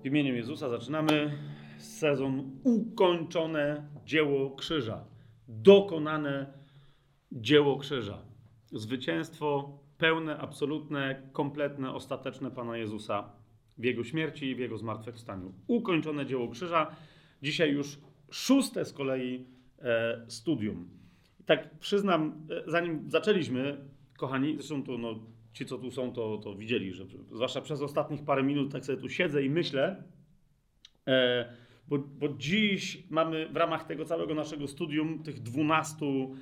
imieniu Jezusa zaczynamy sezon ukończone dzieło krzyża. Dokonane dzieło krzyża. Zwycięstwo pełne, absolutne, kompletne, ostateczne Pana Jezusa w Jego śmierci i w Jego zmartwychwstaniu. Ukończone dzieło krzyża. Dzisiaj już 6. z kolei studium. I tak przyznam, zanim zaczęliśmy, kochani, zresztą to ci, co tu są, to widzieli, że zwłaszcza przez ostatnich parę minut tak sobie tu siedzę i myślę, bo dziś mamy w ramach tego całego naszego studium, tych 12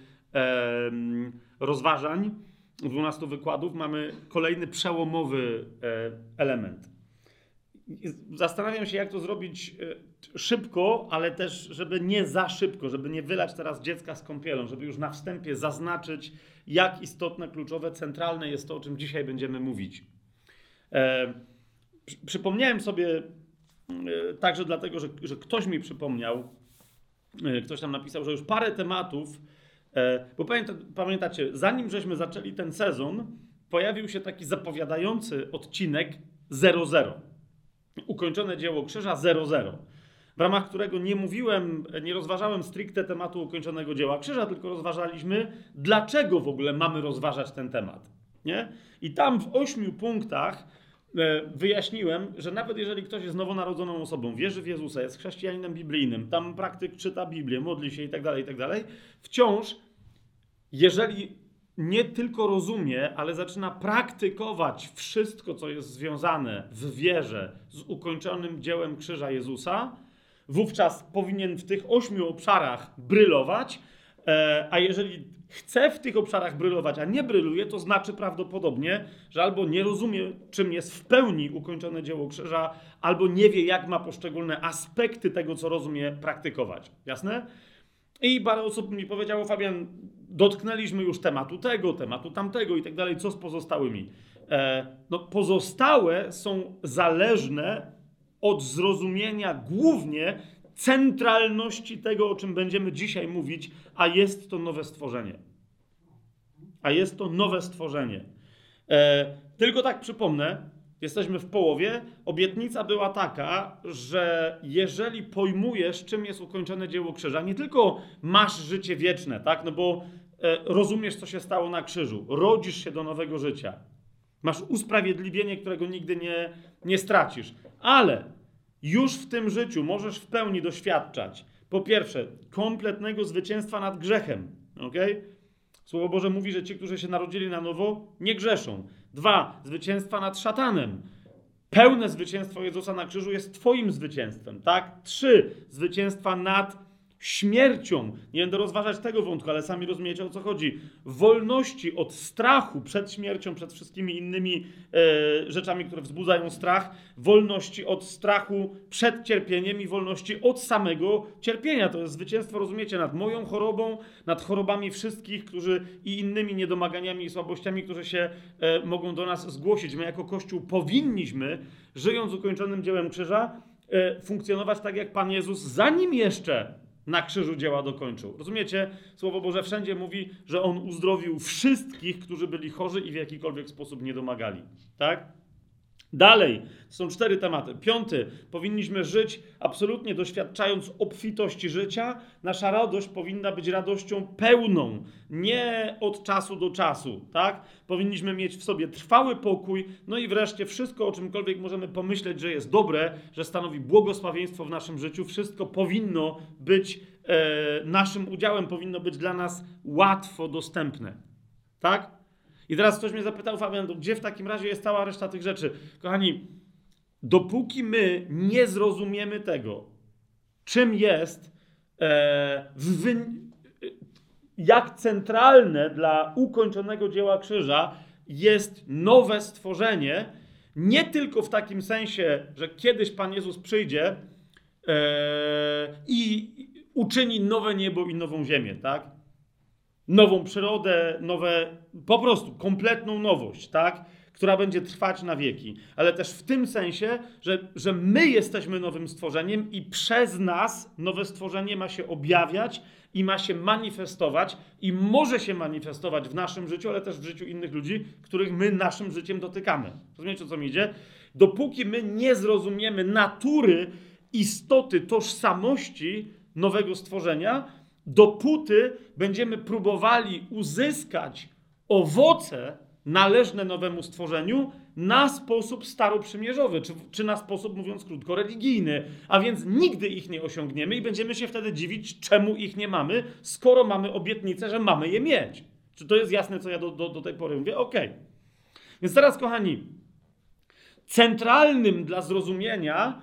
rozważań, 12 wykładów, mamy kolejny przełomowy element. Zastanawiam się, jak to zrobić szybko, ale też, żeby nie za szybko, żeby nie wylać teraz dziecka z kąpielą, żeby już na wstępie zaznaczyć, jak istotne, kluczowe, centralne jest to, o czym dzisiaj będziemy mówić. Przypomniałem sobie także dlatego, że ktoś mi przypomniał, ktoś tam napisał, że już parę tematów, bo pamiętacie, zanim żeśmy zaczęli ten sezon, pojawił się taki zapowiadający odcinek 00. Ukończone dzieło krzyża 00, w ramach którego nie rozważałem stricte tematu ukończonego dzieła krzyża, tylko rozważaliśmy, dlaczego w ogóle mamy rozważać ten temat. Nie? I tam w 8 punktach wyjaśniłem, że nawet jeżeli ktoś jest nowonarodzoną osobą, wierzy w Jezusa, jest chrześcijaninem biblijnym, tam praktyk czyta Biblię, modli się i tak dalej, wciąż, jeżeli nie tylko rozumie, ale zaczyna praktykować wszystko, co jest związane w wierze z ukończonym dziełem krzyża Jezusa, wówczas powinien w tych 8 obszarach brylować, a jeżeli chce w tych obszarach brylować, a nie bryluje, to znaczy prawdopodobnie, że albo nie rozumie, czym jest w pełni ukończone dzieło krzyża, albo nie wie, jak ma poszczególne aspekty tego, co rozumie, praktykować. Jasne? I parę osób mi powiedziało, Fabian, dotknęliśmy już tematu tego, tematu tamtego i tak dalej, co z pozostałymi? Pozostałe są zależne od zrozumienia głównie centralności tego, o czym będziemy dzisiaj mówić, a jest to nowe stworzenie. Tylko tak przypomnę, jesteśmy w połowie. Obietnica była taka, że jeżeli pojmujesz, czym jest ukończone dzieło krzyża, nie tylko masz życie wieczne, tak? Bo rozumiesz, co się stało na krzyżu, rodzisz się do nowego życia, masz usprawiedliwienie, którego nigdy nie stracisz, ale już w tym życiu możesz w pełni doświadczać, po pierwsze, kompletnego zwycięstwa nad grzechem. Okay? Słowo Boże mówi, że ci, którzy się narodzili na nowo, nie grzeszą. 2. Zwycięstwa nad szatanem. Pełne zwycięstwo Jezusa na krzyżu jest twoim zwycięstwem. Tak? 3. Zwycięstwa nad śmiercią. Nie będę rozważać tego wątku, ale sami rozumiecie, o co chodzi. Wolności od strachu przed śmiercią, przed wszystkimi innymi rzeczami, które wzbudzają strach. Wolności od strachu przed cierpieniem i wolności od samego cierpienia. To jest zwycięstwo, rozumiecie, nad moją chorobą, nad chorobami wszystkich, którzy i innymi niedomaganiami i słabościami, które się mogą do nas zgłosić. My jako Kościół powinniśmy, żyjąc ukończonym dziełem krzyża, funkcjonować tak jak Pan Jezus, zanim jeszcze na krzyżu dzieła dokończył. Rozumiecie? Słowo Boże wszędzie mówi, że On uzdrowił wszystkich, którzy byli chorzy i w jakikolwiek sposób nie domagali. Tak? Dalej, są 4 tematy. 5. Powinniśmy żyć absolutnie doświadczając obfitości życia. Nasza radość powinna być radością pełną, nie od czasu do czasu. Tak? Powinniśmy mieć w sobie trwały pokój. No i wreszcie wszystko, o czymkolwiek możemy pomyśleć, że jest dobre, że stanowi błogosławieństwo w naszym życiu, wszystko powinno być naszym udziałem, powinno być dla nas łatwo dostępne. Tak? I teraz ktoś mnie zapytał, Fabian, gdzie w takim razie jest cała reszta tych rzeczy? Kochani, dopóki my nie zrozumiemy tego, czym jest, jak centralne dla ukończonego dzieła krzyża jest nowe stworzenie, nie tylko w takim sensie, że kiedyś Pan Jezus przyjdzie i uczyni nowe niebo i nową ziemię, tak? Nową przyrodę, po prostu kompletną nowość, tak? Która będzie trwać na wieki. Ale też w tym sensie, że my jesteśmy nowym stworzeniem i przez nas nowe stworzenie ma się objawiać i ma się manifestować i może się manifestować w naszym życiu, ale też w życiu innych ludzi, których my naszym życiem dotykamy. Rozumiecie, o co mi idzie? Dopóki my nie zrozumiemy natury, istoty, tożsamości nowego stworzenia, dopóty będziemy próbowali uzyskać owoce należne nowemu stworzeniu na sposób staroprzymierzowy, czy na sposób, mówiąc krótko, religijny. A więc nigdy ich nie osiągniemy i będziemy się wtedy dziwić, czemu ich nie mamy, skoro mamy obietnicę, że mamy je mieć. Czy to jest jasne, co ja do tej pory mówię? Okej. Więc teraz, kochani, centralnym dla zrozumienia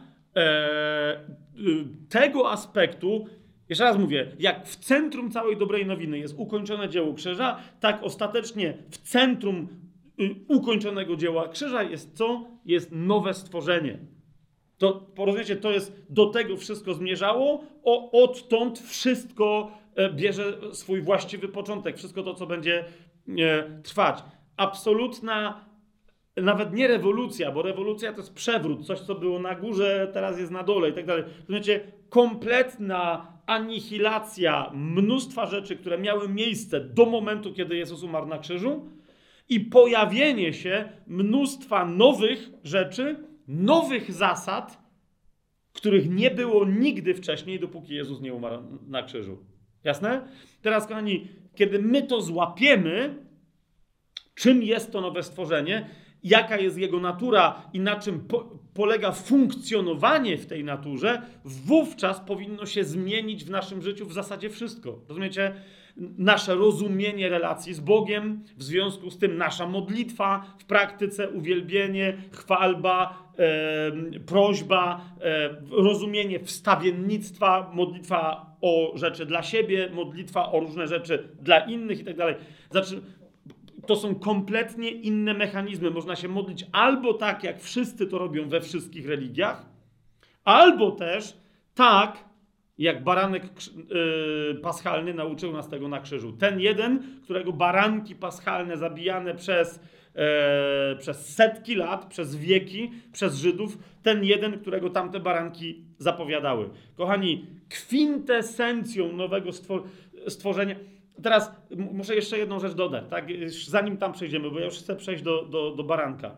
tego aspektu, jeszcze raz mówię, jak w centrum całej dobrej nowiny jest ukończone dzieło krzyża, tak ostatecznie w centrum ukończonego dzieła krzyża jest co? Jest nowe stworzenie. To, porozumiecie, to jest, do tego wszystko zmierzało, odtąd wszystko bierze swój właściwy początek, wszystko to, co będzie trwać. Absolutna, nawet nie rewolucja, bo rewolucja to jest przewrót, coś, co było na górze, teraz jest na dole i tak dalej. Rozumiecie, kompletna anihilacja mnóstwa rzeczy, które miały miejsce do momentu, kiedy Jezus umarł na krzyżu i pojawienie się mnóstwa nowych rzeczy, nowych zasad, których nie było nigdy wcześniej, dopóki Jezus nie umarł na krzyżu. Jasne? Teraz, kochani, kiedy my to złapiemy, czym jest to nowe stworzenie, jaka jest jego natura i na czym polega funkcjonowanie w tej naturze, wówczas powinno się zmienić w naszym życiu w zasadzie wszystko. Rozumiecie? Nasze rozumienie relacji z Bogiem, w związku z tym nasza modlitwa w praktyce, uwielbienie, chwalba, prośba, rozumienie wstawiennictwa, modlitwa o rzeczy dla siebie, modlitwa o różne rzeczy dla innych i tak dalej. Znaczy, to są kompletnie inne mechanizmy. Można się modlić albo tak, jak wszyscy to robią we wszystkich religiach, albo też tak, jak baranek paschalny nauczył nas tego na krzyżu. Ten jeden, którego baranki paschalne zabijane przez setki lat, przez wieki, przez Żydów, ten jeden, którego tamte baranki zapowiadały. Kochani, kwintesencją nowego stworzenia... Teraz muszę jeszcze jedną rzecz dodać, tak? Zanim tam przejdziemy, bo ja już chcę przejść do baranka.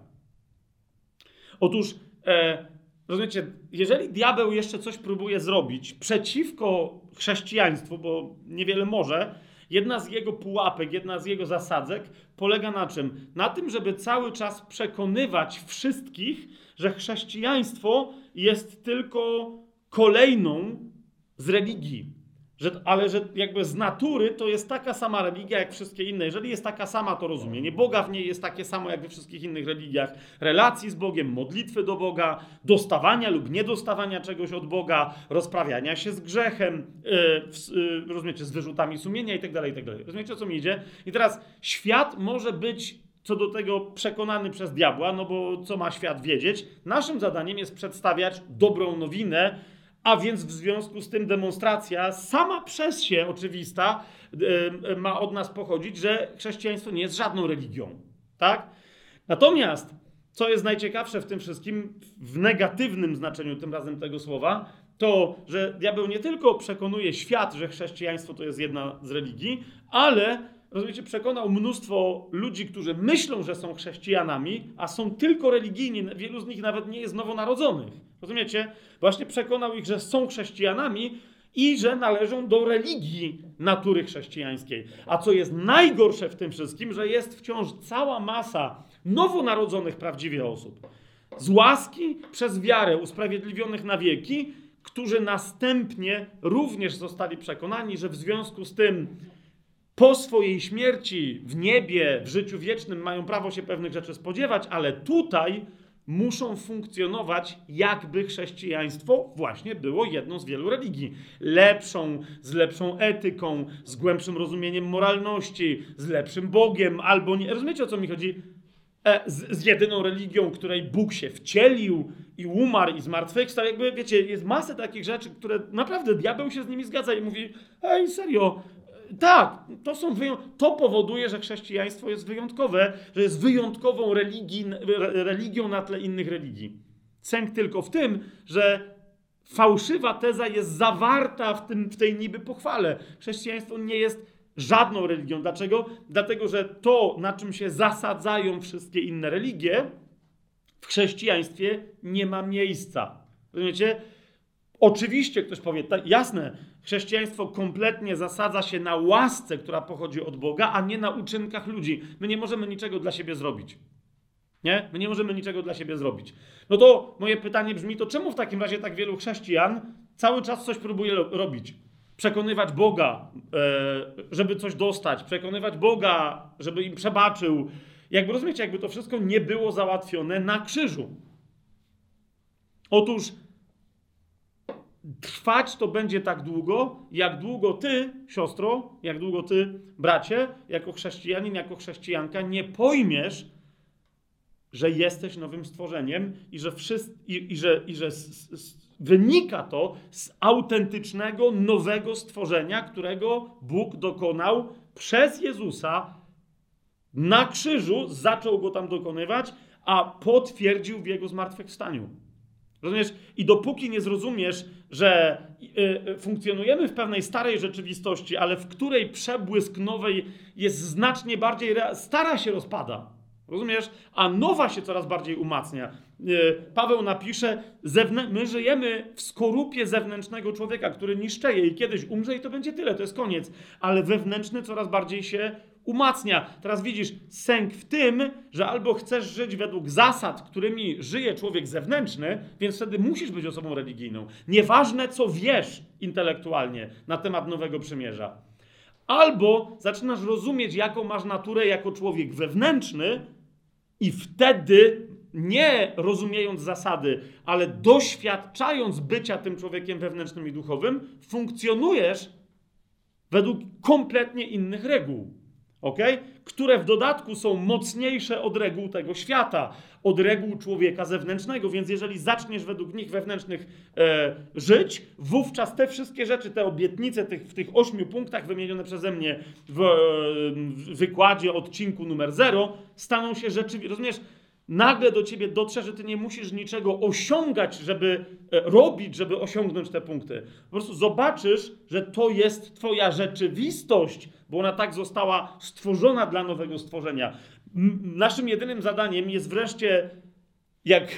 Otóż, rozumiecie, jeżeli diabeł jeszcze coś próbuje zrobić przeciwko chrześcijaństwu, bo niewiele może, jedna z jego pułapek, jedna z jego zasadzek polega na czym? Na tym, żeby cały czas przekonywać wszystkich, że chrześcijaństwo jest tylko kolejną z religii. Ale że jakby z natury to jest taka sama religia jak wszystkie inne. Jeżeli jest taka sama, to rozumienie Boga w niej jest takie samo jak we wszystkich innych religiach. Relacji z Bogiem, modlitwy do Boga, dostawania lub niedostawania czegoś od Boga, rozprawiania się z grzechem, rozumiecie, z wyrzutami sumienia i tak dalej, i tak dalej. Rozumiecie, o co mi idzie? I teraz świat może być co do tego przekonany przez diabła, no bo co ma świat wiedzieć? Naszym zadaniem jest przedstawiać dobrą nowinę, a więc w związku z tym demonstracja sama przez się oczywista ma od nas pochodzić, że chrześcijaństwo nie jest żadną religią. Tak? Natomiast, co jest najciekawsze w tym wszystkim, w negatywnym znaczeniu tym razem tego słowa, to, że diabeł nie tylko przekonuje świat, że chrześcijaństwo to jest jedna z religii, ale, rozumiecie, przekonał mnóstwo ludzi, którzy myślą, że są chrześcijanami, a są tylko religijni, wielu z nich nawet nie jest nowonarodzonych. Rozumiecie? Właśnie przekonał ich, że są chrześcijanami i że należą do religii natury chrześcijańskiej. A co jest najgorsze w tym wszystkim, że jest wciąż cała masa nowonarodzonych prawdziwie osób. Z łaski przez wiarę usprawiedliwionych na wieki, którzy następnie również zostali przekonani, że w związku z tym po swojej śmierci w niebie, w życiu wiecznym mają prawo się pewnych rzeczy spodziewać, ale tutaj muszą funkcjonować, jakby chrześcijaństwo właśnie było jedną z wielu religii. Lepszą, z lepszą etyką, z głębszym rozumieniem moralności, z lepszym Bogiem, albo nie. Rozumiecie, o co mi chodzi? Z jedyną religią, której Bóg się wcielił i umarł i zmartwychwstał. Jakby, wiecie, jest masę takich rzeczy, które naprawdę diabeł się z nimi zgadza i mówi, ej, serio, tak, to powoduje, że chrześcijaństwo jest wyjątkowe, że jest wyjątkową religią na tle innych religii. Sęk tylko w tym, że fałszywa teza jest zawarta w tej niby pochwale. Chrześcijaństwo nie jest żadną religią. Dlaczego? Dlatego, że to, na czym się zasadzają wszystkie inne religie, w chrześcijaństwie nie ma miejsca. Rozumiecie? Oczywiście ktoś powie, jasne, chrześcijaństwo kompletnie zasadza się na łasce, która pochodzi od Boga, a nie na uczynkach ludzi. My nie możemy niczego dla siebie zrobić. Nie? My nie możemy niczego dla siebie zrobić. No to moje pytanie brzmi, to czemu w takim razie tak wielu chrześcijan cały czas coś próbuje robić? Przekonywać Boga, żeby coś dostać, przekonywać Boga, żeby im przebaczył. Jakby rozumiecie, jakby to wszystko nie było załatwione na krzyżu. Otóż trwać to będzie tak długo, jak długo ty, siostro, jak długo ty, bracie, jako chrześcijanin, jako chrześcijanka nie pojmiesz, że jesteś nowym stworzeniem i że wynika to z autentycznego, nowego stworzenia, którego Bóg dokonał przez Jezusa na krzyżu, zaczął go tam dokonywać, a potwierdził w jego zmartwychwstaniu. Rozumiesz? I dopóki nie zrozumiesz, że funkcjonujemy w pewnej starej rzeczywistości, ale w której przebłysk nowej jest znacznie bardziej, stara się rozpada. Rozumiesz? A nowa się coraz bardziej umacnia. Paweł napisze, my żyjemy w skorupie zewnętrznego człowieka, który niszczeje i kiedyś umrze i to będzie tyle, to jest koniec. Ale wewnętrzny coraz bardziej się umacnia. Teraz widzisz, sęk w tym, że albo chcesz żyć według zasad, którymi żyje człowiek zewnętrzny, więc wtedy musisz być osobą religijną. Nieważne, co wiesz intelektualnie na temat Nowego Przymierza. Albo zaczynasz rozumieć, jaką masz naturę jako człowiek wewnętrzny i wtedy, nie rozumiejąc zasady, ale doświadczając bycia tym człowiekiem wewnętrznym i duchowym, funkcjonujesz według kompletnie innych reguł. Okay? Które w dodatku są mocniejsze od reguł tego świata, od reguł człowieka zewnętrznego, więc jeżeli zaczniesz według nich wewnętrznych żyć, wówczas te wszystkie rzeczy, te obietnice w tych 8 punktach wymienione przeze mnie w wykładzie, odcinku numer 0, staną się rzeczywistością. Rozumiesz? Nagle do ciebie dotrze, że ty nie musisz niczego osiągać, żeby robić, żeby osiągnąć te punkty. Po prostu zobaczysz, że to jest twoja rzeczywistość, bo ona tak została stworzona dla nowego stworzenia. Naszym jedynym zadaniem jest wreszcie, jak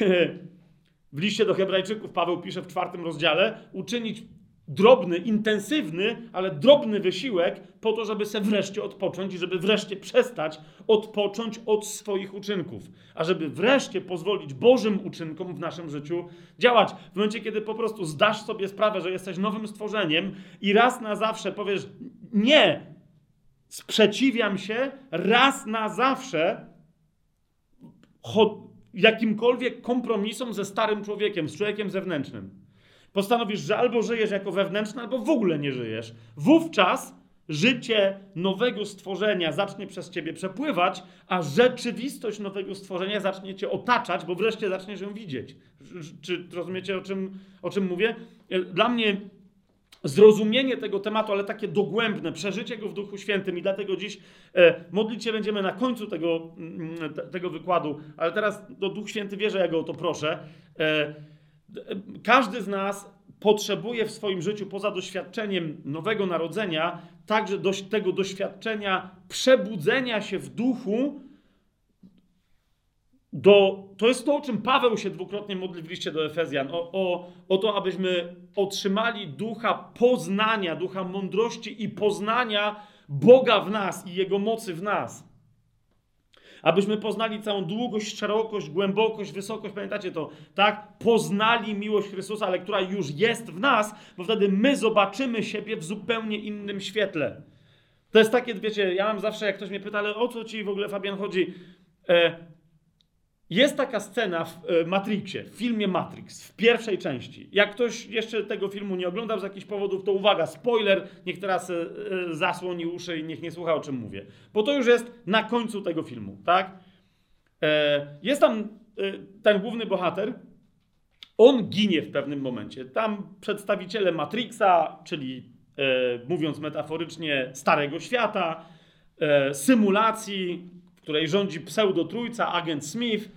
w liście do Hebrajczyków Paweł pisze w 4 rozdziale, uczynić drobny, intensywny, ale drobny wysiłek po to, żeby se wreszcie odpocząć i żeby wreszcie przestać odpocząć od swoich uczynków. A żeby wreszcie pozwolić Bożym uczynkom w naszym życiu działać. W momencie, kiedy po prostu zdasz sobie sprawę, że jesteś nowym stworzeniem i raz na zawsze powiesz nie, sprzeciwiam się, raz na zawsze jakimkolwiek kompromisom ze starym człowiekiem, z człowiekiem zewnętrznym. Postanowisz, że albo żyjesz jako wewnętrzny, albo w ogóle nie żyjesz. Wówczas życie nowego stworzenia zacznie przez ciebie przepływać, a rzeczywistość nowego stworzenia zacznie cię otaczać, bo wreszcie zaczniesz ją widzieć. Czy rozumiecie, o czym mówię? Dla mnie zrozumienie tego tematu, ale takie dogłębne, przeżycie go w Duchu Świętym i dlatego dziś modlić się będziemy na końcu tego wykładu, ale teraz Duch Święty wie, że ja go o to proszę. Każdy z nas potrzebuje w swoim życiu, poza doświadczeniem nowego narodzenia, także tego doświadczenia przebudzenia się w duchu. To jest to, o czym Paweł się dwukrotnie modli w liście do Efezjan. O to, abyśmy otrzymali ducha poznania, ducha mądrości i poznania Boga w nas i Jego mocy w nas. Abyśmy poznali całą długość, szerokość, głębokość, wysokość, pamiętacie to, tak? Poznali miłość Chrystusa, ale która już jest w nas, bo wtedy my zobaczymy siebie w zupełnie innym świetle. To jest takie, wiecie, ja mam zawsze, jak ktoś mnie pyta, ale o co ci w ogóle, Fabian, chodzi? Jest taka scena w Matrixie, w filmie Matrix, w pierwszej części. Jak ktoś jeszcze tego filmu nie oglądał z jakichś powodów, to uwaga, spoiler, niech teraz zasłoni uszy i niech nie słucha, o czym mówię. Bo to już jest na końcu tego filmu, tak? Jest tam ten główny bohater, on ginie w pewnym momencie. Tam przedstawiciele Matrixa, czyli mówiąc metaforycznie Starego Świata, symulacji, w której rządzi pseudotrójca, agent Smith,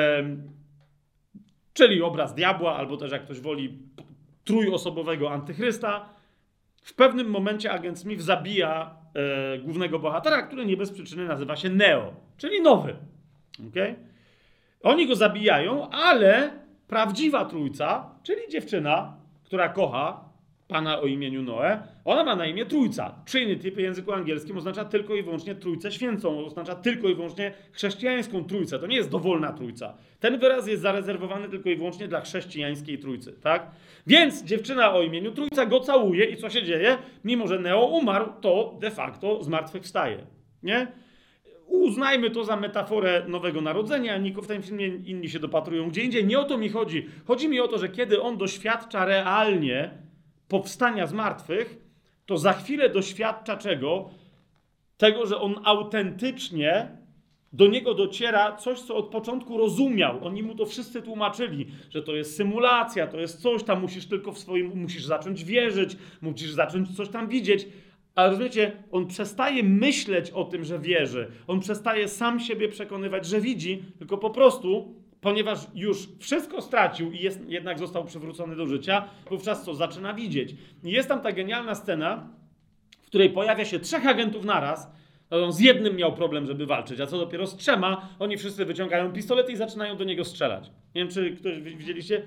czyli obraz diabła, albo też jak ktoś woli trójosobowego antychrysta. W pewnym momencie agent Smith zabija głównego bohatera, który nie bez przyczyny nazywa się Neo, czyli nowy. Okay? Oni go zabijają, ale prawdziwa trójca, czyli dziewczyna, która kocha pana o imieniu Noe, ona ma na imię Trójca. Trinity w języku angielskim oznacza tylko i wyłącznie Trójcę Świętą, oznacza tylko i wyłącznie chrześcijańską Trójcę. To nie jest dowolna Trójca. Ten wyraz jest zarezerwowany tylko i wyłącznie dla chrześcijańskiej Trójcy, tak? Więc dziewczyna o imieniu Trójca go całuje i co się dzieje? Mimo że Neo umarł, to de facto zmartwychwstaje, nie? Uznajmy to za metaforę Nowego Narodzenia, w tym filmie inni się dopatrują gdzie indziej. Nie o to mi chodzi. Chodzi mi o to, że kiedy on doświadcza realnie powstania z martwych, to za chwilę doświadcza czego? Tego, że on autentycznie do niego dociera coś, co od początku rozumiał. Oni mu to wszyscy tłumaczyli, że to jest symulacja, to jest coś tam, musisz zacząć wierzyć, musisz zacząć coś tam widzieć. Ale rozumiecie, on przestaje myśleć o tym, że wierzy. On przestaje sam siebie przekonywać, że widzi, tylko po prostu, ponieważ już wszystko stracił i jednak został przywrócony do życia, wówczas co? Zaczyna widzieć. I jest tam ta genialna scena, w której pojawia się 3 agentów naraz. On z jednym miał problem, żeby walczyć, a co dopiero z 3, oni wszyscy wyciągają pistolety i zaczynają do niego strzelać. Nie wiem, czy ktoś widzieliście.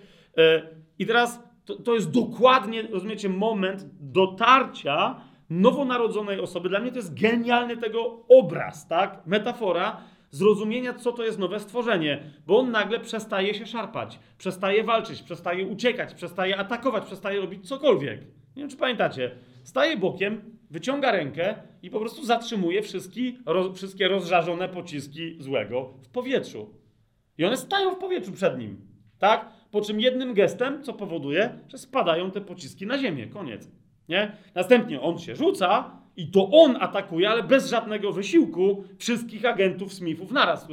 I teraz to jest dokładnie, rozumiecie, moment dotarcia nowonarodzonej osoby. Dla mnie to jest genialny tego obraz, tak? Metafora zrozumienia, co to jest nowe stworzenie. Bo on nagle przestaje się szarpać, przestaje walczyć, przestaje uciekać, przestaje atakować, przestaje robić cokolwiek. Nie wiem, czy pamiętacie. Staje bokiem, wyciąga rękę i po prostu zatrzymuje wszystkie rozżarzone pociski złego w powietrzu. I one stają w powietrzu przed nim, tak? Po czym jednym gestem, co powoduje, że spadają te pociski na ziemię. Koniec. Nie? Następnie on się rzuca i to on atakuje, ale bez żadnego wysiłku wszystkich agentów Smithów naraz,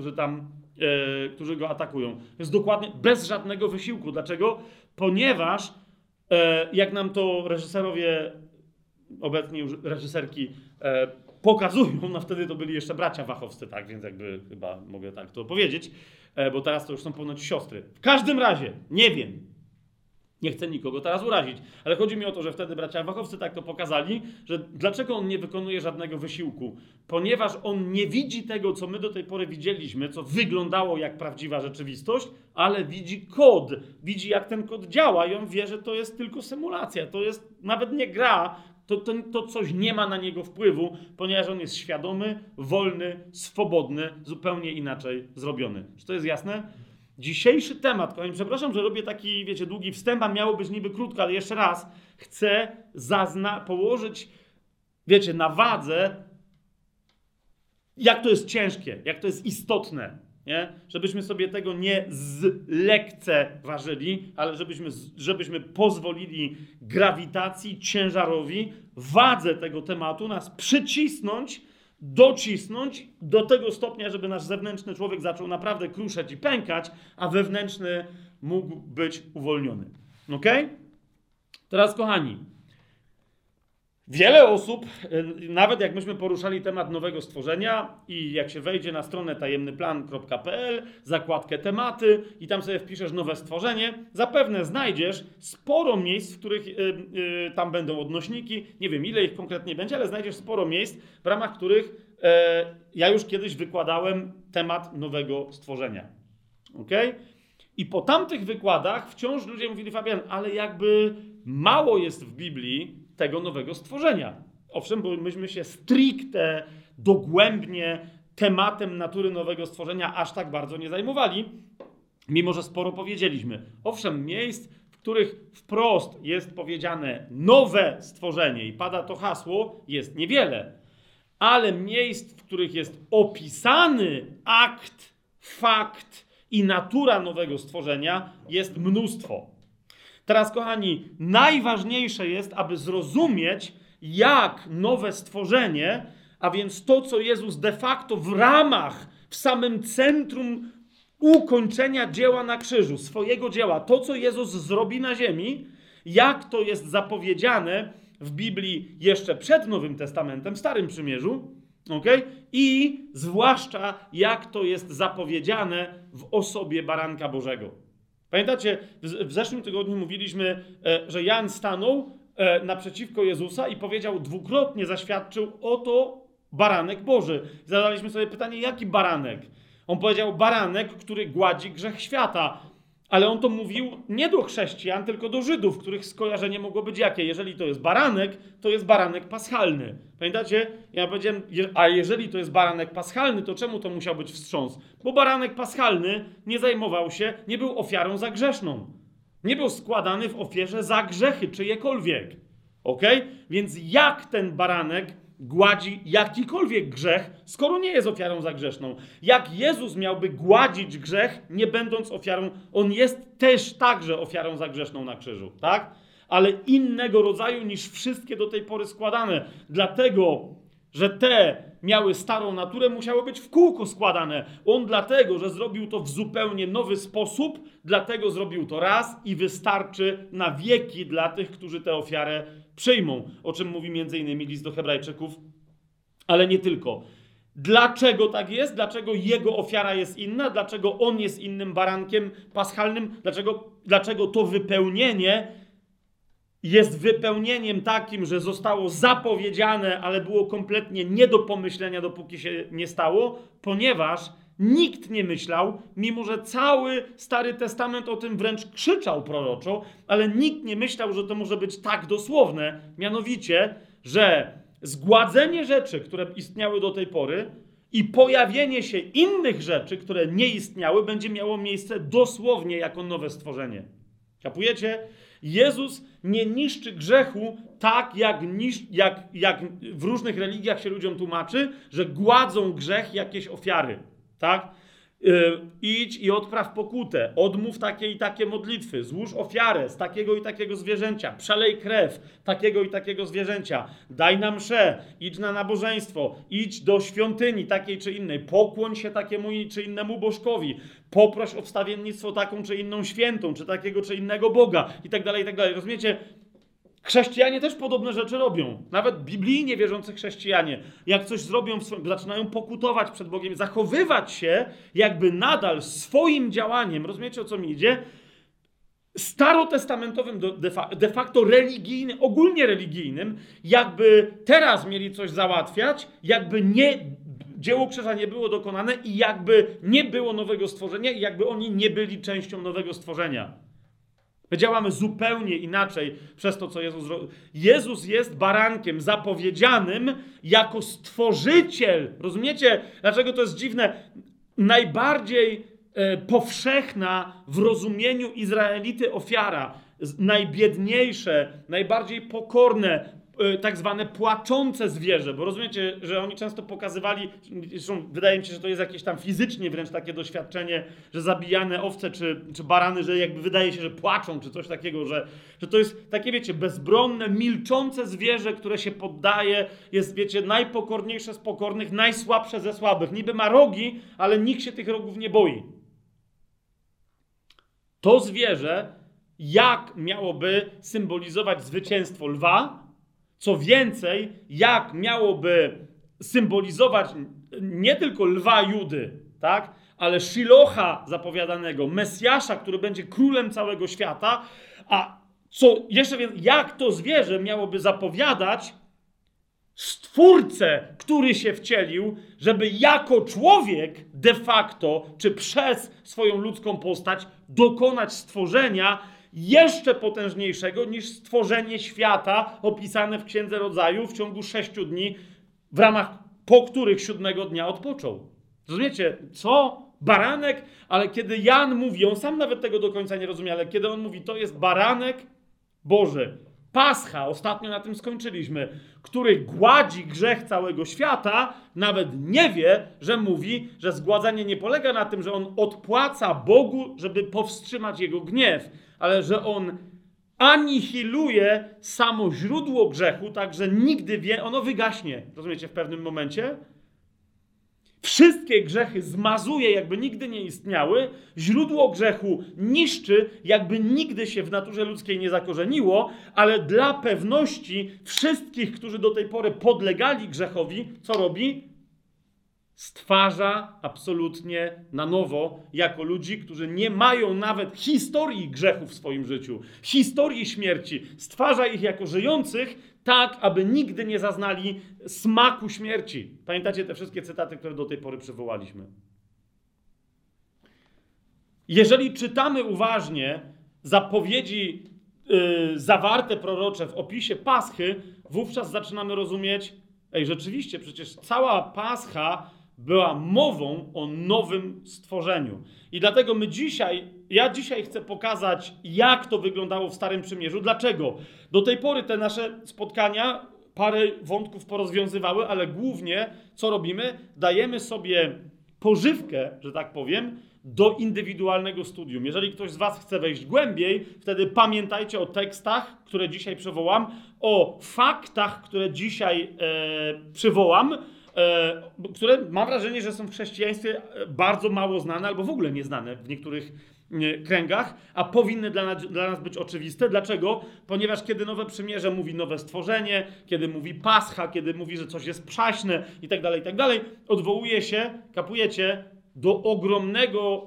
którzy go atakują. To jest dokładnie bez żadnego wysiłku. Dlaczego? Ponieważ jak nam to reżyserowie, obecnie już reżyserki pokazują, no wtedy to byli jeszcze bracia Wachowscy, tak, więc jakby chyba mogę tak to powiedzieć, bo teraz to już są ponoć siostry. W każdym razie, nie wiem, nie chcę nikogo teraz urazić, ale chodzi mi o to, że wtedy bracia Wachowscy tak to pokazali, że dlaczego on nie wykonuje żadnego wysiłku? Ponieważ on nie widzi tego, co my do tej pory widzieliśmy, co wyglądało jak prawdziwa rzeczywistość, ale widzi kod. Widzi, jak ten kod działa i on wie, że to jest tylko symulacja. To jest nawet nie gra, to coś nie ma na niego wpływu, ponieważ on jest świadomy, wolny, swobodny, zupełnie inaczej zrobiony. Czy to jest jasne? Dzisiejszy temat, kochani, przepraszam, że robię taki, wiecie, długi wstęp, a miało być niby krótko, ale jeszcze raz chcę położyć, wiecie, na wadze, jak to jest ciężkie, jak to jest istotne, nie? Żebyśmy sobie tego nie zlekceważyli, ale żebyśmy pozwolili grawitacji, ciężarowi, wadze tego tematu nas przycisnąć, docisnąć do tego stopnia, żeby nasz zewnętrzny człowiek zaczął naprawdę kruszeć i pękać, a wewnętrzny mógł być uwolniony. Ok? Teraz, kochani, wiele osób, nawet jak myśmy poruszali temat nowego stworzenia i jak się wejdzie na stronę tajemnyplan.pl, zakładkę tematy i tam sobie wpiszesz nowe stworzenie, zapewne znajdziesz sporo miejsc, w których tam będą odnośniki, nie wiem ile ich konkretnie będzie, ale znajdziesz sporo miejsc, w ramach których ja już kiedyś wykładałem temat nowego stworzenia. Okay? I po tamtych wykładach wciąż ludzie mówili, Fabian, ale jakby mało jest w Biblii tego nowego stworzenia. Owszem, bo myśmy się stricte, dogłębnie tematem natury nowego stworzenia aż tak bardzo nie zajmowali, mimo że sporo powiedzieliśmy. Owszem, miejsc, w których wprost jest powiedziane nowe stworzenie i pada to hasło, jest niewiele. Ale miejsc, w których jest opisany akt, fakt i natura nowego stworzenia, jest mnóstwo. Teraz, kochani, najważniejsze jest, aby zrozumieć, jak nowe stworzenie, a więc to, co Jezus de facto w samym centrum ukończenia dzieła na krzyżu, swojego dzieła, to, co Jezus zrobi na ziemi, jak to jest zapowiedziane w Biblii jeszcze przed Nowym Testamentem, w Starym Przymierzu, okay? I zwłaszcza jak to jest zapowiedziane w osobie Baranka Bożego. Pamiętacie, w zeszłym tygodniu mówiliśmy, że Jan stanął naprzeciwko Jezusa i powiedział, dwukrotnie zaświadczył, oto Baranek Boży. Zadaliśmy sobie pytanie, jaki baranek? On powiedział baranek, który gładzi grzech świata. Ale on to mówił nie do chrześcijan, tylko do Żydów, których skojarzenie mogło być jakie? Jeżeli to jest baranek paschalny. Pamiętacie? Ja powiedziałem, a jeżeli to jest baranek paschalny, to czemu to musiał być wstrząs? Bo baranek paschalny nie był ofiarą za grzeszną. Nie był składany w ofierze za grzechy czyjekolwiek. Okej? Więc jak ten baranek gładzi jakikolwiek grzech, skoro nie jest ofiarą za grzeszną? Jak Jezus miałby gładzić grzech, nie będąc ofiarą? On jest też także ofiarą za grzeszną na krzyżu, tak? Ale innego rodzaju niż wszystkie do tej pory składane. Dlatego, że te miały starą naturę, musiały być w kółko składane. On dlatego, że zrobił to w zupełnie nowy sposób, dlatego zrobił to raz i wystarczy na wieki dla tych, którzy tę ofiarę przyjmą. O czym mówi m.in. list do Hebrajczyków, ale nie tylko. Dlaczego tak jest? Dlaczego jego ofiara jest inna? Dlaczego on jest innym barankiem paschalnym? Dlaczego to wypełnienie jest wypełnieniem takim, że zostało zapowiedziane, ale było kompletnie nie do pomyślenia, dopóki się nie stało? Ponieważ nikt nie myślał, mimo że cały Stary Testament o tym wręcz krzyczał proroczo, ale nikt nie myślał, że to może być tak dosłowne, mianowicie, że zgładzenie rzeczy, które istniały do tej pory i pojawienie się innych rzeczy, które nie istniały, będzie miało miejsce dosłownie jako nowe stworzenie. Kapujecie? Jezus nie niszczy grzechu tak, jak w różnych religiach się ludziom tłumaczy, że gładzą grzech jakieś ofiary. Tak? Idź i odpraw pokutę, odmów takie i takie modlitwy, złóż ofiarę z takiego i takiego zwierzęcia, przelej krew takiego i takiego zwierzęcia, daj nam mszę, idź na nabożeństwo, idź do świątyni takiej czy innej, pokłoń się takiemu czy innemu bożkowi, poproś o wstawiennictwo taką czy inną świętą, czy takiego czy innego Boga i tak dalej, i tak dalej. Rozumiecie? Chrześcijanie też podobne rzeczy robią. Nawet biblijnie wierzący chrześcijanie, jak coś zrobią, zaczynają pokutować przed Bogiem, zachowywać się jakby nadal swoim działaniem, rozumiecie, o co mi idzie, starotestamentowym de facto religijnym, ogólnie religijnym, jakby teraz mieli coś załatwiać, jakby dzieło krzyża nie było dokonane i jakby nie było nowego stworzenia i jakby oni nie byli częścią nowego stworzenia. My działamy zupełnie inaczej przez to, co Jezus zrobił. Jezus jest barankiem zapowiedzianym jako stworzyciel. Rozumiecie, dlaczego to jest dziwne? Najbardziej powszechna w rozumieniu Izraelity ofiara, najbiedniejsze, najbardziej pokorne, tak zwane płaczące zwierzę, bo rozumiecie, że oni często pokazywali, zresztą wydaje mi się, że to jest jakieś tam fizycznie wręcz takie doświadczenie, że zabijane owce czy barany, że jakby wydaje się, że płaczą, czy coś takiego, że to jest takie, wiecie, bezbronne, milczące zwierzę, które się poddaje, jest, wiecie, najpokorniejsze z pokornych, najsłabsze ze słabych. Niby ma rogi, ale nikt się tych rogów nie boi. To zwierzę, jak miałoby symbolizować zwycięstwo lwa, co więcej, jak miałoby symbolizować nie tylko lwa Judy, tak, ale Shilocha zapowiadanego, Mesjasza, który będzie królem całego świata, a co jeszcze więcej, jak to zwierzę miałoby zapowiadać Stwórcę, który się wcielił, żeby jako człowiek de facto, czy przez swoją ludzką postać dokonać stworzenia jeszcze potężniejszego niż stworzenie świata opisane w Księdze Rodzaju w ciągu 6 dni, w ramach po których 7 dnia odpoczął. Rozumiecie? Co? Baranek? Ale kiedy Jan mówi, on sam nawet tego do końca nie rozumie, ale kiedy on mówi, to jest baranek Boży, Pascha, ostatnio na tym skończyliśmy, który gładzi grzech całego świata, nawet nie wie, że mówi, że zgładzanie nie polega na tym, że on odpłaca Bogu, żeby powstrzymać jego gniew, ale że on anihiluje samo źródło grzechu, tak że nigdy ono wygaśnie, rozumiecie, w pewnym momencie. Wszystkie grzechy zmazuje, jakby nigdy nie istniały. Źródło grzechu niszczy, jakby nigdy się w naturze ludzkiej nie zakorzeniło, ale dla pewności wszystkich, którzy do tej pory podlegali grzechowi, co robi? Stwarza absolutnie na nowo jako ludzi, którzy nie mają nawet historii grzechu w swoim życiu, historii śmierci. Stwarza ich jako żyjących, tak, aby nigdy nie zaznali smaku śmierci. Pamiętacie te wszystkie cytaty, które do tej pory przywołaliśmy? Jeżeli czytamy uważnie zapowiedzi zawarte prorocze w opisie Paschy, wówczas zaczynamy rozumieć, rzeczywiście, przecież cała Pascha była mową o nowym stworzeniu. I dlatego ja dzisiaj chcę pokazać, jak to wyglądało w Starym Przymierzu. Dlaczego? Do tej pory te nasze spotkania parę wątków porozwiązywały, ale głównie co robimy? Dajemy sobie pożywkę, że tak powiem, do indywidualnego studium. Jeżeli ktoś z was chce wejść głębiej, wtedy pamiętajcie o tekstach, które dzisiaj przywołam, o faktach, które dzisiaj przywołam, które mam wrażenie, że są w chrześcijaństwie bardzo mało znane albo w ogóle nieznane w niektórych kręgach, a powinny dla nas być oczywiste. Dlaczego? Ponieważ kiedy Nowe Przymierze mówi nowe stworzenie, kiedy mówi Pascha, kiedy mówi, że coś jest przaśne i tak dalej, odwołuje się, kapujecie, do ogromnego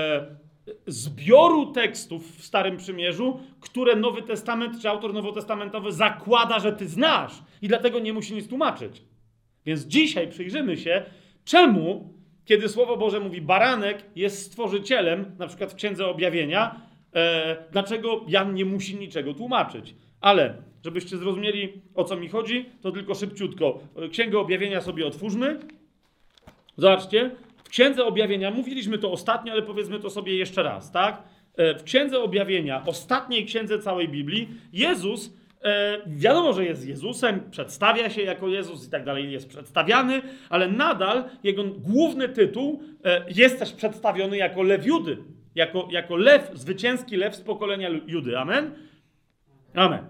zbioru tekstów w Starym Przymierzu, które Nowy Testament czy autor nowotestamentowy zakłada, że ty znasz i dlatego nie musi nic tłumaczyć. Więc dzisiaj przyjrzymy się, czemu, kiedy Słowo Boże mówi baranek jest stworzycielem, na przykład w Księdze Objawienia, dlaczego Jan nie musi niczego tłumaczyć. Ale, żebyście zrozumieli, o co mi chodzi, to tylko szybciutko. Księgę Objawienia sobie otwórzmy. Zobaczcie, w Księdze Objawienia, mówiliśmy to ostatnio, ale powiedzmy to sobie jeszcze raz, tak? W Księdze Objawienia, ostatniej księdze całej Biblii, Jezus, wiadomo, że jest Jezusem, przedstawia się jako Jezus i tak dalej, jest przedstawiany, ale nadal jego główny tytuł jest też przedstawiony jako lew Judy, jako lew, zwycięski lew z pokolenia Judy. Amen? Amen.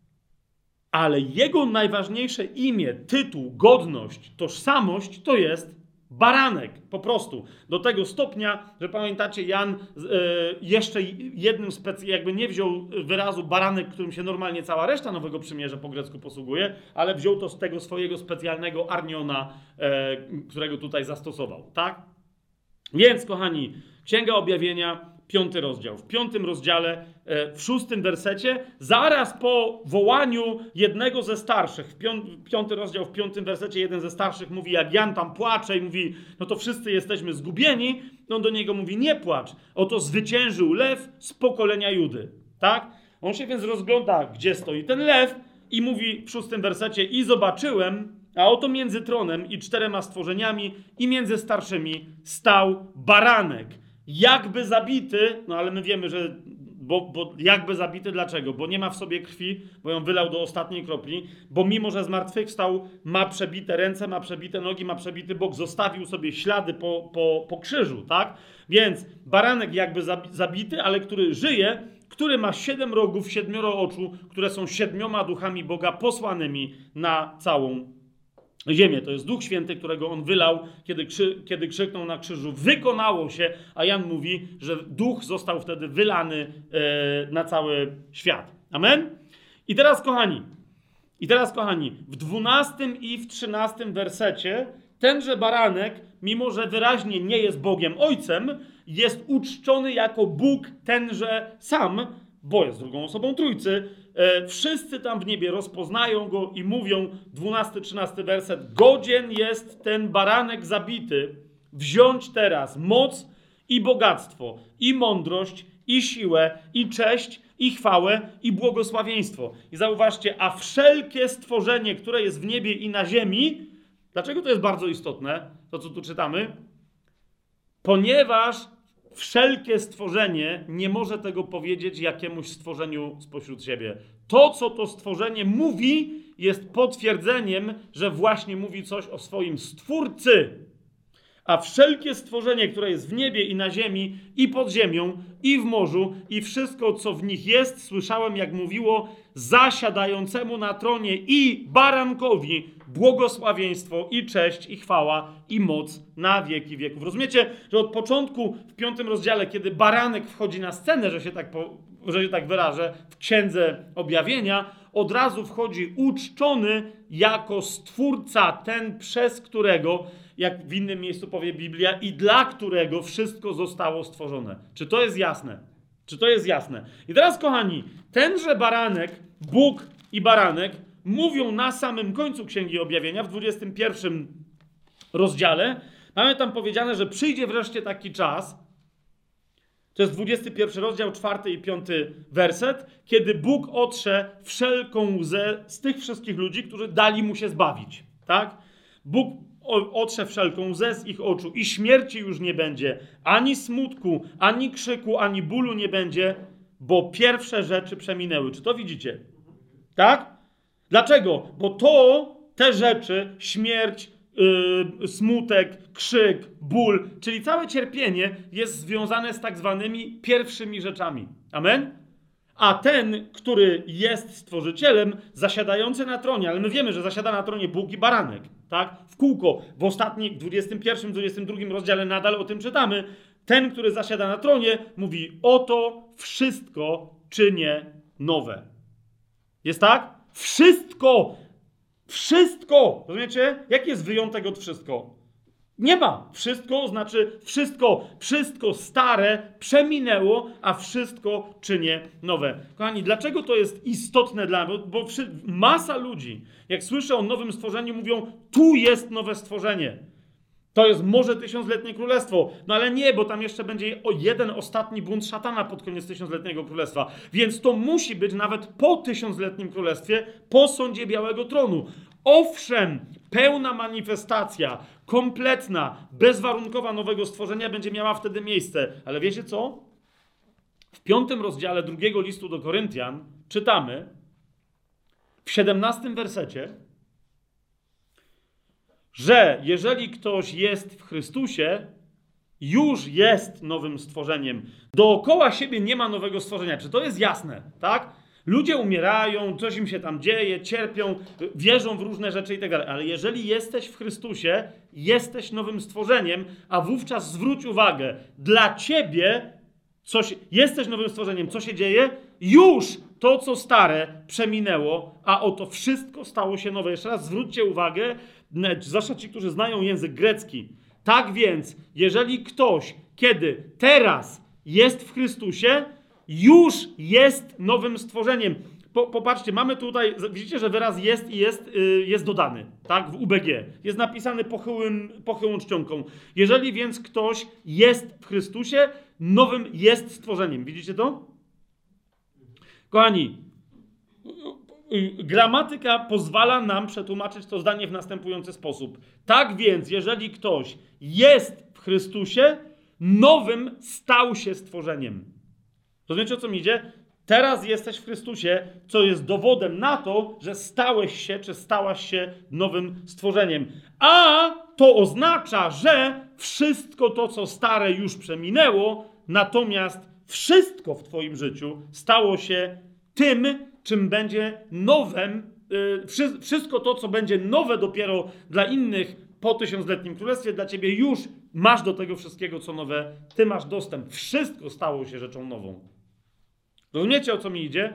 Ale jego najważniejsze imię, tytuł, godność, tożsamość to jest baranek, po prostu. Do tego stopnia, że pamiętacie, Jan jeszcze jednym jakby nie wziął wyrazu baranek, którym się normalnie cała reszta Nowego Przymierza po grecku posługuje, ale wziął to z tego swojego specjalnego arniona, którego tutaj zastosował, tak? Więc, kochani, Księga Objawienia, 5 rozdział. W 5 rozdziale, w 6 wersecie, zaraz po wołaniu jednego ze starszych, 5 rozdział, w 5 wersecie jeden ze starszych mówi, jak Jan tam płacze i mówi, no to wszyscy jesteśmy zgubieni, on do niego mówi, nie płacz, oto zwyciężył lew z pokolenia Judy. Tak? On się więc rozgląda, gdzie stoi ten lew i mówi w 6 wersecie, i zobaczyłem, a oto między tronem i 4 stworzeniami i między starszymi stał baranek. Jakby zabity, no ale my wiemy, że bo jakby zabity, dlaczego? Bo nie ma w sobie krwi, bo ją wylał do ostatniej kropli, bo mimo, że zmartwychwstał, ma przebite ręce, ma przebite nogi, ma przebity bok, zostawił sobie ślady po krzyżu, tak? Więc baranek jakby zabity, ale który żyje, który ma 7 rogów, 7 oczu, które są 7 duchami Boga posłanymi na całą ziemię. To jest Duch Święty, którego on wylał, kiedy krzyknął na krzyżu. Wykonało się, a Jan mówi, że Duch został wtedy wylany na cały świat. Amen? I teraz, kochani, w 12 i w 13 wersecie tenże baranek, mimo że wyraźnie nie jest Bogiem Ojcem, jest uczczony jako Bóg tenże sam, bo jest drugą osobą Trójcy. Wszyscy tam w niebie rozpoznają go i mówią, 12-13 werset, godzien jest ten baranek zabity wziąć teraz moc i bogactwo, i mądrość, i siłę, i cześć, i chwałę, i błogosławieństwo. I zauważcie, a wszelkie stworzenie, które jest w niebie i na ziemi, dlaczego to jest bardzo istotne, to co tu czytamy? Ponieważ wszelkie stworzenie nie może tego powiedzieć jakiemuś stworzeniu spośród siebie. To, co to stworzenie mówi, jest potwierdzeniem, że właśnie mówi coś o swoim Stwórcy. A wszelkie stworzenie, które jest w niebie i na ziemi, i pod ziemią, i w morzu, i wszystko, co w nich jest, słyszałem, jak mówiło, zasiadającemu na tronie i barankowi błogosławieństwo, i cześć, i chwała, i moc na wieki wieków. Rozumiecie, że od początku w 5 rozdziale, kiedy baranek wchodzi na scenę, że się tak wyrażę, w Księdze Objawienia, od razu wchodzi uczczony jako Stwórca, ten przez którego, jak w innym miejscu powie Biblia, i dla którego wszystko zostało stworzone. Czy to jest jasne? Czy to jest jasne? I teraz, kochani, tenże baranek, Bóg i baranek mówią na samym końcu Księgi Objawienia, w 21 rozdziale. Mamy tam powiedziane, że przyjdzie wreszcie taki czas, To jest 21 rozdział, 4 i 5 werset, kiedy Bóg otrze wszelką łzę z tych wszystkich ludzi, którzy dali mu się zbawić. Tak? Bóg otrze wszelką łzę z ich oczu i śmierci już nie będzie, ani smutku, ani krzyku, ani bólu nie będzie, bo pierwsze rzeczy przeminęły. Czy to widzicie? Tak? Dlaczego? Bo te rzeczy, śmierć, smutek, krzyk, ból, czyli całe cierpienie jest związane z tak zwanymi pierwszymi rzeczami. Amen? A ten, który jest Stworzycielem, zasiadający na tronie, ale my wiemy, że zasiada na tronie Bóg i baranek, tak? W kółko, w ostatnim, 21, 22 rozdziale nadal o tym czytamy. Ten, który zasiada na tronie, mówi: oto wszystko czynię nowe. Jest tak? Wszystko! Wszystko! Rozumiecie? Jaki jest wyjątek od wszystko? Nie ma. Wszystko znaczy wszystko. Wszystko stare przeminęło, a wszystko czynię nowe. Kochani, dlaczego to jest istotne dla nas? Bo masa ludzi, jak słyszę o nowym stworzeniu, mówią: tu jest nowe stworzenie. To jest może tysiącletnie królestwo. No ale nie, bo tam jeszcze będzie jeden ostatni bunt szatana pod koniec tysiącletniego królestwa. Więc to musi być nawet po tysiącletnim królestwie, po sądzie Białego Tronu. Owszem, pełna manifestacja, kompletna, bezwarunkowa nowego stworzenia będzie miała wtedy miejsce. Ale wiecie co? W 5 rozdziale 2 listu do Koryntian czytamy w 17 wersecie, że jeżeli ktoś jest w Chrystusie, już jest nowym stworzeniem. Dookoła siebie nie ma nowego stworzenia. Czy to jest jasne? Tak? Ludzie umierają, coś im się tam dzieje, cierpią, wierzą w różne rzeczy i tak dalej. Ale jeżeli jesteś w Chrystusie, jesteś nowym stworzeniem, a wówczas zwróć uwagę, dla ciebie jesteś nowym stworzeniem. Co się dzieje? Już to, co stare, przeminęło, a oto wszystko stało się nowe. Jeszcze raz zwróćcie uwagę, zwłaszcza ci, którzy znają język grecki. Tak więc, jeżeli ktoś, kiedy teraz jest w Chrystusie, już jest nowym stworzeniem. Popatrzcie, mamy tutaj, widzicie, że wyraz jest i jest dodany, tak, w UBG. Jest napisany pochyłą czcionką. Jeżeli więc ktoś jest w Chrystusie, nowym jest stworzeniem. Widzicie to? Kochani, gramatyka pozwala nam przetłumaczyć to zdanie w następujący sposób. Tak więc, jeżeli ktoś jest w Chrystusie, nowym stał się stworzeniem. Rozumiecie, o co mi idzie? Teraz jesteś w Chrystusie, co jest dowodem na to, że stałeś się, czy stałaś się nowym stworzeniem. A to oznacza, że wszystko to, co stare, już przeminęło, natomiast wszystko w twoim życiu stało się tym, czym będzie nowym. Wszystko to, co będzie nowe dopiero dla innych po tysiącletnim królestwie, dla ciebie już masz do tego wszystkiego, co nowe. Ty masz dostęp. Wszystko stało się rzeczą nową. Rozumiecie, o co mi idzie?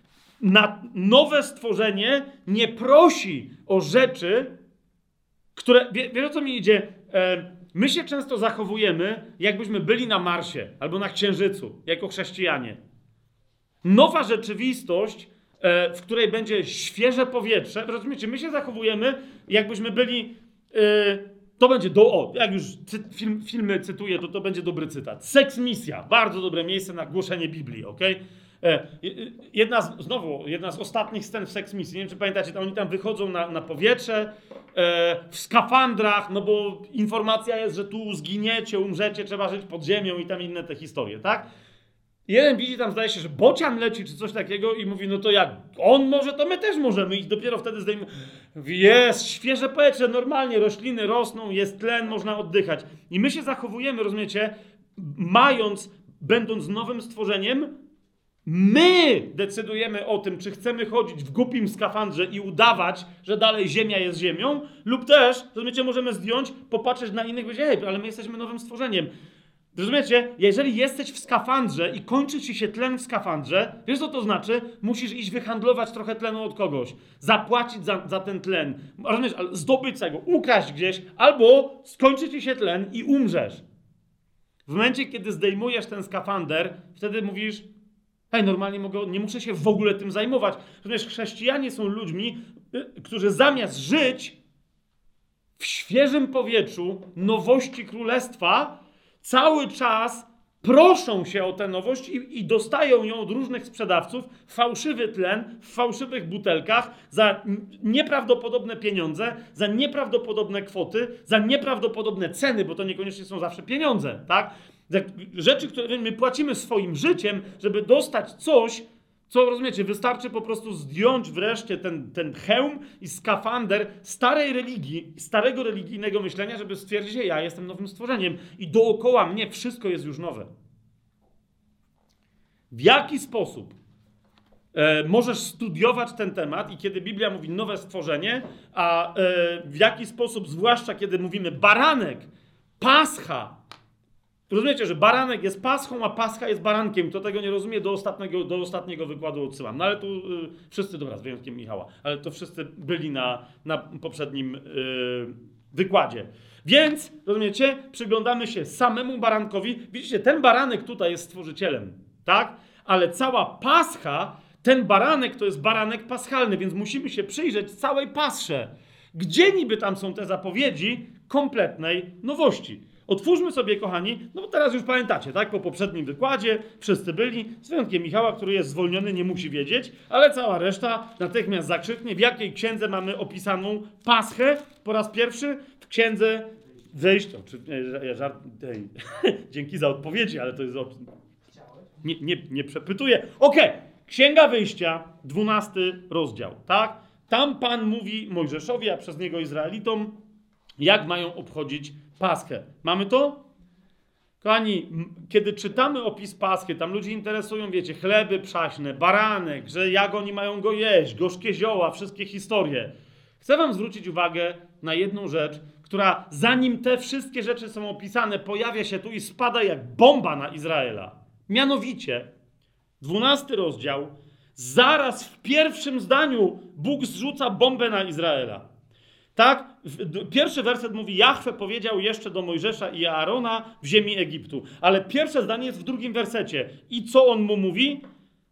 Nowe stworzenie nie prosi o rzeczy, które... Wiesz, o co mi idzie? My się często zachowujemy, jakbyśmy byli na Marsie albo na Księżycu, jako chrześcijanie. Nowa rzeczywistość, w której będzie świeże powietrze. Rozumiecie, my się zachowujemy, jakbyśmy byli... To będzie jak już filmy cytuję, to będzie dobry cytat. Seks Misja. Bardzo dobre miejsce na głoszenie Biblii, okej? Jedna z ostatnich scen w Seks Misji. Nie wiem, czy pamiętacie, oni tam wychodzą na powietrze w skafandrach, no bo informacja jest, że tu zginiecie, umrzecie, trzeba żyć pod ziemią i tam inne te historie, tak? Jeden widzi tam, zdaje się, że bocian leci czy coś takiego i mówi, no to jak on może, to my też możemy. I dopiero wtedy zdejmujemy. Jest świeże powietrze, normalnie rośliny rosną, jest tlen, można oddychać. I my się zachowujemy, rozumiecie, będąc nowym stworzeniem, my decydujemy o tym, czy chcemy chodzić w głupim skafandrze i udawać, że dalej ziemia jest ziemią, lub też, rozumiecie, możemy zdjąć, popatrzeć na innych i powiedzieć, ale my jesteśmy nowym stworzeniem. Rozumiecie? Jeżeli jesteś w skafandrze i kończy ci się tlen w skafandrze, wiesz co to znaczy? Musisz iść wyhandlować trochę tlenu od kogoś. Zapłacić za ten tlen. Rozumiesz? Zdobyć tego, ukraść gdzieś, albo skończy ci się tlen i umrzesz. W momencie, kiedy zdejmujesz ten skafander, wtedy mówisz, hej, normalnie nie muszę się w ogóle tym zajmować. Rozumiesz? Chrześcijanie są ludźmi, którzy zamiast żyć w świeżym powietrzu, nowości królestwa, cały czas proszą się o tę nowość i dostają ją od różnych sprzedawców, fałszywy tlen, w fałszywych butelkach, za nieprawdopodobne pieniądze, za nieprawdopodobne kwoty, za nieprawdopodobne ceny, bo to niekoniecznie są zawsze pieniądze, tak? Rzeczy, które my płacimy swoim życiem, żeby dostać coś, co, rozumiecie, wystarczy po prostu zdjąć wreszcie ten hełm i skafander starej religii, starego religijnego myślenia, żeby stwierdzić, że ja jestem nowym stworzeniem i dookoła mnie wszystko jest już nowe. W jaki sposób możesz studiować ten temat i kiedy Biblia mówi nowe stworzenie, a w jaki sposób, zwłaszcza kiedy mówimy baranek, pascha, rozumiecie, że baranek jest paschą, a pascha jest barankiem. Kto tego nie rozumie, do ostatniego wykładu odsyłam. No ale tu wszyscy, dobra, z wyjątkiem Michała, ale to wszyscy byli na poprzednim wykładzie. Więc, rozumiecie, przyglądamy się samemu barankowi. Widzicie, ten baranek tutaj jest stworzycielem, tak? Ale cała pascha, ten baranek to jest baranek paschalny, więc musimy się przyjrzeć całej pasrze. Gdzie niby tam są te zapowiedzi kompletnej nowości? Otwórzmy sobie, kochani, no bo teraz już pamiętacie, tak? Po poprzednim wykładzie wszyscy byli, z wyjątkiem Michała, który jest zwolniony, nie musi wiedzieć, ale cała reszta natychmiast zakrzyknie, w jakiej księdze mamy opisaną Paschę po raz pierwszy? W księdze Wyjścia. Dzięki za odpowiedzi, ale to jest... Nie przepytuję. Okej. Księga Wyjścia, 12 rozdział, tak? Tam Pan mówi Mojżeszowi, a przez niego Izraelitom, jak mają obchodzić Paschę. Mamy to? Kochani, kiedy czytamy opis Paschy, tam ludzi interesują, wiecie, chleby przaśne, baranek, że jak oni mają go jeść, gorzkie zioła, wszystkie historie. Chcę wam zwrócić uwagę na jedną rzecz, która zanim te wszystkie rzeczy są opisane, pojawia się tu i spada jak bomba na Izraela. Mianowicie, 12 rozdział, zaraz w pierwszym zdaniu Bóg zrzuca bombę na Izraela. Tak? Pierwszy werset mówi, Jahwe powiedział jeszcze do Mojżesza i Aarona w ziemi Egiptu. Ale pierwsze zdanie jest w drugim wersecie. I co on mu mówi?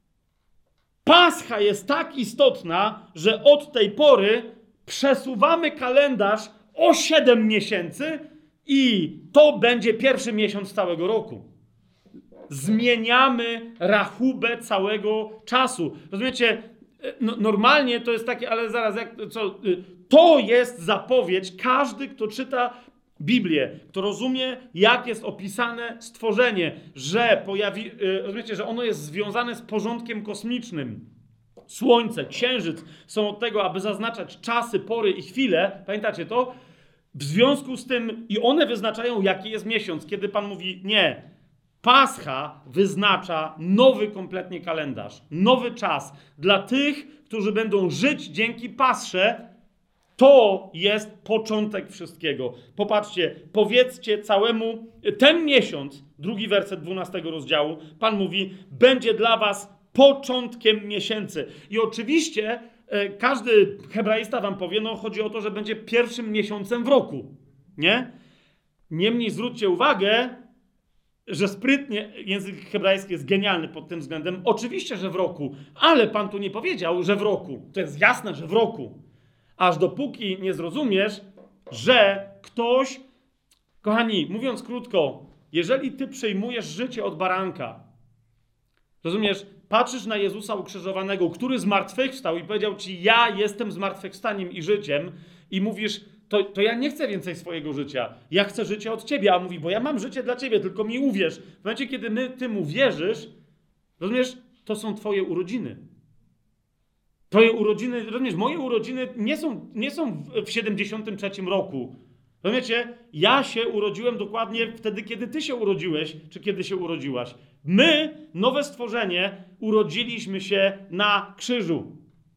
Pascha jest tak istotna, że od tej pory przesuwamy kalendarz o 7 miesięcy i to będzie pierwszy miesiąc całego roku. Zmieniamy rachubę całego czasu. Rozumiecie? Normalnie to jest takie, ale zaraz, to jest zapowiedź. Każdy, kto czyta Biblię, kto rozumie, jak jest opisane stworzenie, że rozumiecie, że ono jest związane z porządkiem kosmicznym. Słońce, księżyc są od tego, aby zaznaczać czasy, pory i chwile. Pamiętacie to? W związku z tym i one wyznaczają, jaki jest miesiąc. Kiedy Pan mówi, nie, Pascha wyznacza nowy kompletnie kalendarz, nowy czas. Dla tych, którzy będą żyć dzięki Pasrze, to jest początek wszystkiego. Popatrzcie, powiedzcie całemu, ten miesiąc, drugi werset 12 rozdziału, Pan mówi, będzie dla was początkiem miesięcy. I oczywiście każdy hebraista wam powie, no chodzi o to, że będzie pierwszym miesiącem w roku, nie? Niemniej zwróćcie uwagę, że sprytnie, język hebrajski jest genialny pod tym względem. Oczywiście, że w roku, ale Pan tu nie powiedział, że w roku. To jest jasne, że w roku. Aż dopóki nie zrozumiesz, że ktoś... Kochani, mówiąc krótko, jeżeli ty przyjmujesz życie od baranka, rozumiesz, patrzysz na Jezusa ukrzyżowanego, który zmartwychwstał i powiedział ci, ja jestem zmartwychwstaniem i życiem i mówisz, to ja nie chcę więcej swojego życia. Ja chcę życia od ciebie. A mówi, bo ja mam życie dla ciebie, tylko mi uwierz. W momencie, kiedy ty mu wierzysz, rozumiesz, to są twoje urodziny. Twoje urodziny, rozumiesz, moje urodziny nie są w 73 roku. Rozumiecie? Ja się urodziłem dokładnie wtedy, kiedy ty się urodziłeś, czy kiedy się urodziłaś. My, nowe stworzenie, urodziliśmy się na krzyżu.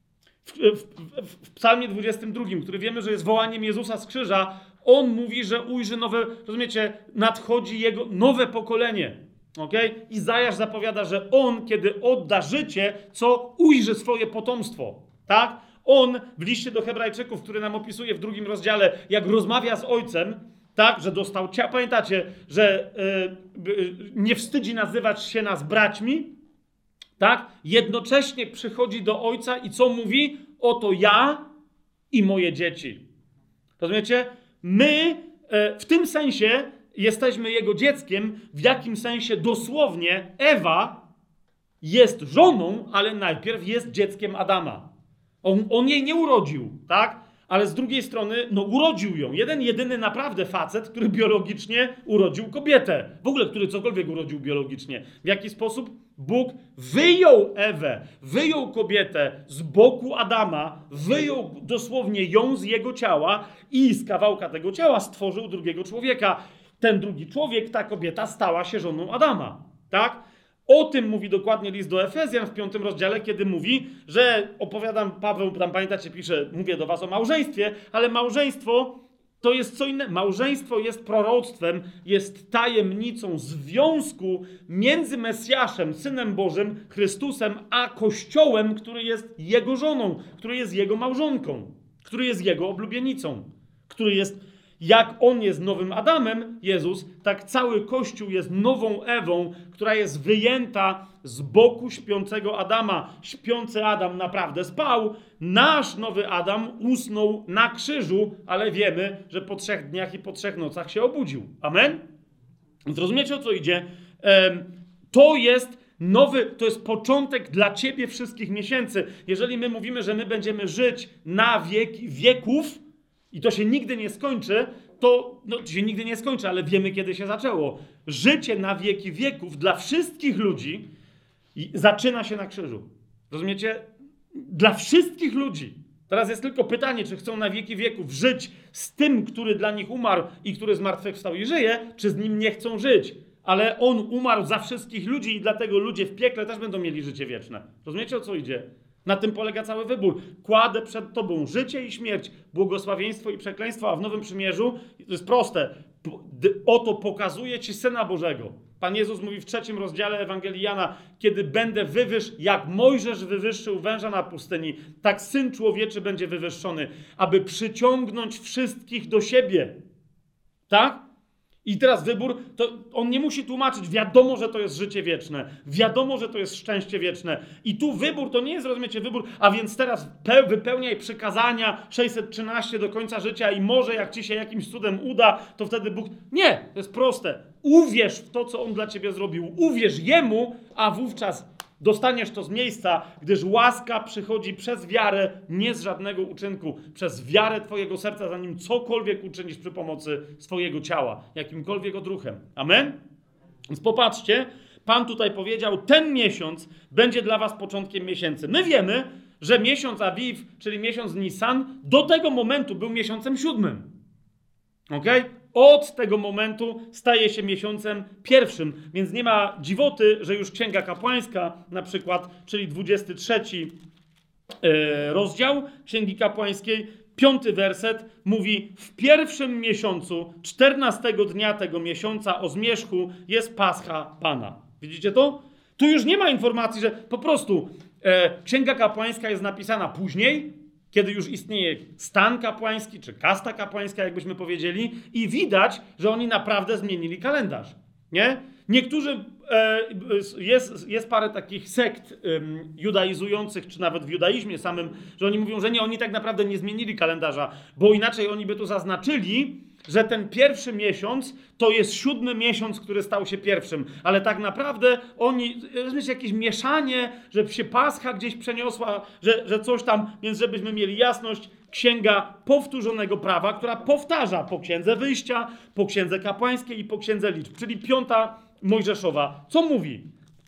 W Psalmie 22, który wiemy, że jest wołaniem Jezusa z krzyża, on mówi, że ujrzy nowe, rozumiecie, nadchodzi jego nowe pokolenie. Okay? Izajasz zapowiada, że on, kiedy odda życie, co ujrzy swoje potomstwo. Tak? On w liście do Hebrajczyków, który nam opisuje w 2 rozdziale, jak rozmawia z ojcem, tak, że dostał ciało. Pamiętacie, że nie wstydzi nazywać się nas braćmi, tak? Jednocześnie przychodzi do ojca i co mówi? Oto ja i moje dzieci. Rozumiecie? My w tym sensie jesteśmy jego dzieckiem, w jakim sensie dosłownie Ewa jest żoną, ale najpierw jest dzieckiem Adama. On jej nie urodził, tak? Ale z drugiej strony, no urodził ją. Jeden, jedyny naprawdę facet, który biologicznie urodził kobietę. W ogóle, który cokolwiek urodził biologicznie. W jaki sposób? Bóg wyjął Ewę, wyjął kobietę z boku Adama, wyjął dosłownie ją z jego ciała i z kawałka tego ciała stworzył drugiego człowieka. Ten drugi człowiek, ta kobieta stała się żoną Adama, tak? O tym mówi dokładnie list do Efezjan w 5 rozdziale, kiedy mówi, że opowiadam, Paweł tam pamiętacie, pisze, mówię do was o małżeństwie, ale małżeństwo to jest co innego. Małżeństwo jest proroctwem, jest tajemnicą związku między Mesjaszem, Synem Bożym, Chrystusem, a Kościołem, który jest jego żoną, który jest jego małżonką, który jest jego oblubienicą, który jest, jak on jest nowym Adamem, Jezus, tak cały Kościół jest nową Ewą, która jest wyjęta z boku śpiącego Adama. Śpiący Adam naprawdę spał, nasz nowy Adam usnął na krzyżu, ale wiemy, że po 3 dniach i po 3 nocach się obudził. Amen? Więc rozumiecie, o co idzie? To jest nowy, to jest początek dla ciebie wszystkich miesięcy. Jeżeli my mówimy, że my będziemy żyć na wieki wieków, i to się nigdy nie skończy, to się nigdy nie skończy, ale wiemy, kiedy się zaczęło. Życie na wieki wieków dla wszystkich ludzi zaczyna się na krzyżu. Rozumiecie? Dla wszystkich ludzi. Teraz jest tylko pytanie, czy chcą na wieki wieków żyć z tym, który dla nich umarł i który zmartwychwstał i żyje, czy z nim nie chcą żyć. Ale on umarł za wszystkich ludzi i dlatego ludzie w piekle też będą mieli życie wieczne. Rozumiecie, o co idzie? Na tym polega cały wybór. Kładę przed tobą życie i śmierć, błogosławieństwo i przekleństwo, a w Nowym Przymierzu to jest proste. Oto pokazuje ci Syna Bożego. Pan Jezus mówi w 3 rozdziale Ewangelii Jana, kiedy będę jak Mojżesz wywyższył węża na pustyni, tak Syn Człowieczy będzie wywyższony, aby przyciągnąć wszystkich do siebie. Tak? I teraz wybór, to on nie musi tłumaczyć, wiadomo, że to jest życie wieczne, wiadomo, że to jest szczęście wieczne. I tu wybór to nie jest, rozumiecie, wybór, a więc teraz wypełniaj przykazania 613 do końca życia i może jak ci się jakimś cudem uda, to wtedy Bóg... Nie, to jest proste. Uwierz w to, co On dla ciebie zrobił. Uwierz Jemu, a wówczas dostaniesz to z miejsca, gdyż łaska przychodzi przez wiarę, nie z żadnego uczynku. Przez wiarę twojego serca, zanim cokolwiek uczynisz przy pomocy swojego ciała, jakimkolwiek odruchem. Amen? Więc popatrzcie, Pan tutaj powiedział, ten miesiąc będzie dla was początkiem miesięcy. My wiemy, że miesiąc Awiw, czyli miesiąc Nisan, do tego momentu był miesiącem 7. Okej? Od tego momentu staje się miesiącem 1, więc nie ma dziwoty, że już Księga Kapłańska na przykład, czyli 23 rozdział Księgi Kapłańskiej, 5 werset mówi: w 1 miesiącu, 14 dnia tego miesiąca o zmierzchu jest Pascha Pana. Widzicie to? Tu już nie ma informacji, że po prostu Księga Kapłańska jest napisana później, kiedy już istnieje stan kapłański, czy kasta kapłańska, jakbyśmy powiedzieli, i widać, że oni naprawdę zmienili kalendarz. Nie? Niektórzy, jest parę takich sekt judaizujących, czy nawet w judaizmie samym, że oni mówią, że nie, oni tak naprawdę nie zmienili kalendarza, bo inaczej oni by tu zaznaczyli, że ten 1 miesiąc to jest 7 miesiąc, który stał się 1. Ale tak naprawdę oni, rozumiecie, jakieś mieszanie, że się Pascha gdzieś przeniosła, że coś tam, więc żebyśmy mieli jasność, Księga powtórzonego prawa, która powtarza po Księdze Wyjścia, po Księdze Kapłańskiej i po Księdze Liczb, czyli 5 Mojżeszowa. Co mówi?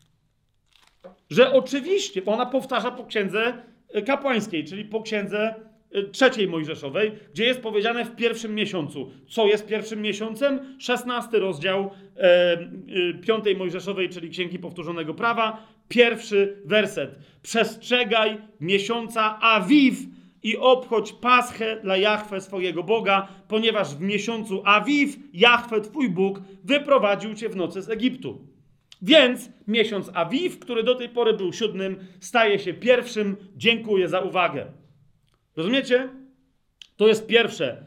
Że oczywiście ona powtarza po Księdze Kapłańskiej, czyli po Księdze 3 Mojżeszowej, gdzie jest powiedziane w 1 miesiącu. Co jest 1 miesiącem? 16 rozdział 5 Mojżeszowej, czyli Księgi Powtórzonego Prawa, 1 werset. Przestrzegaj miesiąca Awiw i obchodź Paschę dla Jahwe swojego Boga, ponieważ w miesiącu Awiw Jahwe twój Bóg wyprowadził cię w nocy z Egiptu. Więc miesiąc Awiw, który do tej pory był 7, staje się 1. Dziękuję za uwagę. Rozumiecie? To jest pierwsze.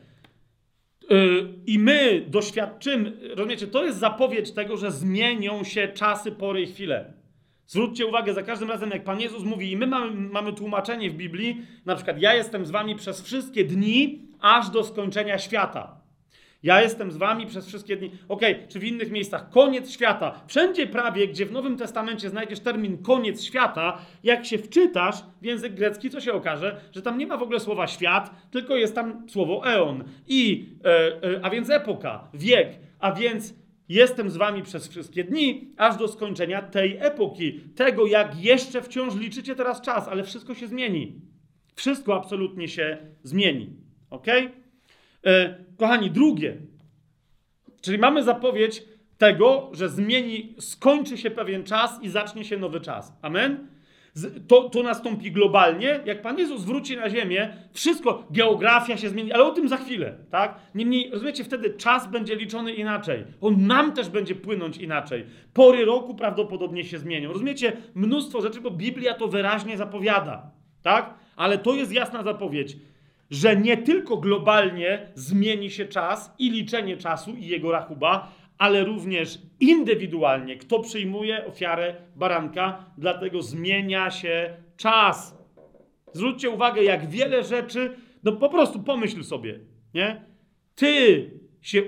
I my doświadczymy, rozumiecie, to jest zapowiedź tego, że zmienią się czasy, pory i chwile. Zwróćcie uwagę, za każdym razem jak Pan Jezus mówi, i my mamy tłumaczenie w Biblii, na przykład ja jestem z wami przez wszystkie dni, aż do skończenia świata. Ja jestem z wami przez wszystkie dni. Czy w innych miejscach koniec świata. Wszędzie prawie, gdzie w Nowym Testamencie znajdziesz termin koniec świata, jak się wczytasz w język grecki, co się okaże, że tam nie ma w ogóle słowa świat, tylko jest tam słowo eon. A więc epoka, wiek, a więc jestem z wami przez wszystkie dni, aż do skończenia tej epoki. Tego, jak jeszcze wciąż liczycie teraz czas, ale wszystko się zmieni. Wszystko absolutnie się zmieni. Kochani, drugie. Czyli mamy zapowiedź tego, że skończy się pewien czas i zacznie się nowy czas. Amen? To nastąpi globalnie. Jak Pan Jezus wróci na ziemię, wszystko, geografia się zmieni, ale o tym za chwilę, tak? Niemniej, rozumiecie, wtedy czas będzie liczony inaczej. On nam też będzie płynąć inaczej. Pory roku prawdopodobnie się zmienią. Rozumiecie? Mnóstwo rzeczy, bo Biblia to wyraźnie zapowiada, tak? Ale to jest jasna zapowiedź, że nie tylko globalnie zmieni się czas i liczenie czasu i jego rachuba, ale również indywidualnie, kto przyjmuje ofiarę baranka, dlatego zmienia się czas. Zwróćcie uwagę, jak wiele rzeczy, no po prostu pomyśl sobie, nie? Ty się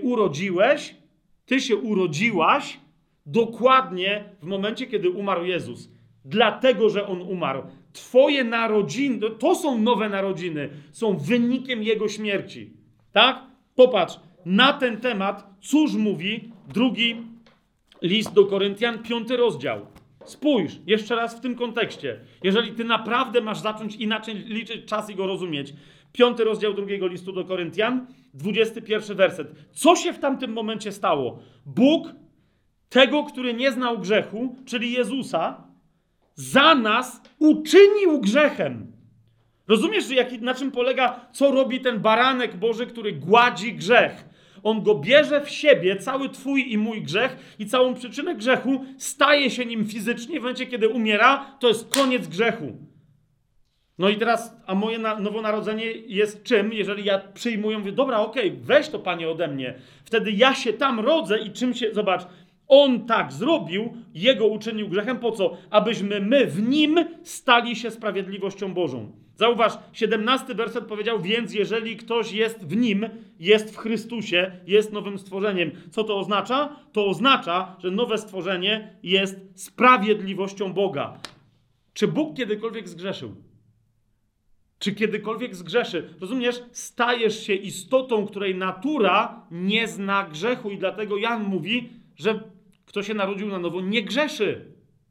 urodziłaś dokładnie w momencie, kiedy umarł Jezus. Dlatego, że On umarł. Twoje narodziny, to są nowe narodziny, są wynikiem Jego śmierci. Tak? Popatrz, na ten temat, cóż mówi drugi list do Koryntian, 5 rozdział. Spójrz, jeszcze raz w tym kontekście. Jeżeli ty naprawdę masz zacząć inaczej liczyć czas i go rozumieć. 5 rozdział drugiego listu do Koryntian, 21 werset. Co się w tamtym momencie stało? Bóg, tego, który nie znał grzechu, czyli Jezusa, za nas uczynił grzechem. Rozumiesz, na czym polega, co robi ten baranek Boży, który gładzi grzech? On go bierze w siebie, cały twój i mój grzech i całą przyczynę grzechu, staje się nim fizycznie w momencie, kiedy umiera, to jest koniec grzechu. No i teraz, a moje nowonarodzenie jest czym? Jeżeli ja przyjmuję, mówię, dobra, weź to Panie ode mnie. Wtedy ja się tam rodzę i czym się, zobacz, On tak zrobił, Jego uczynił grzechem, po co? Abyśmy my w Nim stali się sprawiedliwością Bożą. Zauważ, 17 werset powiedział, więc jeżeli ktoś jest w Nim, jest w Chrystusie, jest nowym stworzeniem. Co to oznacza? To oznacza, że nowe stworzenie jest sprawiedliwością Boga. Czy Bóg kiedykolwiek zgrzeszył? Czy kiedykolwiek zgrzeszy? Rozumiesz? Stajesz się istotą, której natura nie zna grzechu i dlatego Jan mówi, że kto się narodził na nowo, nie grzeszy.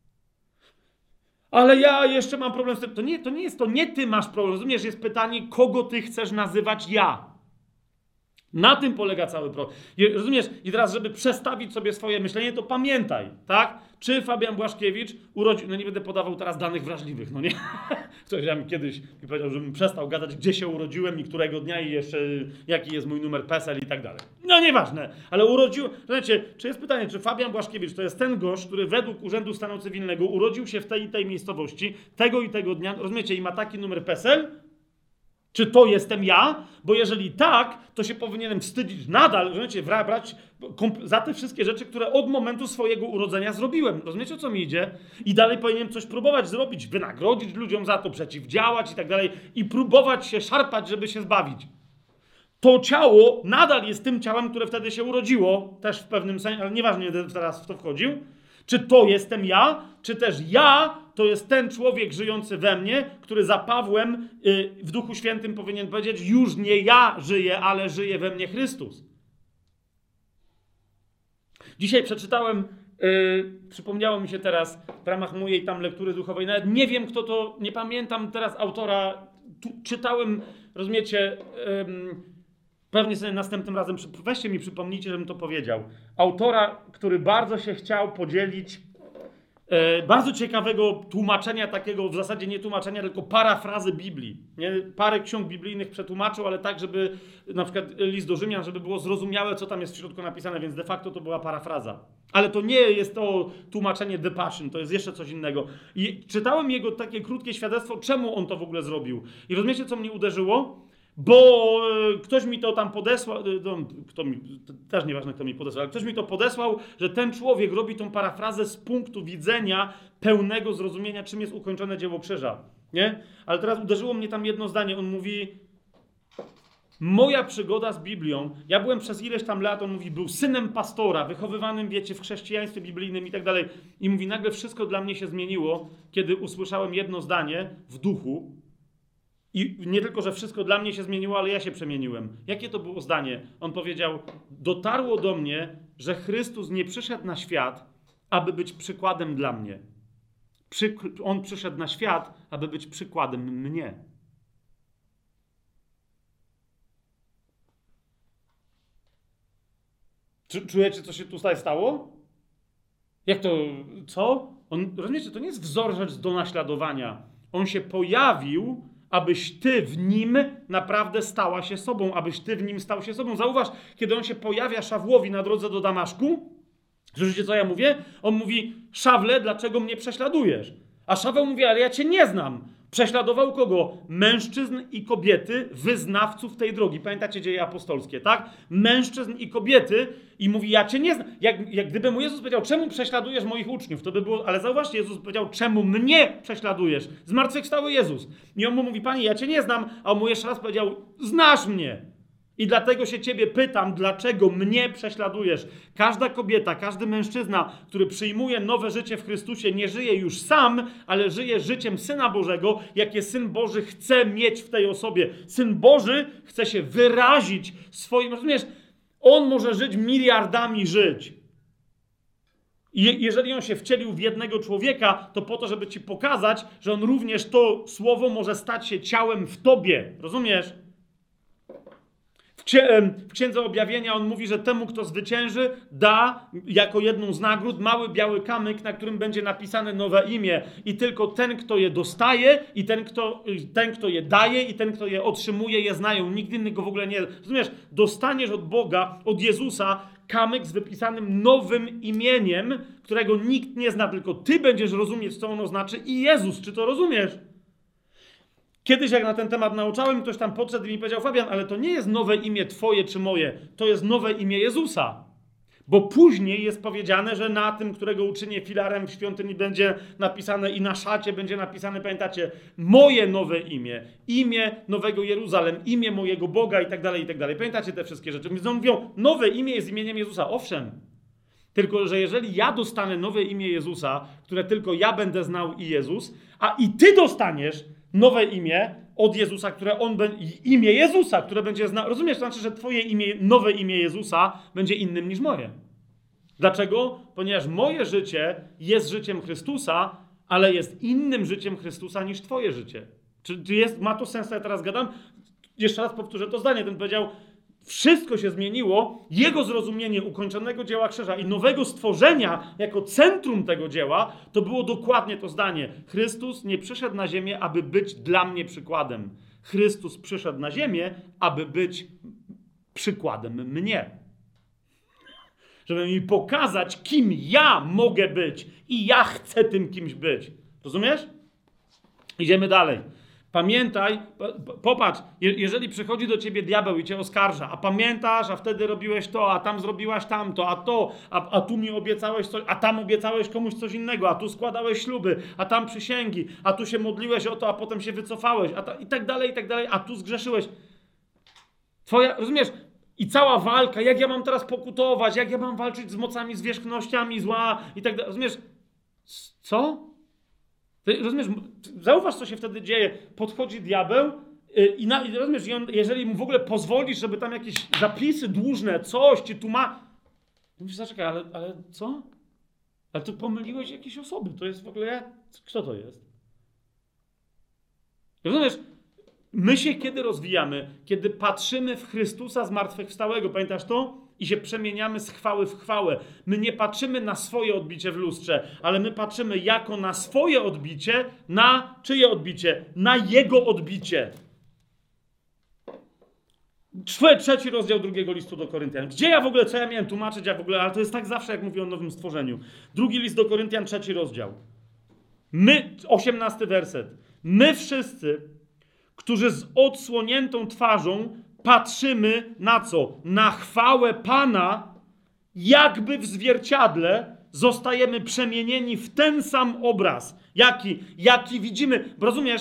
Ale ja jeszcze mam problem z tym. To nie ty masz problem. Rozumiesz? Jest pytanie, kogo ty chcesz nazywać ja. Na tym polega cały problem. Rozumiesz? I teraz, żeby przestawić sobie swoje myślenie, to pamiętaj, tak? Czy Fabian Błaszkiewicz urodził... No nie będę podawał teraz danych wrażliwych, no nie? Ktoś mi kiedyś powiedział, żebym przestał gadać, gdzie się urodziłem i którego dnia i jeszcze jaki jest mój numer PESEL i tak dalej. No nieważne, ale Rozumiecie, czy jest pytanie, czy Fabian Błaszkiewicz to jest ten gość, który według Urzędu Stanu Cywilnego urodził się w tej i tej miejscowości, tego i tego dnia, rozumiecie, i ma taki numer PESEL? Czy to jestem ja? Bo jeżeli tak, to się powinienem wstydzić nadal, rozumiecie, brać za te wszystkie rzeczy, które od momentu swojego urodzenia zrobiłem. Rozumiecie, o co mi idzie? I dalej powinienem coś próbować zrobić, wynagrodzić ludziom za to, przeciwdziałać i tak dalej i próbować się szarpać, żeby się zbawić. To ciało nadal jest tym ciałem, które wtedy się urodziło, też w pewnym sensie, ale nieważnie, będę teraz w to wchodził. Czy to jestem ja, czy też ja to jest ten człowiek żyjący we mnie, który za Pawłem w Duchu Świętym powinien powiedzieć, już nie ja żyję, ale żyje we mnie Chrystus. Dzisiaj przeczytałem, przypomniało mi się teraz w ramach mojej tam lektury duchowej, nawet nie wiem kto to, nie pamiętam teraz autora, czytałem, rozumiecie, pewnie sobie następnym razem, weźcie mi przypomnijcie, żebym to powiedział. Autora, który bardzo się chciał podzielić, bardzo ciekawego tłumaczenia takiego, w zasadzie nie tłumaczenia, tylko parafrazy Biblii. Nie? Parę ksiąg biblijnych przetłumaczył, ale tak, żeby na przykład list do Rzymian, żeby było zrozumiałe, co tam jest w środku napisane, więc de facto to była parafraza. Ale to nie jest to tłumaczenie The Passion, to jest jeszcze coś innego. I czytałem jego takie krótkie świadectwo, czemu on to w ogóle zrobił. I rozumiecie, co mnie uderzyło? Bo ktoś mi to tam podesłał, też nieważne kto mi podesłał, ale ktoś mi to podesłał, że ten człowiek robi tą parafrazę z punktu widzenia pełnego zrozumienia, czym jest ukończone dzieło krzyża. Nie? Ale teraz uderzyło mnie tam jedno zdanie, on mówi, Moja przygoda z Biblią, ja byłem przez ileś tam lat, on mówi, był synem pastora, wychowywanym, wiecie, w chrześcijaństwie biblijnym i tak dalej. I mówi, nagle wszystko dla mnie się zmieniło, kiedy usłyszałem jedno zdanie w duchu. I nie tylko, że wszystko dla mnie się zmieniło, ale ja się przemieniłem. Jakie to było zdanie? On powiedział, dotarło do mnie, że Chrystus nie przyszedł na świat, aby być przykładem dla mnie. On przyszedł na świat, aby być przykładem mnie. Czujecie, co się tutaj stało? Jak to? Co? Rozumiecie, to nie jest wzorzec do naśladowania. On się pojawił, abyś ty w nim naprawdę stała się sobą, abyś ty w nim stał się sobą. Zauważ, kiedy on się pojawia Szawłowi na drodze do Damaszku, słyszycie, co ja mówię? On mówi, Szawle, dlaczego mnie prześladujesz? A Szaweł mówi, ale ja cię nie znam. Prześladował kogo? Mężczyzn i kobiety, wyznawców tej drogi. Pamiętacie Dzieje apostolskie, tak? Mężczyzn i kobiety i mówi, ja cię nie znam. Jak gdyby mu Jezus powiedział, czemu prześladujesz moich uczniów? To by było, ale zauważcie, Jezus powiedział, czemu mnie prześladujesz? Zmartwychwstały Jezus. I on mu mówi, Panie, ja cię nie znam. A on mu jeszcze raz powiedział, znasz mnie. I dlatego się ciebie pytam, dlaczego mnie prześladujesz? Każda kobieta, każdy mężczyzna, który przyjmuje nowe życie w Chrystusie, nie żyje już sam, ale żyje życiem Syna Bożego, jakie Syn Boży chce mieć w tej osobie. Syn Boży chce się wyrazić swoim... Rozumiesz? On może żyć miliardami żyć. I jeżeli on się wcielił w jednego człowieka, to po to, żeby ci pokazać, że on również to słowo może stać się ciałem w tobie. Rozumiesz? W Księdze Objawienia on mówi, że temu, kto zwycięży, da jako jedną z nagród mały biały kamyk, na którym będzie napisane nowe imię. I tylko ten, kto je dostaje, i ten, kto je daje, i ten, kto je otrzymuje, je znają. Nikt inny go w ogóle nie... Rozumiesz? Dostaniesz od Boga, od Jezusa kamyk z wypisanym nowym imieniem, którego nikt nie zna, tylko ty będziesz rozumieć, co ono znaczy i Jezus. Czy to rozumiesz? Kiedyś jak na ten temat nauczałem, ktoś tam podszedł i mi powiedział, Fabian, ale to nie jest nowe imię twoje czy moje, to jest nowe imię Jezusa. Bo później jest powiedziane, że na tym, którego uczynię filarem w świątyni, będzie napisane i na szacie będzie napisane, pamiętacie, moje nowe imię Nowego Jeruzalem, imię mojego Boga i tak dalej, i tak dalej. Pamiętacie te wszystkie rzeczy? Więc on mówią, nowe imię jest imieniem Jezusa. Owszem, tylko że jeżeli ja dostanę nowe imię Jezusa, które tylko ja będę znał i Jezus, a i ty dostaniesz nowe imię od Jezusa, imię Jezusa, które będzie znał. Rozumiesz? To znaczy, że twoje imię, nowe imię Jezusa będzie innym niż moje. Dlaczego? Ponieważ moje życie jest życiem Chrystusa, ale jest innym życiem Chrystusa niż twoje życie. Czy ma to sens, co ja teraz gadam? Jeszcze raz powtórzę to zdanie. Ten powiedział, wszystko się zmieniło, jego zrozumienie ukończonego dzieła krzyża i nowego stworzenia jako centrum tego dzieła, to było dokładnie to zdanie. Chrystus nie przyszedł na ziemię, aby być dla mnie przykładem. Chrystus przyszedł na ziemię, aby być przykładem mnie. Żeby mi pokazać, kim ja mogę być i ja chcę tym kimś być. Rozumiesz? Idziemy dalej. Pamiętaj, popatrz, jeżeli przychodzi do ciebie diabeł i cię oskarża, a pamiętasz, a wtedy robiłeś to, a tam zrobiłaś tamto, a tu mi obiecałeś coś, a tam obiecałeś komuś coś innego, a tu składałeś śluby, a tam przysięgi, a tu się modliłeś o to, a potem się wycofałeś, i tak dalej, a tu zgrzeszyłeś. Rozumiesz? I cała walka, jak ja mam teraz pokutować, jak ja mam walczyć z mocami, zwierzchnościami zła i tak dalej. Rozumiesz? Co? Rozumiesz, zauważ, co się wtedy dzieje. Podchodzi diabeł i rozumiesz, jeżeli mu w ogóle pozwolisz, żeby tam jakieś zapisy dłużne, coś ci tu ma... Mówisz, zaczekaj, ale co? Ale tu pomyliłeś jakieś osoby. To jest w ogóle... Kto to jest? Rozumiesz, my się kiedy rozwijamy? Kiedy patrzymy w Chrystusa zmartwychwstałego. Pamiętasz to? I się przemieniamy z chwały w chwałę. My nie patrzymy na swoje odbicie w lustrze, ale my patrzymy jako na swoje odbicie, na czyje odbicie? Na Jego odbicie. 3 rozdział 2 listu do Koryntian. Gdzie ja w ogóle, co ja miałem tłumaczyć, ale to jest tak zawsze, jak mówię o nowym stworzeniu. 2 list do Koryntian, 3 rozdział. 18 werset. My wszyscy, którzy z odsłoniętą twarzą patrzymy na co? Na chwałę Pana, jakby w zwierciadle zostajemy przemienieni w ten sam obraz. Jaki widzimy. Rozumiesz?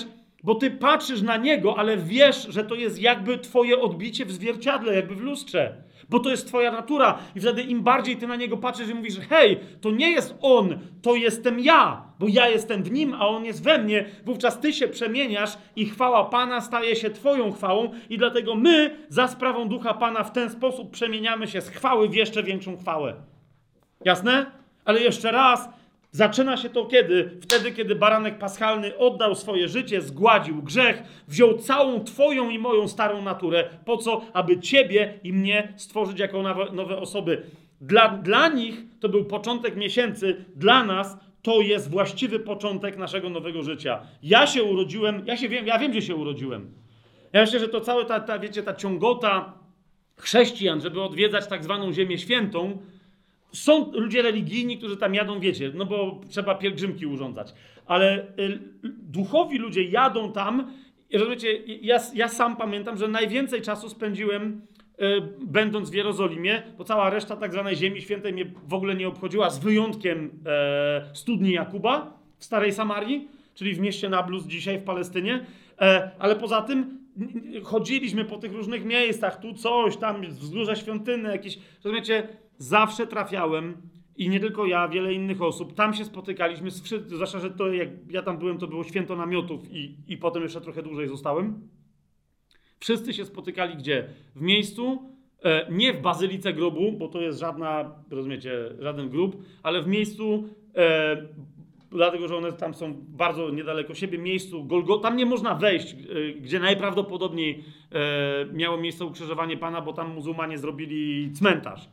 Bo ty patrzysz na niego, ale wiesz, że to jest jakby twoje odbicie w zwierciadle, jakby w lustrze. Bo to jest twoja natura. I wtedy im bardziej ty na niego patrzysz i mówisz, hej, to nie jest on, to jestem ja. Bo ja jestem w nim, a on jest we mnie. Wówczas ty się przemieniasz i chwała Pana staje się twoją chwałą. I dlatego my za sprawą Ducha Pana w ten sposób przemieniamy się z chwały w jeszcze większą chwałę. Jasne? Ale jeszcze raz, zaczyna się to kiedy? Wtedy, kiedy baranek paschalny oddał swoje życie, zgładził grzech, wziął całą twoją i moją starą naturę. Po co? Aby ciebie i mnie stworzyć jako nowe osoby. Dla nich to był początek miesięcy, dla nas to jest właściwy początek naszego nowego życia. Ja się urodziłem, ja wiem, gdzie się urodziłem. Ja myślę, że to cała ta ciągota chrześcijan, żeby odwiedzać tak zwaną Ziemię Świętą, są ludzie religijni, którzy tam jadą, wiecie, no bo trzeba pielgrzymki urządzać. Ale duchowi ludzie jadą tam, rozumiecie, ja sam pamiętam, że najwięcej czasu spędziłem będąc w Jerozolimie, bo cała reszta tak zwanej Ziemi Świętej mnie w ogóle nie obchodziła, z wyjątkiem studni Jakuba w Starej Samarii, czyli w mieście Nablus dzisiaj w Palestynie, ale poza tym chodziliśmy po tych różnych miejscach, tu coś, tam wzgórza świątyny, jakieś, rozumiecie, zawsze trafiałem i nie tylko ja, wiele innych osób, tam się spotykaliśmy, zwłaszcza, że to jak ja tam byłem, to było święto namiotów i potem jeszcze trochę dłużej zostałem. Wszyscy się spotykali gdzie? W miejscu, nie w bazylice grobu, bo to jest żaden grób, ale w miejscu, dlatego że one tam są bardzo niedaleko siebie, miejscu Golgota. Tam nie można wejść, gdzie najprawdopodobniej miało miejsce ukrzyżowanie Pana, bo tam muzułmanie zrobili cmentarz.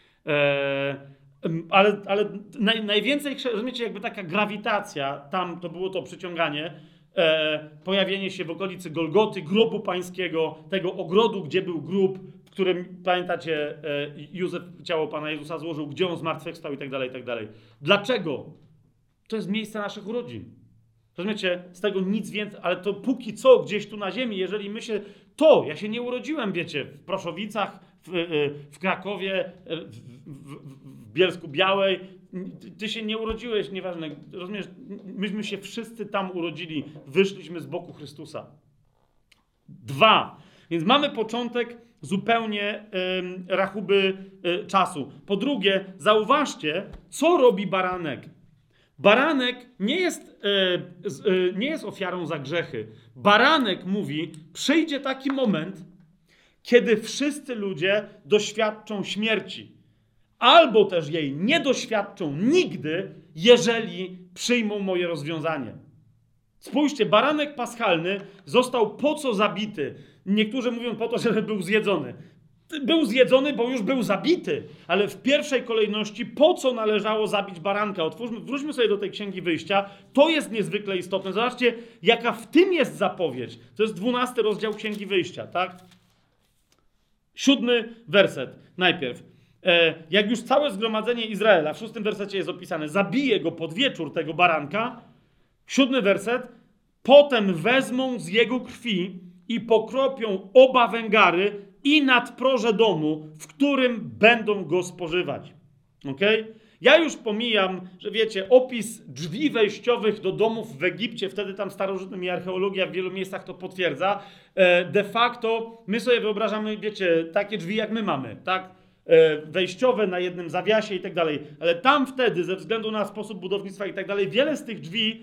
Ale najwięcej, rozumiecie, jakby taka grawitacja, tam to było to przyciąganie, pojawienie się w okolicy Golgoty, grobu pańskiego, tego ogrodu, gdzie był grób, w którym, pamiętacie, Józef ciało Pana Jezusa złożył, gdzie on zmartwychwstał i tak dalej, i tak dalej. Dlaczego? To jest miejsce naszych urodzin. Rozumiecie? Z tego nic więcej, ale to póki co gdzieś tu na ziemi, jeżeli my się... Ja się nie urodziłem, wiecie, w Proszowicach, w Krakowie, w Bielsku Białej. Ty się nie urodziłeś, nieważne. Rozumiesz? Myśmy się wszyscy tam urodzili. Wyszliśmy z boku Chrystusa. 2. Więc mamy początek zupełnie rachuby czasu. Po drugie, zauważcie, co robi baranek. Baranek nie jest ofiarą za grzechy. Baranek mówi, przyjdzie taki moment, kiedy wszyscy ludzie doświadczą śmierci. Albo też jej nie doświadczą nigdy, jeżeli przyjmą moje rozwiązanie. Spójrzcie, baranek paschalny został po co zabity? Niektórzy mówią po to, żeby był zjedzony. Był zjedzony, bo już był zabity, ale w pierwszej kolejności po co należało zabić baranka? Wróćmy sobie do tej Księgi Wyjścia. To jest niezwykle istotne. Zobaczcie, jaka w tym jest zapowiedź. To jest 12 rozdział Księgi Wyjścia, tak? 7 werset najpierw. Jak już całe zgromadzenie Izraela, w 6 wersecie jest opisane, zabije go pod wieczór tego baranka. 7 werset. Potem wezmą z jego krwi i pokropią oba węgary i nadproże domu, w którym będą go spożywać. Okay? Ja już pomijam, że wiecie, opis drzwi wejściowych do domów w Egipcie, wtedy tam starożytnym i archeologia w wielu miejscach to potwierdza. De facto my sobie wyobrażamy, wiecie, takie drzwi jak my mamy, tak? Wejściowe na jednym zawiasie i tak dalej. Ale tam wtedy, ze względu na sposób budownictwa i tak dalej, wiele z tych drzwi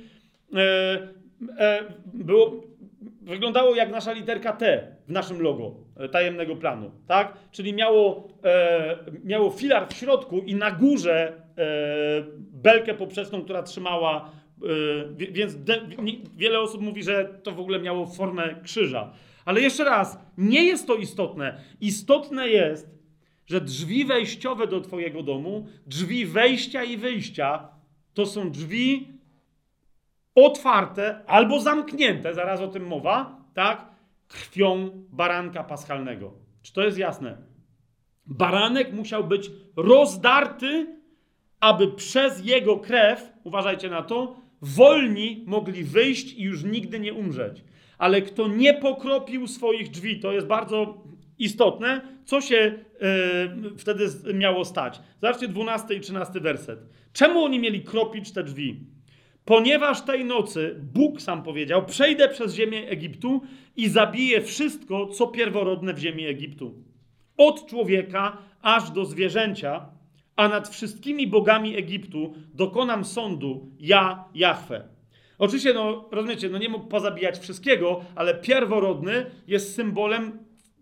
wyglądało jak nasza literka T w naszym logo tajemnego planu, tak? Czyli miało filar w środku i na górze belkę poprzeczną, która trzymała, więc wiele osób mówi, że to w ogóle miało formę krzyża. Ale jeszcze raz, nie jest to istotne. Istotne jest, że drzwi wejściowe do twojego domu, drzwi wejścia i wyjścia, to są drzwi otwarte albo zamknięte, zaraz o tym mowa, tak? Krwią baranka paschalnego. Czy to jest jasne? Baranek musiał być rozdarty, aby przez jego krew, uważajcie na to, wolni mogli wyjść i już nigdy nie umrzeć. Ale kto nie pokropił swoich drzwi, to jest bardzo istotne, co się wtedy miało stać. Zobaczcie 12 i 13 werset. Czemu oni mieli kropić te drzwi? Ponieważ tej nocy, Bóg sam powiedział, przejdę przez ziemię Egiptu i zabiję wszystko, co pierworodne w ziemi Egiptu. Od człowieka aż do zwierzęcia, a nad wszystkimi bogami Egiptu dokonam sądu, ja, Jahwe. Oczywiście, rozumiecie, nie mógł pozabijać wszystkiego, ale pierworodny jest symbolem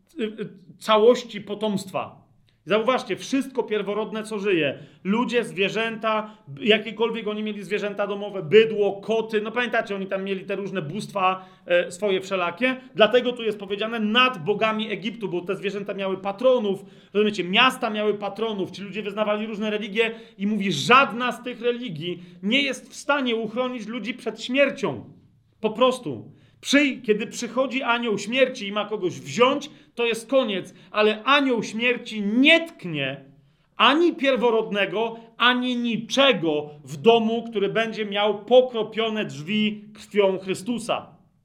całości potomstwa. Zauważcie, wszystko pierworodne, co żyje. Ludzie, zwierzęta, jakiekolwiek oni mieli zwierzęta domowe, bydło, koty. Pamiętacie, oni tam mieli te różne bóstwa swoje wszelakie. Dlatego tu jest powiedziane nad bogami Egiptu, bo te zwierzęta miały patronów. Rozumiecie, miasta miały patronów. Ci ludzie wyznawali różne religie i mówi, żadna z tych religii nie jest w stanie uchronić ludzi przed śmiercią. Po prostu. Kiedy przychodzi anioł śmierci i ma kogoś wziąć, to jest koniec, ale anioł śmierci nie tknie ani pierworodnego, ani niczego w domu, który będzie miał pokropione drzwi krwią Chrystusa.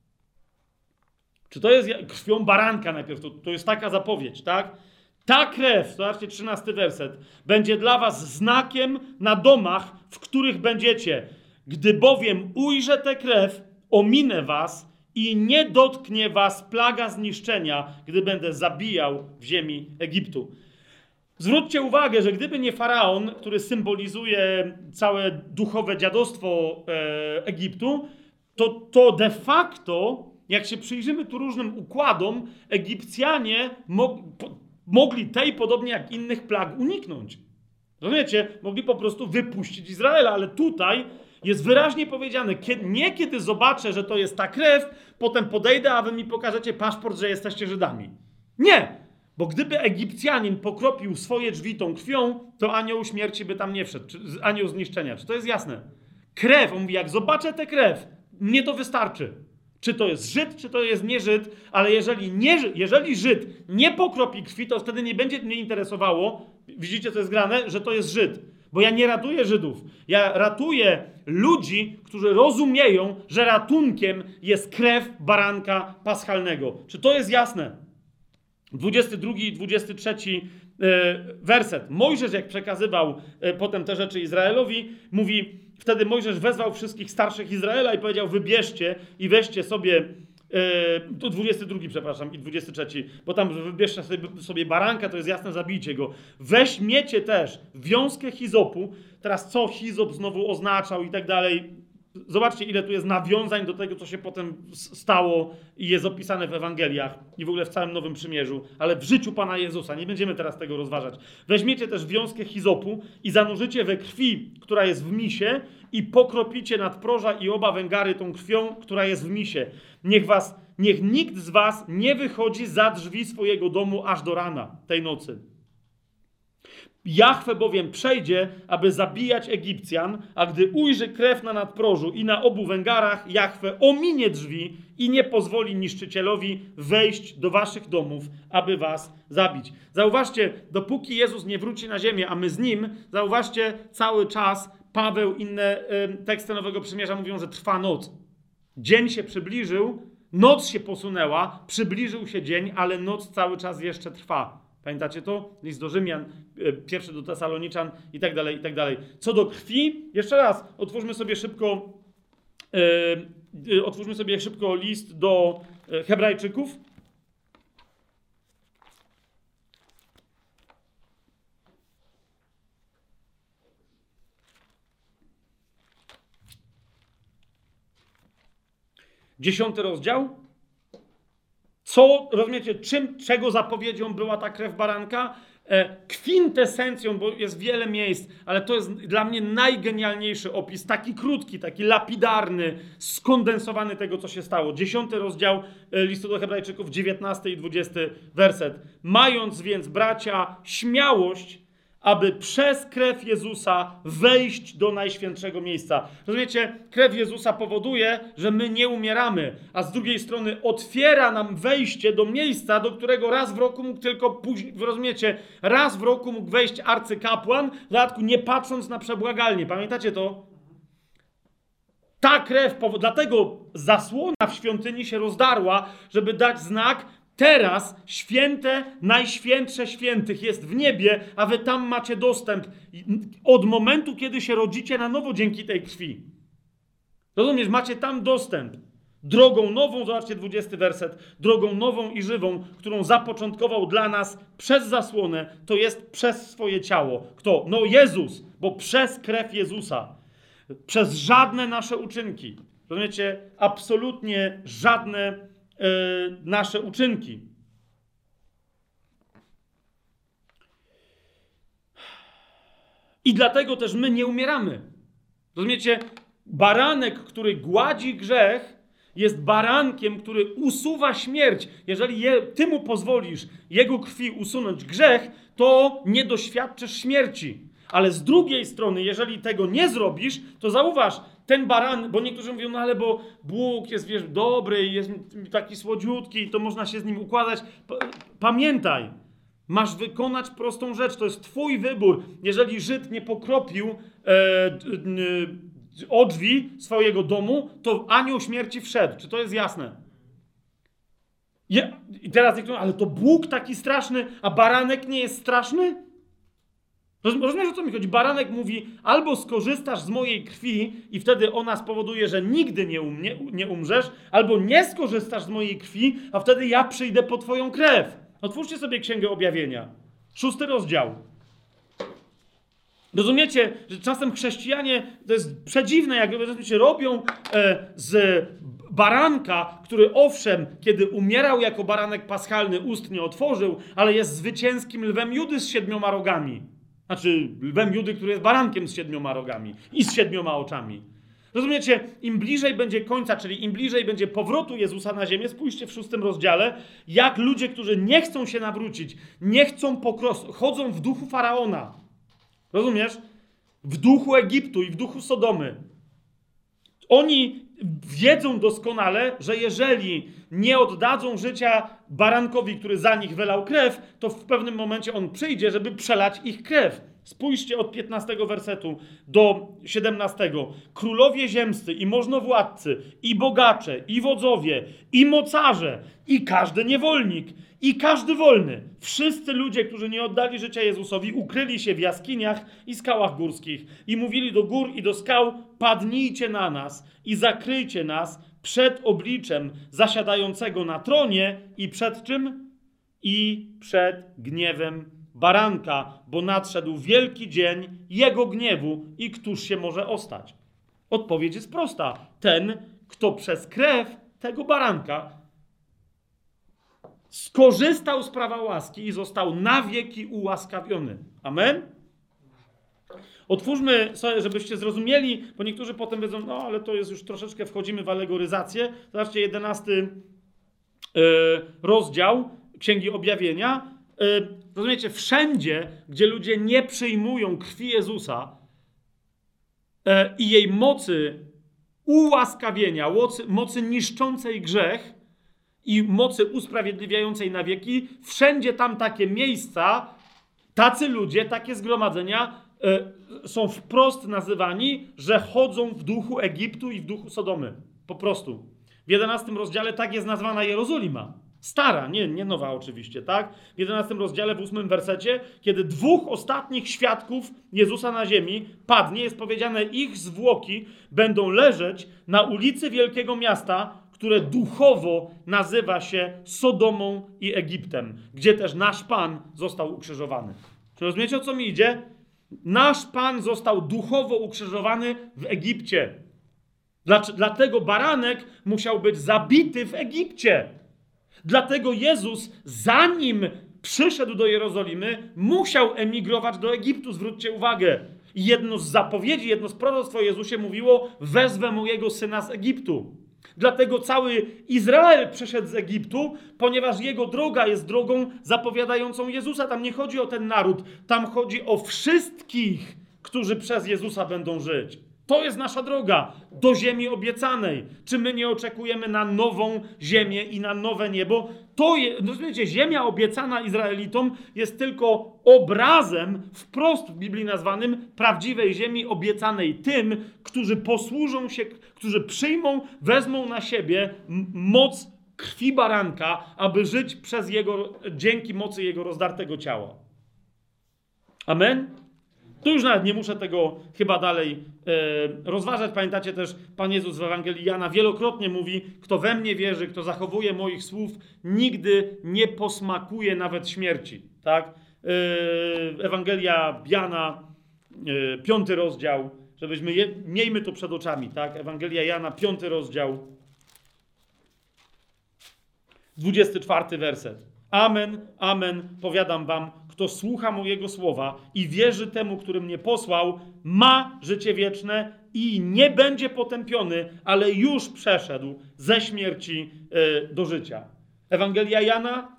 Czy to jest krwią baranka najpierw? To jest taka zapowiedź, tak? Ta krew, zobaczcie 13 werset, będzie dla was znakiem na domach, w których będziecie. Gdy bowiem ujrzę tę krew, ominę was i nie dotknie was plaga zniszczenia, gdy będę zabijał w ziemi Egiptu. Zwróćcie uwagę, że gdyby nie Faraon, który symbolizuje całe duchowe dziadostwo Egiptu, to de facto, jak się przyjrzymy tu różnym układom, Egipcjanie mogli tej, podobnie jak innych plag, uniknąć. Rozumiecie? Mogli po prostu wypuścić Izraela, ale tutaj jest wyraźnie powiedziane, kiedy zobaczę, że to jest ta krew, potem podejdę, a wy mi pokażecie paszport, że jesteście Żydami. Nie! Bo gdyby Egipcjanin pokropił swoje drzwi tą krwią, to anioł śmierci by tam nie wszedł, anioł zniszczenia. Czy to jest jasne? Krew, on mówi, jak zobaczę tę krew, mnie to wystarczy. Czy to jest Żyd, czy to jest nie Żyd, ale jeżeli Żyd nie pokropi krwi, to wtedy nie będzie mnie interesowało, widzicie co jest grane, że to jest Żyd. Bo ja nie ratuję Żydów. Ja ratuję ludzi, którzy rozumieją, że ratunkiem jest krew baranka paschalnego. Czy to jest jasne? 22 i 23 werset. Mojżesz, jak przekazywał potem te rzeczy Izraelowi, mówi, wtedy Mojżesz wezwał wszystkich starszych Izraela i powiedział, wybierzcie i weźcie sobie, to 22, przepraszam, i 23, bo tam wybierzcie sobie baranka, to jest jasne, zabijcie go. Weźmiecie też wiązkę hizopu, teraz co hizop znowu oznaczał i tak dalej. Zobaczcie, ile tu jest nawiązań do tego, co się potem stało i jest opisane w Ewangeliach i w ogóle w całym Nowym Przymierzu, ale w życiu Pana Jezusa. Nie będziemy teraz tego rozważać. Weźmiecie też wiązkę hizopu i zanurzycie we krwi, która jest w misie i pokropicie nadproża i oba węgary tą krwią, która jest w misie. Niech nikt z was nie wychodzi za drzwi swojego domu aż do rana tej nocy. Jahwe bowiem przejdzie, aby zabijać Egipcjan, a gdy ujrzy krew na nadprożu i na obu węgarach, Jahwe ominie drzwi i nie pozwoli niszczycielowi wejść do waszych domów, aby was zabić. Zauważcie, dopóki Jezus nie wróci na ziemię, a my z Nim, zauważcie, cały czas Paweł, inne teksty Nowego Przymierza mówią, że trwa noc. Dzień się przybliżył, noc się posunęła, przybliżył się dzień, ale noc cały czas jeszcze trwa. Pamiętacie to? List do Rzymian, pierwszy do Tesaloniczan i tak dalej, i tak dalej. Co do krwi, jeszcze raz, otwórzmy sobie szybko list do Hebrajczyków. Dziesiąty rozdział. Co, rozumiecie, czego zapowiedzią była ta krew baranka? Kwintesencją, bo jest wiele miejsc, ale to jest dla mnie najgenialniejszy opis, taki krótki, taki lapidarny, skondensowany tego, co się stało. 10 rozdział listu do Hebrajczyków, 19 i 20 werset. Mając więc, bracia, śmiałość, aby przez krew Jezusa wejść do najświętszego miejsca. Rozumiecie, krew Jezusa powoduje, że my nie umieramy, a z drugiej strony otwiera nam wejście do miejsca, do którego raz w roku mógł tylko później, rozumiecie, raz w roku mógł wejść arcykapłan, w dodatku nie patrząc na przebłagalnię. Pamiętacie to? Ta krew, dlatego zasłona w świątyni się rozdarła, żeby dać znak, teraz święte, najświętsze świętych jest w niebie, a wy tam macie dostęp od momentu, kiedy się rodzicie na nowo dzięki tej krwi. Rozumiesz? Macie tam dostęp. Drogą nową, zobaczcie 20 werset, drogą nową i żywą, którą zapoczątkował dla nas przez zasłonę, to jest przez swoje ciało. Kto? No Jezus, bo przez krew Jezusa. Przez żadne nasze uczynki. Rozumiecie? Absolutnie żadne nasze uczynki. I dlatego też my nie umieramy. Rozumiecie? Baranek, który gładzi grzech, jest barankiem, który usuwa śmierć. Jeżeli ty mu pozwolisz jego krwi usunąć grzech, to nie doświadczysz śmierci. Ale z drugiej strony, jeżeli tego nie zrobisz, to zauważ, ten baran, bo niektórzy mówią, no ale bo Bóg jest, wiesz, dobry, jest taki słodziutki, to można się z nim układać. Pamiętaj, masz wykonać prostą rzecz, to jest twój wybór. Jeżeli Żyd nie pokropił o drzwi swojego domu, to anioł śmierci wszedł. Czy to jest jasne? I teraz niektórzy, ale to Bóg taki straszny, a baranek nie jest straszny? Rozumiesz, o co mi chodzi? Baranek mówi, albo skorzystasz z mojej krwi i wtedy ona spowoduje, że nigdy nie umrzesz, albo nie skorzystasz z mojej krwi, a wtedy ja przyjdę po twoją krew. Otwórzcie sobie Księgę Objawienia. 6 rozdział. Rozumiecie, że czasem chrześcijanie, to jest przedziwne, jak się robią z baranka, który owszem, kiedy umierał jako baranek paschalny, ust nie otworzył, ale jest zwycięskim lwem Judy z 7 rogami. Znaczy, lwem Judy, który jest barankiem z 7 rogami i z 7 oczami. Rozumiecie? Im bliżej będzie końca, czyli im bliżej będzie powrotu Jezusa na ziemię, spójrzcie w 6 rozdziale, jak ludzie, którzy nie chcą się nawrócić, nie chcą chodzą w duchu Faraona. Rozumiesz? W duchu Egiptu i w duchu Sodomy. Oni wiedzą doskonale, że jeżeli nie oddadzą życia barankowi, który za nich wylał krew, to w pewnym momencie on przyjdzie, żeby przelać ich krew. Spójrzcie od 15 wersetu do 17. Królowie ziemscy i możnowładcy, i bogacze, i wodzowie, i mocarze, i każdy niewolnik, i każdy wolny. Wszyscy ludzie, którzy nie oddali życia Jezusowi, ukryli się w jaskiniach i skałach górskich i mówili do gór i do skał, padnijcie na nas i zakryjcie nas przed obliczem zasiadającego na tronie i przed czym? I przed gniewem baranka, bo nadszedł wielki dzień jego gniewu i któż się może ostać? Odpowiedź jest prosta. Ten, kto przez krew tego baranka skorzystał z prawa łaski i został na wieki ułaskawiony. Amen? Otwórzmy sobie, żebyście zrozumieli, bo niektórzy potem wiedzą, no ale to jest już troszeczkę, wchodzimy w alegoryzację. Zobaczcie, 11 rozdział Księgi Objawienia. Rozumiecie, wszędzie, gdzie ludzie nie przyjmują krwi Jezusa i jej mocy ułaskawienia, mocy niszczącej grzech i mocy usprawiedliwiającej na wieki, wszędzie tam takie miejsca, tacy ludzie, takie zgromadzenia są wprost nazywani, że chodzą w duchu Egiptu i w duchu Sodomy. Po prostu. W 11 rozdziale tak jest nazwana Jerozolima. Stara, nie nowa oczywiście, tak? W 11 rozdziale, w 8 wersecie, kiedy 2 ostatnich świadków Jezusa na ziemi padnie, jest powiedziane, ich zwłoki będą leżeć na ulicy wielkiego miasta, które duchowo nazywa się Sodomą i Egiptem, gdzie też nasz Pan został ukrzyżowany. Czy rozumiecie, o co mi idzie? Nasz Pan został duchowo ukrzyżowany w Egipcie. Dlatego baranek musiał być zabity w Egipcie. Dlatego Jezus, zanim przyszedł do Jerozolimy, musiał emigrować do Egiptu. Zwróćcie uwagę. I jedno z zapowiedzi, jedno z proroctw o Jezusie mówiło, wezwę mojego syna z Egiptu. Dlatego cały Izrael przyszedł z Egiptu, ponieważ jego droga jest drogą zapowiadającą Jezusa. Tam nie chodzi o ten naród, tam chodzi o wszystkich, którzy przez Jezusa będą żyć. To jest nasza droga do ziemi obiecanej. Czy my nie oczekujemy na nową ziemię i na nowe niebo? To jest, rozumiecie, ziemia obiecana Izraelitom jest tylko obrazem, wprost w Biblii nazwanym, prawdziwej ziemi obiecanej tym, którzy posłużą się, którzy przyjmą, wezmą na siebie moc krwi baranka, aby żyć dzięki mocy jego rozdartego ciała. Amen? Tu już nawet nie muszę tego chyba dalej rozważać. Pamiętacie też, Pan Jezus w Ewangelii Jana wielokrotnie mówi, kto we mnie wierzy, kto zachowuje moich słów, nigdy nie posmakuje nawet śmierci. Tak? Ewangelia Jana, 5 rozdział, żebyśmy miejmy to przed oczami. Tak? Ewangelia Jana, 5 rozdział, 24 werset. Amen, amen, powiadam wam, kto słucha mojego słowa i wierzy temu, który mnie posłał, ma życie wieczne i nie będzie potępiony, ale już przeszedł ze śmierci do życia. Ewangelia Jana,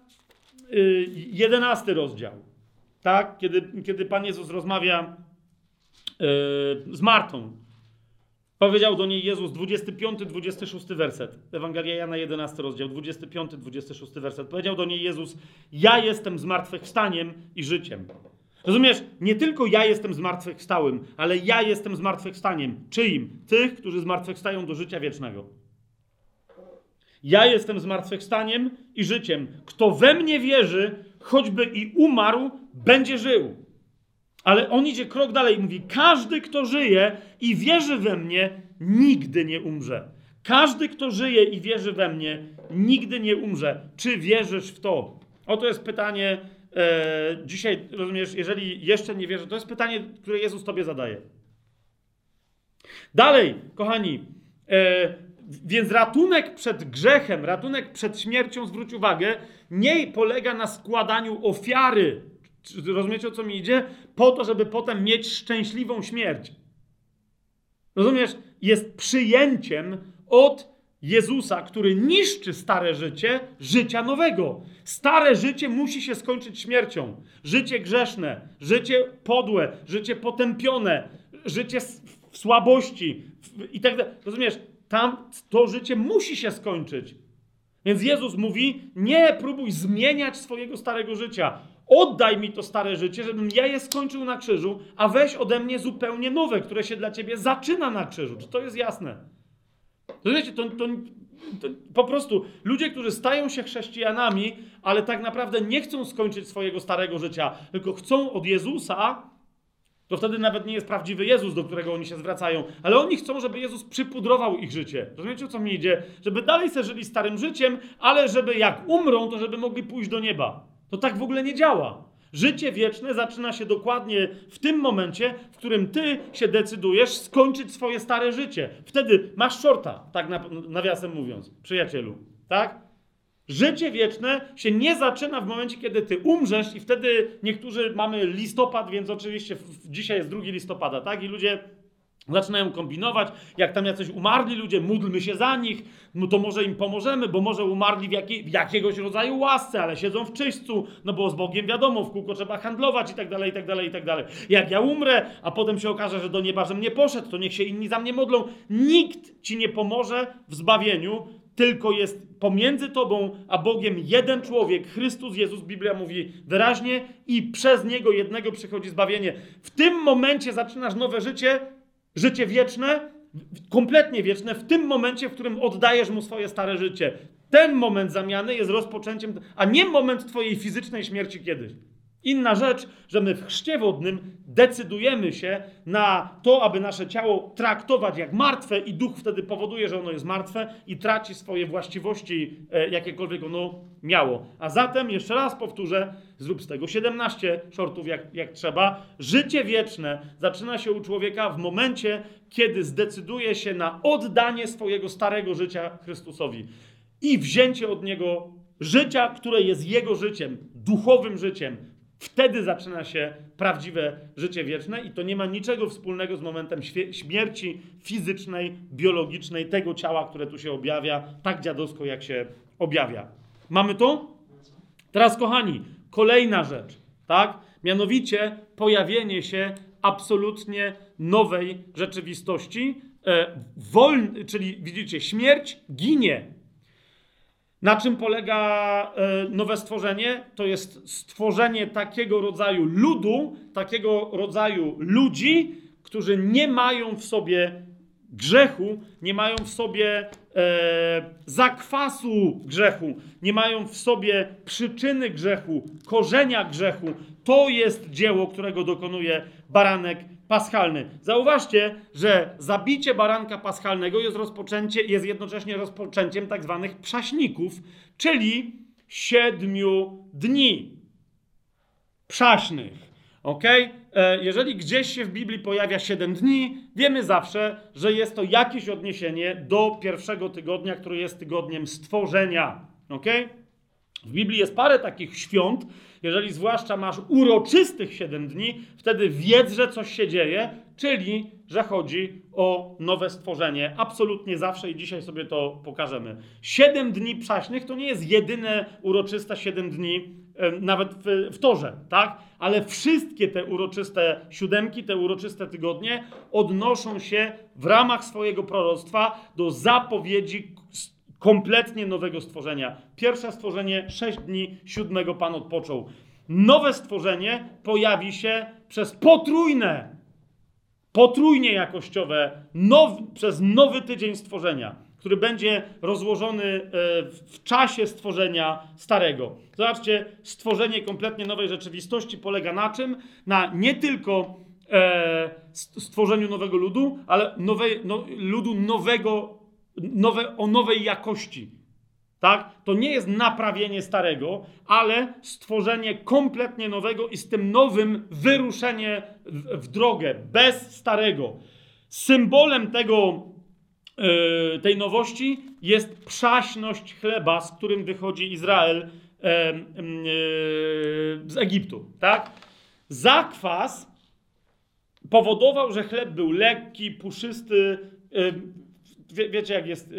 11 rozdział. Tak? Kiedy Pan Jezus rozmawia z Martą, powiedział do niej Jezus, 25-26 werset. Ewangelia Jana, 11 rozdział, 25-26 werset. Powiedział do niej Jezus, ja jestem zmartwychwstaniem i życiem. Rozumiesz? Nie tylko ja jestem zmartwychwstałym, ale ja jestem zmartwychwstaniem. Czyim? Tych, którzy zmartwychwstają do życia wiecznego. Ja jestem zmartwychwstaniem i życiem. Kto we mnie wierzy, choćby i umarł, będzie żył. Ale on idzie krok dalej i mówi, każdy, kto żyje i wierzy we mnie, nigdy nie umrze. Każdy, kto żyje i wierzy we mnie, nigdy nie umrze. Czy wierzysz w to? Oto jest pytanie dzisiaj, rozumiesz, jeżeli jeszcze nie wierzysz, to jest pytanie, które Jezus tobie zadaje. Dalej, kochani, więc ratunek przed grzechem, ratunek przed śmiercią, zwróć uwagę, nie polega na składaniu ofiary. Rozumiecie, o co mi idzie? Po to, żeby potem mieć szczęśliwą śmierć. Rozumiesz? Jest przyjęciem od Jezusa, który niszczy stare życie, życia nowego. Stare życie musi się skończyć śmiercią. Życie grzeszne, życie podłe, życie potępione, życie w słabości i tak dalej. Rozumiesz? Tam to życie musi się skończyć. Więc Jezus mówi, nie próbuj zmieniać swojego starego życia. Oddaj mi to stare życie, żebym ja je skończył na krzyżu, a weź ode mnie zupełnie nowe, które się dla ciebie zaczyna na krzyżu. Czy to jest jasne? Rozumiecie, to po prostu ludzie, którzy stają się chrześcijanami, ale tak naprawdę nie chcą skończyć swojego starego życia, tylko chcą od Jezusa, to wtedy nawet nie jest prawdziwy Jezus, do którego oni się zwracają, ale oni chcą, żeby Jezus przypudrował ich życie. Rozumiecie, o co mi idzie? Żeby dalej sobie żyli starym życiem, ale żeby jak umrą, to żeby mogli pójść do nieba. To tak w ogóle nie działa. Życie wieczne zaczyna się dokładnie w tym momencie, w którym ty się decydujesz skończyć swoje stare życie. Wtedy masz shorta, tak nawiasem mówiąc, przyjacielu. Tak? Życie wieczne się nie zaczyna w momencie, kiedy ty umrzesz i wtedy niektórzy mamy listopad, więc oczywiście dzisiaj jest 2 listopada, tak? I ludzie zaczynają kombinować, jak tam jacyś umarli ludzie, módlmy się za nich, no to może im pomożemy, bo może umarli w jakiegoś rodzaju łasce, ale siedzą w czyśćcu, no bo z Bogiem wiadomo, w kółko trzeba handlować i tak dalej, i tak dalej, i tak dalej. Jak ja umrę, a potem się okaże, że do nieba, żem nie poszedł, to niech się inni za mnie modlą. Nikt ci nie pomoże w zbawieniu, tylko jest pomiędzy tobą a Bogiem jeden człowiek, Chrystus Jezus, Biblia mówi wyraźnie, i przez Niego jednego przychodzi zbawienie. W tym momencie zaczynasz nowe życie, życie wieczne, kompletnie wieczne, w tym momencie, w którym oddajesz Mu swoje stare życie. Ten moment zamiany jest rozpoczęciem, a nie moment twojej fizycznej śmierci kiedyś. Inna rzecz, że my w chrzcie wodnym decydujemy się na to, aby nasze ciało traktować jak martwe i duch wtedy powoduje, że ono jest martwe i traci swoje właściwości, jakiekolwiek ono miało. A zatem, jeszcze raz powtórzę, zrób z tego 17 shortów jak trzeba. Życie wieczne zaczyna się u człowieka w momencie, kiedy zdecyduje się na oddanie swojego starego życia Chrystusowi i wzięcie od Niego życia, które jest Jego życiem, duchowym życiem. Wtedy zaczyna się prawdziwe życie wieczne i to nie ma niczego wspólnego z momentem śmierci fizycznej, biologicznej tego ciała, które tu się objawia, tak dziadowsko jak się objawia. Mamy to? Teraz, kochani, kolejna rzecz, tak? Mianowicie pojawienie się absolutnie nowej rzeczywistości, czyli widzicie, śmierć ginie. Na czym polega nowe stworzenie? To jest stworzenie takiego rodzaju ludu, takiego rodzaju ludzi, którzy nie mają w sobie grzechu, nie mają w sobie zakwasu grzechu, nie mają w sobie przyczyny grzechu, korzenia grzechu. To jest dzieło, którego dokonuje baranek paschalny. Zauważcie, że zabicie baranka paschalnego jest jednocześnie rozpoczęciem tak zwanych przaśników, czyli 7 dni przaśnych. Okay? Jeżeli gdzieś się w Biblii pojawia 7 dni, wiemy zawsze, że jest to jakieś odniesienie do pierwszego tygodnia, który jest tygodniem stworzenia. Okay? W Biblii jest parę takich świąt. Jeżeli zwłaszcza masz uroczystych 7 dni, wtedy wiedz, że coś się dzieje, czyli że chodzi o nowe stworzenie. Absolutnie zawsze i dzisiaj sobie to pokażemy. 7 dni przaśnych to nie jest jedyne uroczyste 7 dni, nawet w Torze, tak? Ale wszystkie te uroczyste siódemki, te uroczyste tygodnie odnoszą się w ramach swojego proroctwa do zapowiedzi kompletnie nowego stworzenia. Pierwsze stworzenie, 6 dni, 7 Pan odpoczął. Nowe stworzenie pojawi się przez potrójnie jakościowe, przez nowy tydzień stworzenia, który będzie rozłożony w czasie stworzenia starego. Zobaczcie, stworzenie kompletnie nowej rzeczywistości polega na czym? Na nie tylko stworzeniu nowego ludu, ale ludu o nowej jakości. Tak? To nie jest naprawienie starego, ale stworzenie kompletnie nowego i z tym nowym wyruszenie w drogę, bez starego. Symbolem tej nowości jest przaśność chleba, z którym wychodzi Izrael z Egiptu. Tak? Zakwas powodował, że chleb był lekki, puszysty. Wiecie,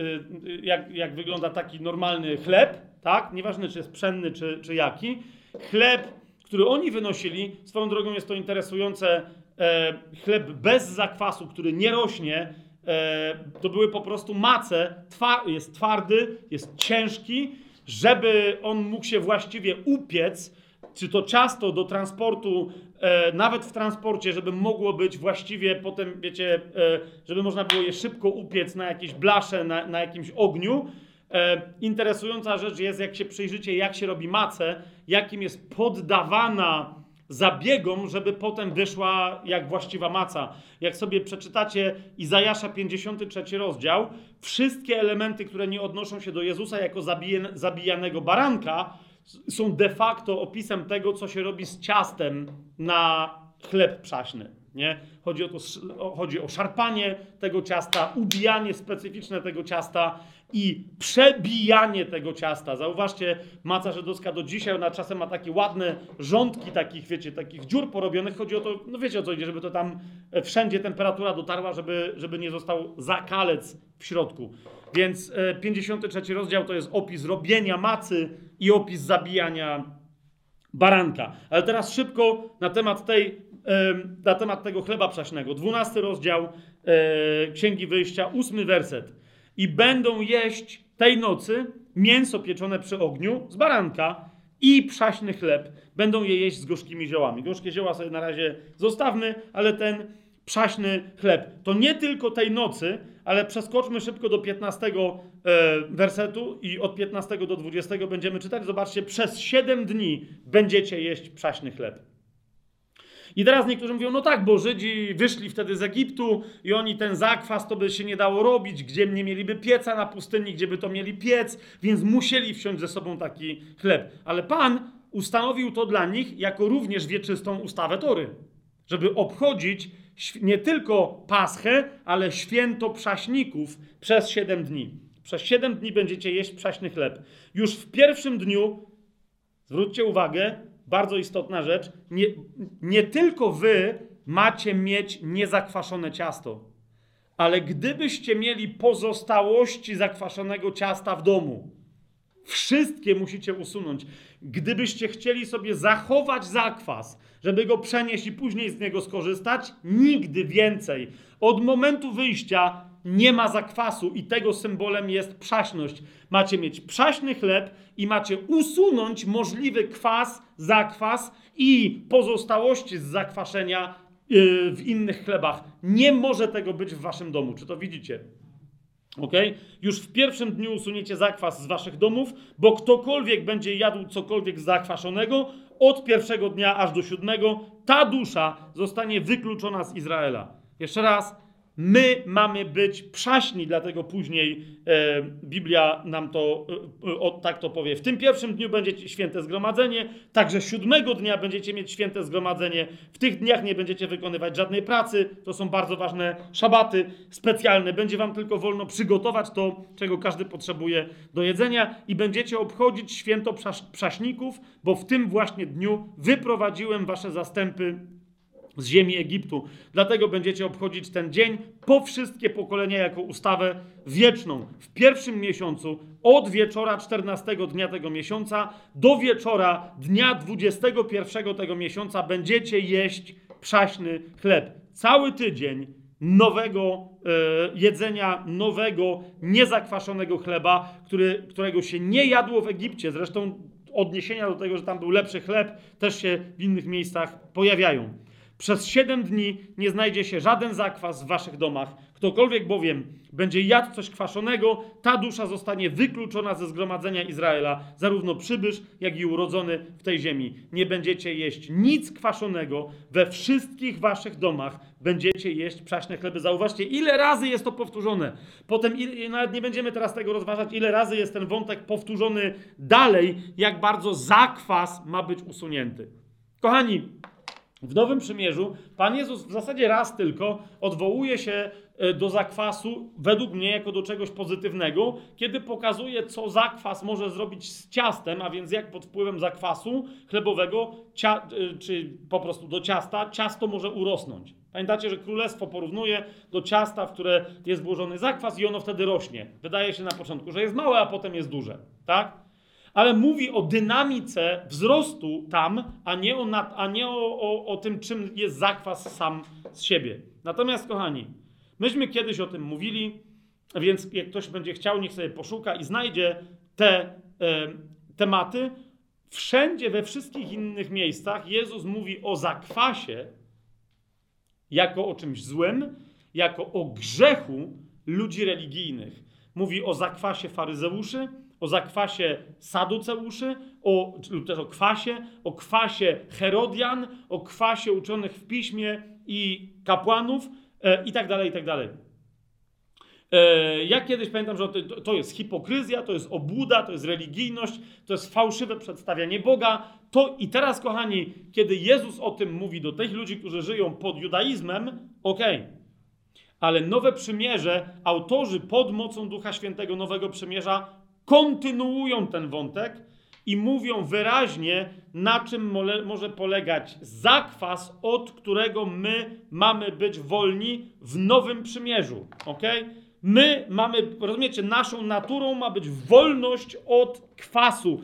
jak wygląda taki normalny chleb, tak? Nieważne, czy jest pszenny, czy jaki. Chleb, który oni wynosili, swoją drogą jest to interesujące, chleb bez zakwasu, który nie rośnie, to były po prostu mace, jest twardy, jest ciężki, żeby on mógł się właściwie upiec, czy to ciasto do transportu, nawet w transporcie, żeby mogło być właściwie potem, wiecie, żeby można było je szybko upiec na jakieś blasze, na jakimś ogniu. Interesująca rzecz jest, jak się przyjrzycie, jak się robi macę, jakim jest poddawana zabiegom, żeby potem wyszła jak właściwa maca. Jak sobie przeczytacie Izajasza 53 rozdział, wszystkie elementy, które nie odnoszą się do Jezusa jako zabijanego baranka, są de facto opisem tego, co się robi z ciastem na chleb przaśny. Nie? Chodzi o szarpanie tego ciasta, ubijanie specyficzne tego ciasta i przebijanie tego ciasta. Zauważcie, maca żydowska do dzisiaj, ona czasem ma takie ładne rządki takich, wiecie, takich dziur porobionych. Chodzi o to, no wiecie o co idzie, żeby to tam wszędzie temperatura dotarła, żeby nie został zakalec w środku. Więc 53 rozdział to jest opis robienia macy i opis zabijania baranka. Ale teraz szybko na temat tego chleba przaśnego. 12 rozdział Księgi Wyjścia, 8 werset. I będą jeść tej nocy mięso pieczone przy ogniu z baranka i przaśny chleb. Będą je jeść z gorzkimi ziołami. Gorzkie zioła sobie na razie zostawmy, ale ten przaśny chleb. To nie tylko tej nocy, ale przeskoczmy szybko do 15 wersetu i od 15 do 20 będziemy czytać. Zobaczcie, przez 7 dni będziecie jeść przaśny chleb. I teraz niektórzy mówią, no tak, bo Żydzi wyszli wtedy z Egiptu i oni ten zakwas to by się nie dało robić, gdzie nie mieliby pieca na pustyni, gdzie by to mieli piec, więc musieli wziąć ze sobą taki chleb. Ale Pan ustanowił to dla nich jako również wieczystą ustawę Tory, żeby obchodzić nie tylko Paschę, ale święto przaśników przez 7 dni. Przez 7 dni będziecie jeść przaśny chleb. Już w pierwszym dniu, zwróćcie uwagę, bardzo istotna rzecz, nie tylko wy macie mieć niezakwaszone ciasto, ale gdybyście mieli pozostałości zakwaszonego ciasta w domu, wszystkie musicie usunąć. Gdybyście chcieli sobie zachować zakwas, żeby go przenieść i później z niego skorzystać, nigdy więcej. Od momentu wyjścia nie ma zakwasu i tego symbolem jest przaśność. Macie mieć przaśny chleb i macie usunąć możliwy kwas, zakwas i pozostałości z zakwaszenia w innych chlebach. Nie może tego być w waszym domu. Czy to widzicie? Okay? Już w pierwszym dniu usuniecie zakwas z waszych domów, bo ktokolwiek będzie jadł cokolwiek zakwaszonego, od pierwszego dnia aż do 7, ta dusza zostanie wykluczona z Izraela. Jeszcze raz, my mamy być przaśni, dlatego później Biblia nam to tak to powie. W tym pierwszym dniu będziecie święte zgromadzenie, także 7 dnia będziecie mieć święte zgromadzenie. W tych dniach nie będziecie wykonywać żadnej pracy. To są bardzo ważne szabaty specjalne. Będzie wam tylko wolno przygotować to, czego każdy potrzebuje do jedzenia i będziecie obchodzić święto przaśników, bo w tym właśnie dniu wyprowadziłem wasze zastępy z ziemi Egiptu. Dlatego będziecie obchodzić ten dzień po wszystkie pokolenia jako ustawę wieczną. W pierwszym miesiącu od wieczora 14 dnia tego miesiąca do wieczora dnia 21 tego miesiąca będziecie jeść przaśny chleb. Cały tydzień nowego jedzenia, nowego, niezakwaszonego chleba, którego się nie jadło w Egipcie. Zresztą odniesienia do tego, że tam był lepszy chleb, też się w innych miejscach pojawiają. Przez 7 dni nie znajdzie się żaden zakwas w waszych domach. Ktokolwiek bowiem będzie jadł coś kwaszonego, ta dusza zostanie wykluczona ze zgromadzenia Izraela, zarówno przybysz, jak i urodzony w tej ziemi. Nie będziecie jeść nic kwaszonego, we wszystkich waszych domach będziecie jeść przaśne chleby. Zauważcie, ile razy jest to powtórzone. Potem, nawet nie będziemy teraz tego rozważać, ile razy jest ten wątek powtórzony dalej, jak bardzo zakwas ma być usunięty. Kochani, w Nowym Przymierzu Pan Jezus w zasadzie raz tylko odwołuje się do zakwasu, według mnie, jako do czegoś pozytywnego, kiedy pokazuje, co zakwas może zrobić z ciastem, a więc jak pod wpływem zakwasu chlebowego, czy po prostu do ciasta, ciasto może urosnąć. Pamiętacie, że królestwo porównuje do ciasta, w które jest włożony zakwas i ono wtedy rośnie. Wydaje się na początku, że jest małe, a potem jest duże. Tak? Ale mówi o dynamice wzrostu tam, a nie o tym, czym jest zakwas sam z siebie. Natomiast, kochani, myśmy kiedyś o tym mówili, więc jak ktoś będzie chciał, niech sobie poszuka i znajdzie te tematy. Wszędzie, we wszystkich innych miejscach Jezus mówi o zakwasie jako o czymś złym, jako o grzechu ludzi religijnych. Mówi o zakwasie faryzeuszy, o zakwasie saduceuszy, lub też o kwasie Herodian, o kwasie uczonych w piśmie i kapłanów i tak dalej, i tak dalej. Ja kiedyś pamiętam, że to jest hipokryzja, to jest obłuda, to jest religijność, to jest fałszywe przedstawianie Boga. I teraz, kochani, kiedy Jezus o tym mówi do tych ludzi, którzy żyją pod judaizmem, okej. Ale Nowe Przymierze, autorzy pod mocą Ducha Świętego Nowego Przymierza kontynuują ten wątek i mówią wyraźnie, na czym może polegać zakwas, od którego my mamy być wolni w Nowym Przymierzu. Okay? My mamy, rozumiecie, naszą naturą ma być wolność od kwasu.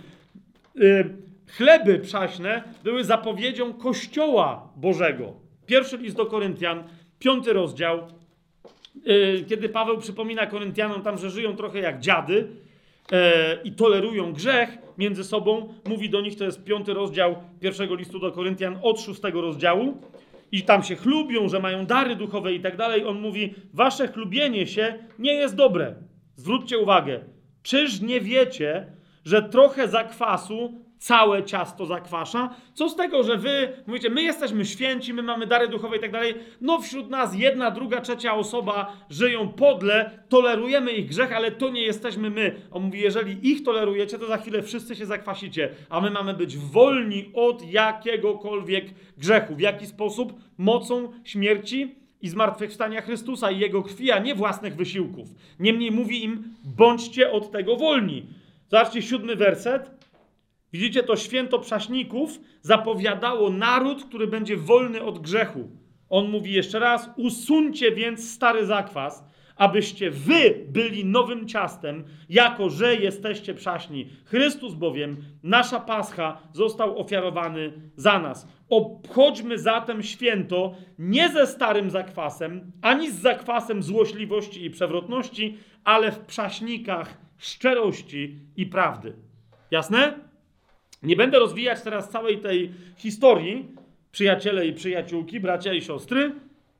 Chleby przaśne były zapowiedzią Kościoła Bożego. Pierwszy list do Koryntian, 5 rozdział, kiedy Paweł przypomina Koryntianom tam, że żyją trochę jak dziady, i tolerują grzech między sobą, mówi do nich, to jest 5 rozdział pierwszego listu do Koryntian od 6 rozdziału i tam się chlubią, że mają dary duchowe i tak dalej. On mówi, wasze chlubienie się nie jest dobre. Zwróćcie uwagę, czyż nie wiecie, że trochę zakwasu całe ciasto zakwasza? Co z tego, że wy mówicie, my jesteśmy święci, my mamy dary duchowe i tak dalej, no wśród nas 1, 2, 3 osoba żyją podle, tolerujemy ich grzech, ale to nie jesteśmy my. On mówi, jeżeli ich tolerujecie, to za chwilę wszyscy się zakwasicie, a my mamy być wolni od jakiegokolwiek grzechu. W jaki sposób? Mocą śmierci i zmartwychwstania Chrystusa i Jego krwi, a nie własnych wysiłków. Niemniej mówi im, bądźcie od tego wolni. Zobaczcie 7 werset. Widzicie, to święto przaśników zapowiadało naród, który będzie wolny od grzechu. On mówi jeszcze raz, usuńcie więc stary zakwas, abyście wy byli nowym ciastem, jako że jesteście przaśni. Chrystus bowiem, nasza Pascha, został ofiarowany za nas. Obchodźmy zatem święto nie ze starym zakwasem, ani z zakwasem złośliwości i przewrotności, ale w przaśnikach szczerości i prawdy. Jasne? Nie będę rozwijać teraz całej tej historii, przyjaciele i przyjaciółki, bracia i siostry,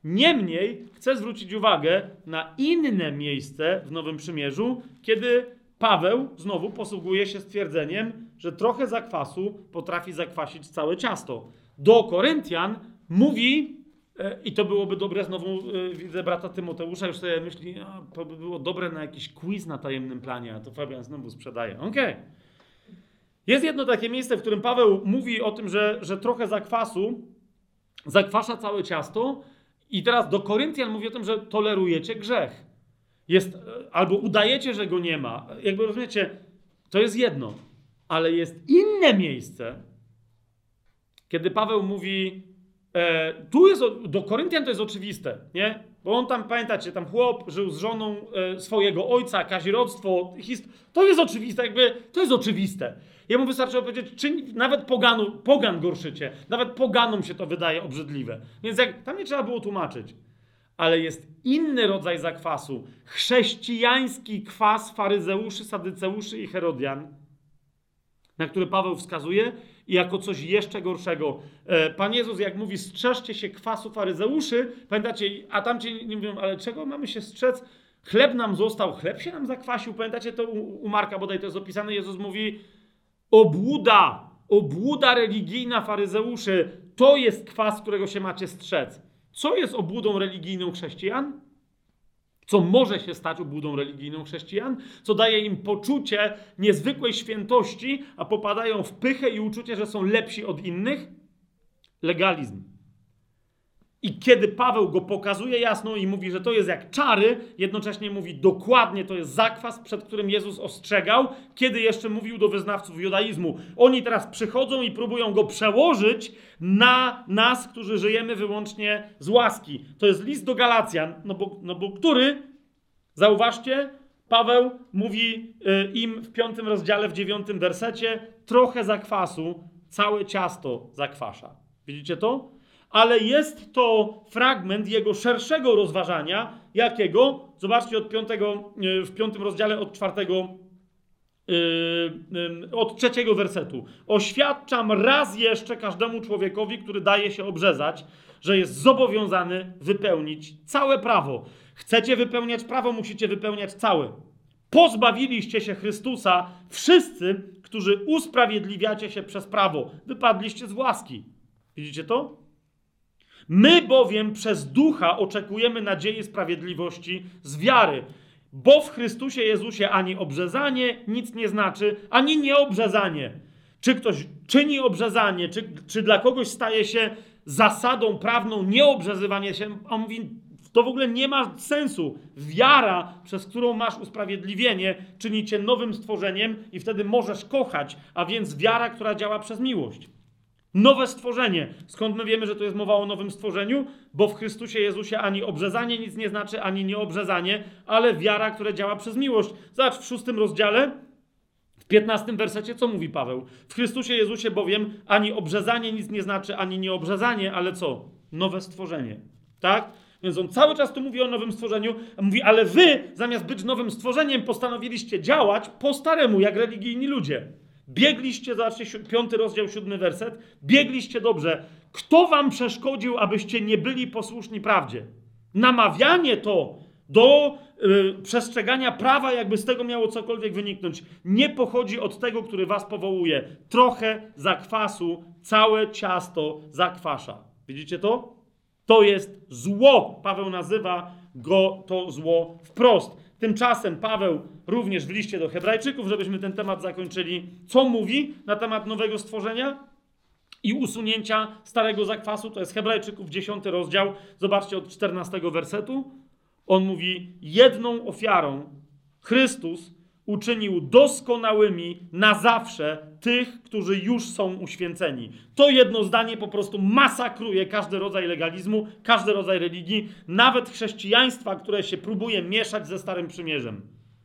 Niemniej chcę zwrócić uwagę na inne miejsce w Nowym Przymierzu, kiedy Paweł znowu posługuje się stwierdzeniem, że trochę zakwasu potrafi zakwasić całe ciasto. Do Koryntian mówi, i to byłoby dobre, znowu widzę brata Tymoteusza, już sobie myśli, to by było dobre na jakiś quiz na tajemnym planie, a to Fabian znowu sprzedaje. Okej. Jest jedno takie miejsce, w którym Paweł mówi o tym, że trochę zakwasu zakwasza całe ciasto i teraz do Koryntian mówi o tym, że tolerujecie grzech. Albo udajecie, że go nie ma. Jakby rozumiecie, to jest jedno. Ale jest inne miejsce, kiedy Paweł mówi, do Koryntian to jest oczywiste, nie? Bo on tam, pamiętacie, tam chłop żył z żoną swojego ojca, kazirodztwo, to jest oczywiste, to jest oczywiste. Jemu wystarczyło powiedzieć, nawet pogan gorszycie, nawet poganom się to wydaje obrzydliwe. Więc tam nie trzeba było tłumaczyć. Ale jest inny rodzaj zakwasu. Chrześcijański kwas faryzeuszy, sadyceuszy i herodian, na który Paweł wskazuje i jako coś jeszcze gorszego. Pan Jezus, jak mówi, strzeżcie się kwasu faryzeuszy, pamiętacie, a tam ci nie mówią, ale czego mamy się strzec? Chleb nam został, chleb się nam zakwasił. Pamiętacie to u Marka bodaj to jest opisane? Jezus mówi, obłuda religijna faryzeuszy, to jest kwas, którego się macie strzec. Co jest obłudą religijną chrześcijan? Co może się stać obłudą religijną chrześcijan? Co daje im poczucie niezwykłej świętości, a popadają w pychę i uczucie, że są lepsi od innych? Legalizm. I kiedy Paweł go pokazuje jasno i mówi, że to jest jak czary, jednocześnie mówi dokładnie, to jest zakwas, przed którym Jezus ostrzegał, kiedy jeszcze mówił do wyznawców judaizmu. Oni teraz przychodzą i próbują go przełożyć na nas, którzy żyjemy wyłącznie z łaski. To jest list do Galacjan, no bo który, zauważcie, Paweł mówi im w 5 rozdziale, w 9 wersecie, trochę zakwasu, całe ciasto zakwasza. Widzicie to? Ale jest to fragment jego szerszego rozważania. Jakiego? Zobaczcie w 5 rozdziale od 3 wersetu. Oświadczam raz jeszcze każdemu człowiekowi, który daje się obrzezać, że jest zobowiązany wypełnić całe prawo. Chcecie wypełniać prawo, musicie wypełniać całe. Pozbawiliście się Chrystusa wszyscy, którzy usprawiedliwiacie się przez prawo. Wypadliście z łaski. Widzicie to? My bowiem przez Ducha oczekujemy nadziei sprawiedliwości z wiary. Bo w Chrystusie Jezusie ani obrzezanie nic nie znaczy, ani nieobrzezanie. Czy ktoś czyni obrzezanie, czy dla kogoś staje się zasadą prawną nieobrzezywanie się, on mówi, to w ogóle nie ma sensu. Wiara, przez którą masz usprawiedliwienie, czyni cię nowym stworzeniem i wtedy możesz kochać, a więc wiara, która działa przez miłość. Nowe stworzenie. Skąd my wiemy, że to jest mowa o nowym stworzeniu? Bo w Chrystusie Jezusie ani obrzezanie nic nie znaczy, ani nieobrzezanie, ale wiara, która działa przez miłość. Zobacz, w 6 rozdziale, w 15 wersecie, co mówi Paweł? W Chrystusie Jezusie bowiem ani obrzezanie nic nie znaczy, ani nieobrzezanie, ale co? Nowe stworzenie. Tak? Więc on cały czas tu mówi o nowym stworzeniu, a mówi, ale wy, zamiast być nowym stworzeniem, postanowiliście działać po staremu, jak religijni ludzie. Biegliście, zobaczcie, 5 rozdział, 7 werset, biegliście dobrze. Kto wam przeszkodził, abyście nie byli posłuszni prawdzie? Namawianie to do przestrzegania prawa, jakby z tego miało cokolwiek wyniknąć, nie pochodzi od tego, który was powołuje. Trochę zakwasu, całe ciasto zakwasza. Widzicie to? To jest zło. Paweł nazywa go to zło wprost. Tymczasem Paweł również w liście do Hebrajczyków, żebyśmy ten temat zakończyli, co mówi na temat nowego stworzenia i usunięcia starego zakwasu? To jest Hebrajczyków 10 rozdział. Zobaczcie od 14 wersetu. On mówi, jedną ofiarą Chrystus uczynił doskonałymi na zawsze tych, którzy już są uświęceni. To jedno zdanie po prostu masakruje każdy rodzaj legalizmu, każdy rodzaj religii, nawet chrześcijaństwa, które się próbuje mieszać ze Starym Przymierzem.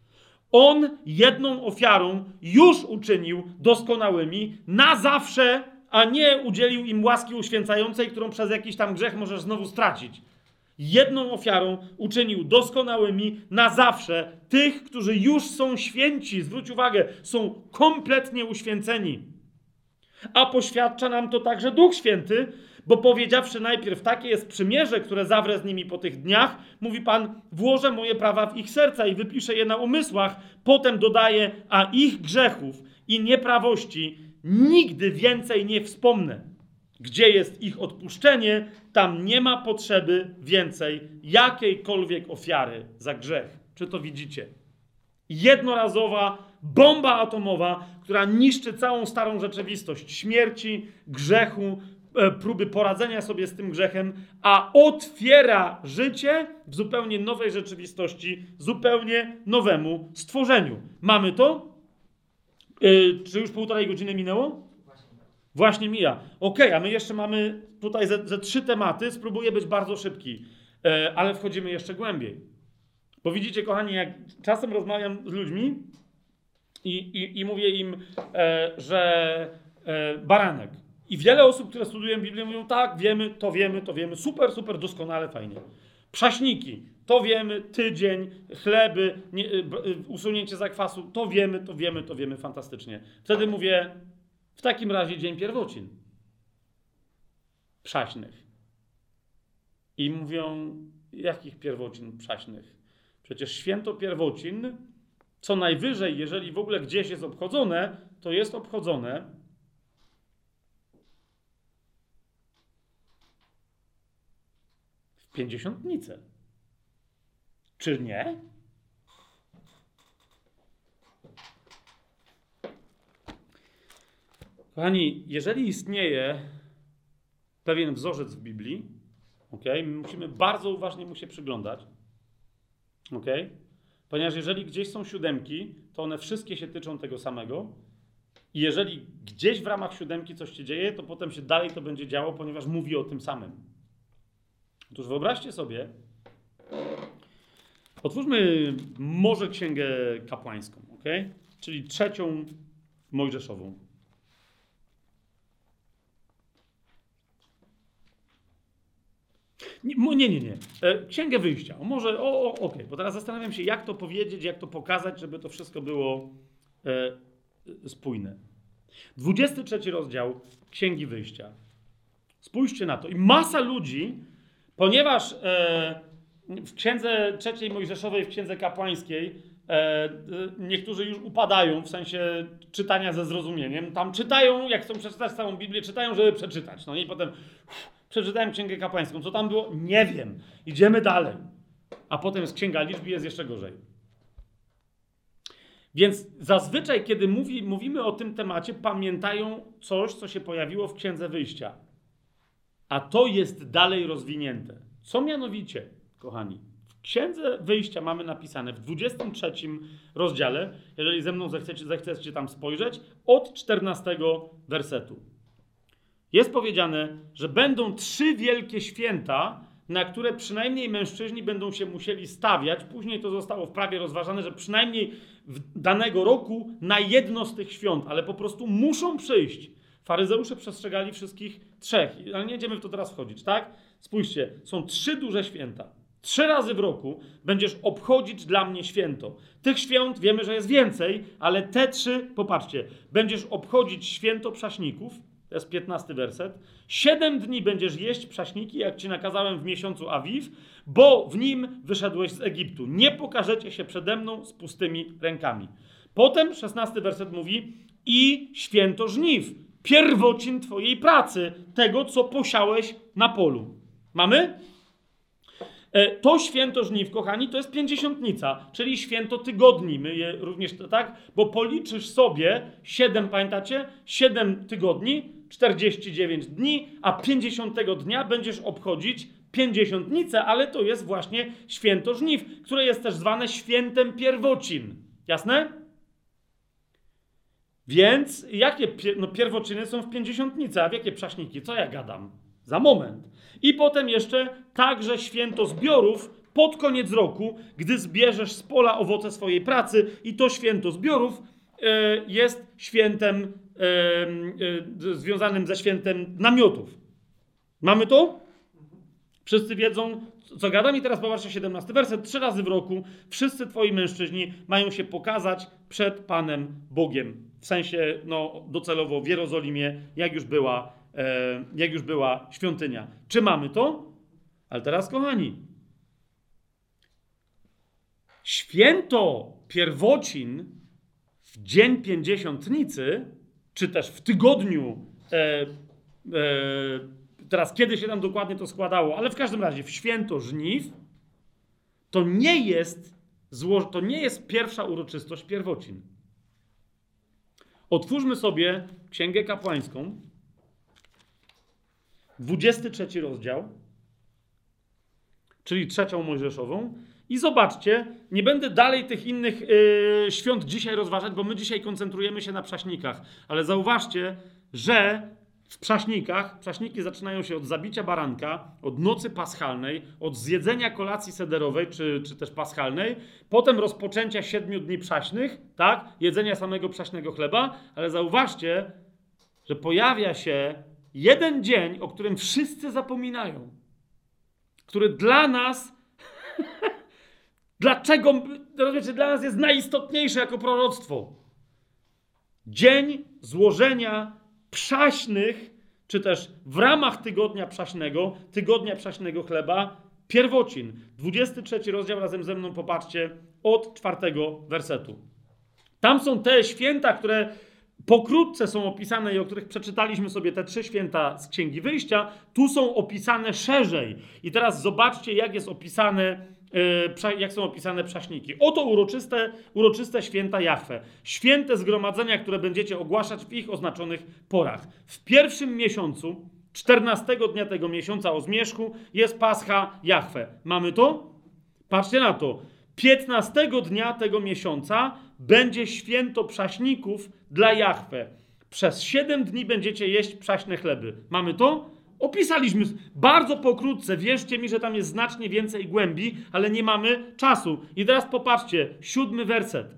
On jedną ofiarą już uczynił doskonałymi na zawsze, a nie udzielił im łaski uświęcającej, którą przez jakiś tam grzech możesz znowu stracić. Jedną ofiarą uczynił doskonałymi na zawsze tych, którzy już są święci. Zwróć uwagę, są kompletnie uświęceni. A poświadcza nam to także Duch Święty, Bo powiedziawszy najpierw, takie jest przymierze, które zawrę z nimi po tych dniach, mówi Pan, włożę moje prawa w ich serca i wypiszę je na umysłach. Potem dodaje, a ich grzechów i nieprawości nigdy więcej nie wspomnę. Gdzie jest ich odpuszczenie, tam nie ma potrzeby więcej jakiejkolwiek ofiary za grzech. Czy to widzicie? Jednorazowa bomba atomowa, która niszczy całą starą rzeczywistość śmierci, grzechu, próby poradzenia sobie z tym grzechem, a otwiera życie w zupełnie nowej rzeczywistości, zupełnie nowemu stworzeniu. Mamy to? Czy już 1,5 godziny minęło? Właśnie mija. Okej, a my jeszcze mamy tutaj ze 3 tematy. Spróbuję być bardzo szybki, ale wchodzimy jeszcze głębiej. Bo widzicie, kochani, jak czasem rozmawiam z ludźmi i mówię im, że baranek. I wiele osób, które studiują Biblię, mówią, tak, wiemy, super, super, doskonale, fajnie. Przaśniki, to wiemy, tydzień, chleby, usunięcie zakwasu, to wiemy, fantastycznie. Wtedy mówię, w takim razie dzień pierwocin przaśnych. I mówią, jakich pierwocin przaśnych? Przecież święto pierwocin, co najwyżej, jeżeli w ogóle gdzieś jest obchodzone, to jest obchodzone w Pięćdziesiątnicę. Czy nie? Kochani, jeżeli istnieje pewien wzorzec w Biblii, my musimy bardzo uważnie mu się przyglądać, ponieważ jeżeli gdzieś są 7, to one wszystkie się tyczą tego samego i jeżeli gdzieś w ramach 7 coś się dzieje, to potem się dalej to będzie działo, ponieważ mówi o tym samym. Otóż wyobraźcie sobie, otwórzmy może Księgę Kapłańską, czyli 3 Mojżeszową. Nie. Księgę Wyjścia. Może, bo teraz zastanawiam się, jak to powiedzieć, jak to pokazać, żeby to wszystko było spójne. 23 rozdział Księgi Wyjścia. Spójrzcie na to. I masa ludzi, ponieważ w Księdze 3 Mojżeszowej, w Księdze Kapłańskiej niektórzy już upadają, w sensie czytania ze zrozumieniem. Tam czytają, jak chcą przeczytać całą Biblię, czytają, żeby przeczytać. No i potem przeczytałem Księgę Kapłańską. Co tam było? Nie wiem. Idziemy dalej. A potem jest Księga Liczb i jest jeszcze gorzej. Więc zazwyczaj, kiedy mówimy o tym temacie, pamiętają coś, co się pojawiło w Księdze Wyjścia. A to jest dalej rozwinięte. Co mianowicie, kochani? W Księdze Wyjścia mamy napisane w 23 rozdziale, jeżeli ze mną zechcecie tam spojrzeć, od 14 wersetu. Jest powiedziane, że będą 3 wielkie święta, na które przynajmniej mężczyźni będą się musieli stawiać. Później to zostało w prawie rozważane, że przynajmniej danego roku na jedno z tych świąt, ale po prostu muszą przyjść. Faryzeusze przestrzegali wszystkich 3, ale nie będziemy w to teraz wchodzić, tak? Spójrzcie, są 3 duże święta. 3 razy w roku będziesz obchodzić dla mnie święto. Tych świąt wiemy, że jest więcej, ale te 3, popatrzcie, będziesz obchodzić święto przaśników, to jest 15 werset. 7 dni będziesz jeść przaśniki, jak ci nakazałem w miesiącu Awiw, bo w nim wyszedłeś z Egiptu. Nie pokażecie się przede mną z pustymi rękami. Potem 16 werset mówi i święto żniw, pierwocin twojej pracy, tego, co posiałeś na polu. Mamy? To święto żniw, kochani, to jest Pięćdziesiątnica, czyli święto tygodni. My je również, tak? Bo policzysz sobie 7, pamiętacie? 7 tygodni, 49 dni, a 50 dnia będziesz obchodzić Pięćdziesiątnicę, ale to jest właśnie święto żniw, które jest też zwane świętem pierwocin. Jasne? Więc jakie pierwociny są w Pięćdziesiątnicy, a w jakie przaśniki? Co ja gadam? Za moment. I potem jeszcze także święto zbiorów pod koniec roku, gdy zbierzesz z pola owoce swojej pracy i to święto zbiorów jest świętem związanym ze świętem namiotów. Mamy to? Wszyscy wiedzą, co gadam i teraz popatrzcie 17 werset. 3 razy w roku wszyscy twoi mężczyźni mają się pokazać przed Panem Bogiem. W sensie, docelowo w Jerozolimie, jak już była była świątynia. Czy mamy to? Ale teraz, kochani, święto pierwocin w dzień pięćdziesiątnicy, czy też w tygodniu, teraz kiedy się tam dokładnie to składało, ale w każdym razie w święto żniw, to nie jest pierwsza uroczystość pierwocin. Otwórzmy sobie Księgę Kapłańską, 23 rozdział, czyli 3 Mojżeszową. I zobaczcie, nie będę dalej tych innych świąt dzisiaj rozważać, bo my dzisiaj koncentrujemy się na prześnikach. Ale zauważcie, że w prześniki zaczynają się od zabicia baranka, od nocy paschalnej, od zjedzenia kolacji sederowej, czy też paschalnej, potem rozpoczęcia 7 dni prześnych, tak? Jedzenia samego prześnego chleba, ale zauważcie, że pojawia się jeden dzień, o którym wszyscy zapominają, który dla nas dlaczego, rozumiecie, dla nas jest najistotniejsze jako proroctwo. Dzień złożenia prześnych, czy też w ramach tygodnia prześnego chleba, pierwocin. 23 rozdział, razem ze mną popatrzcie, od 4 wersetu. Tam są te święta, które pokrótce są opisane i o których przeczytaliśmy sobie te 3 święta z Księgi Wyjścia. Tu są opisane szerzej. I teraz zobaczcie, jak są opisane prześniki. Oto uroczyste święta Jahwe. Święte zgromadzenia, które będziecie ogłaszać w ich oznaczonych porach. W pierwszym miesiącu, 14 dnia tego miesiąca o zmierzchu, jest Pascha Jahwe. Mamy to? Patrzcie na to. 15 dnia tego miesiąca będzie święto prześników dla Jahwe. Przez 7 dni będziecie jeść prześne chleby. Mamy to? Opisaliśmy bardzo pokrótce. Wierzcie mi, że tam jest znacznie więcej głębi, ale nie mamy czasu. I teraz popatrzcie, 7 werset.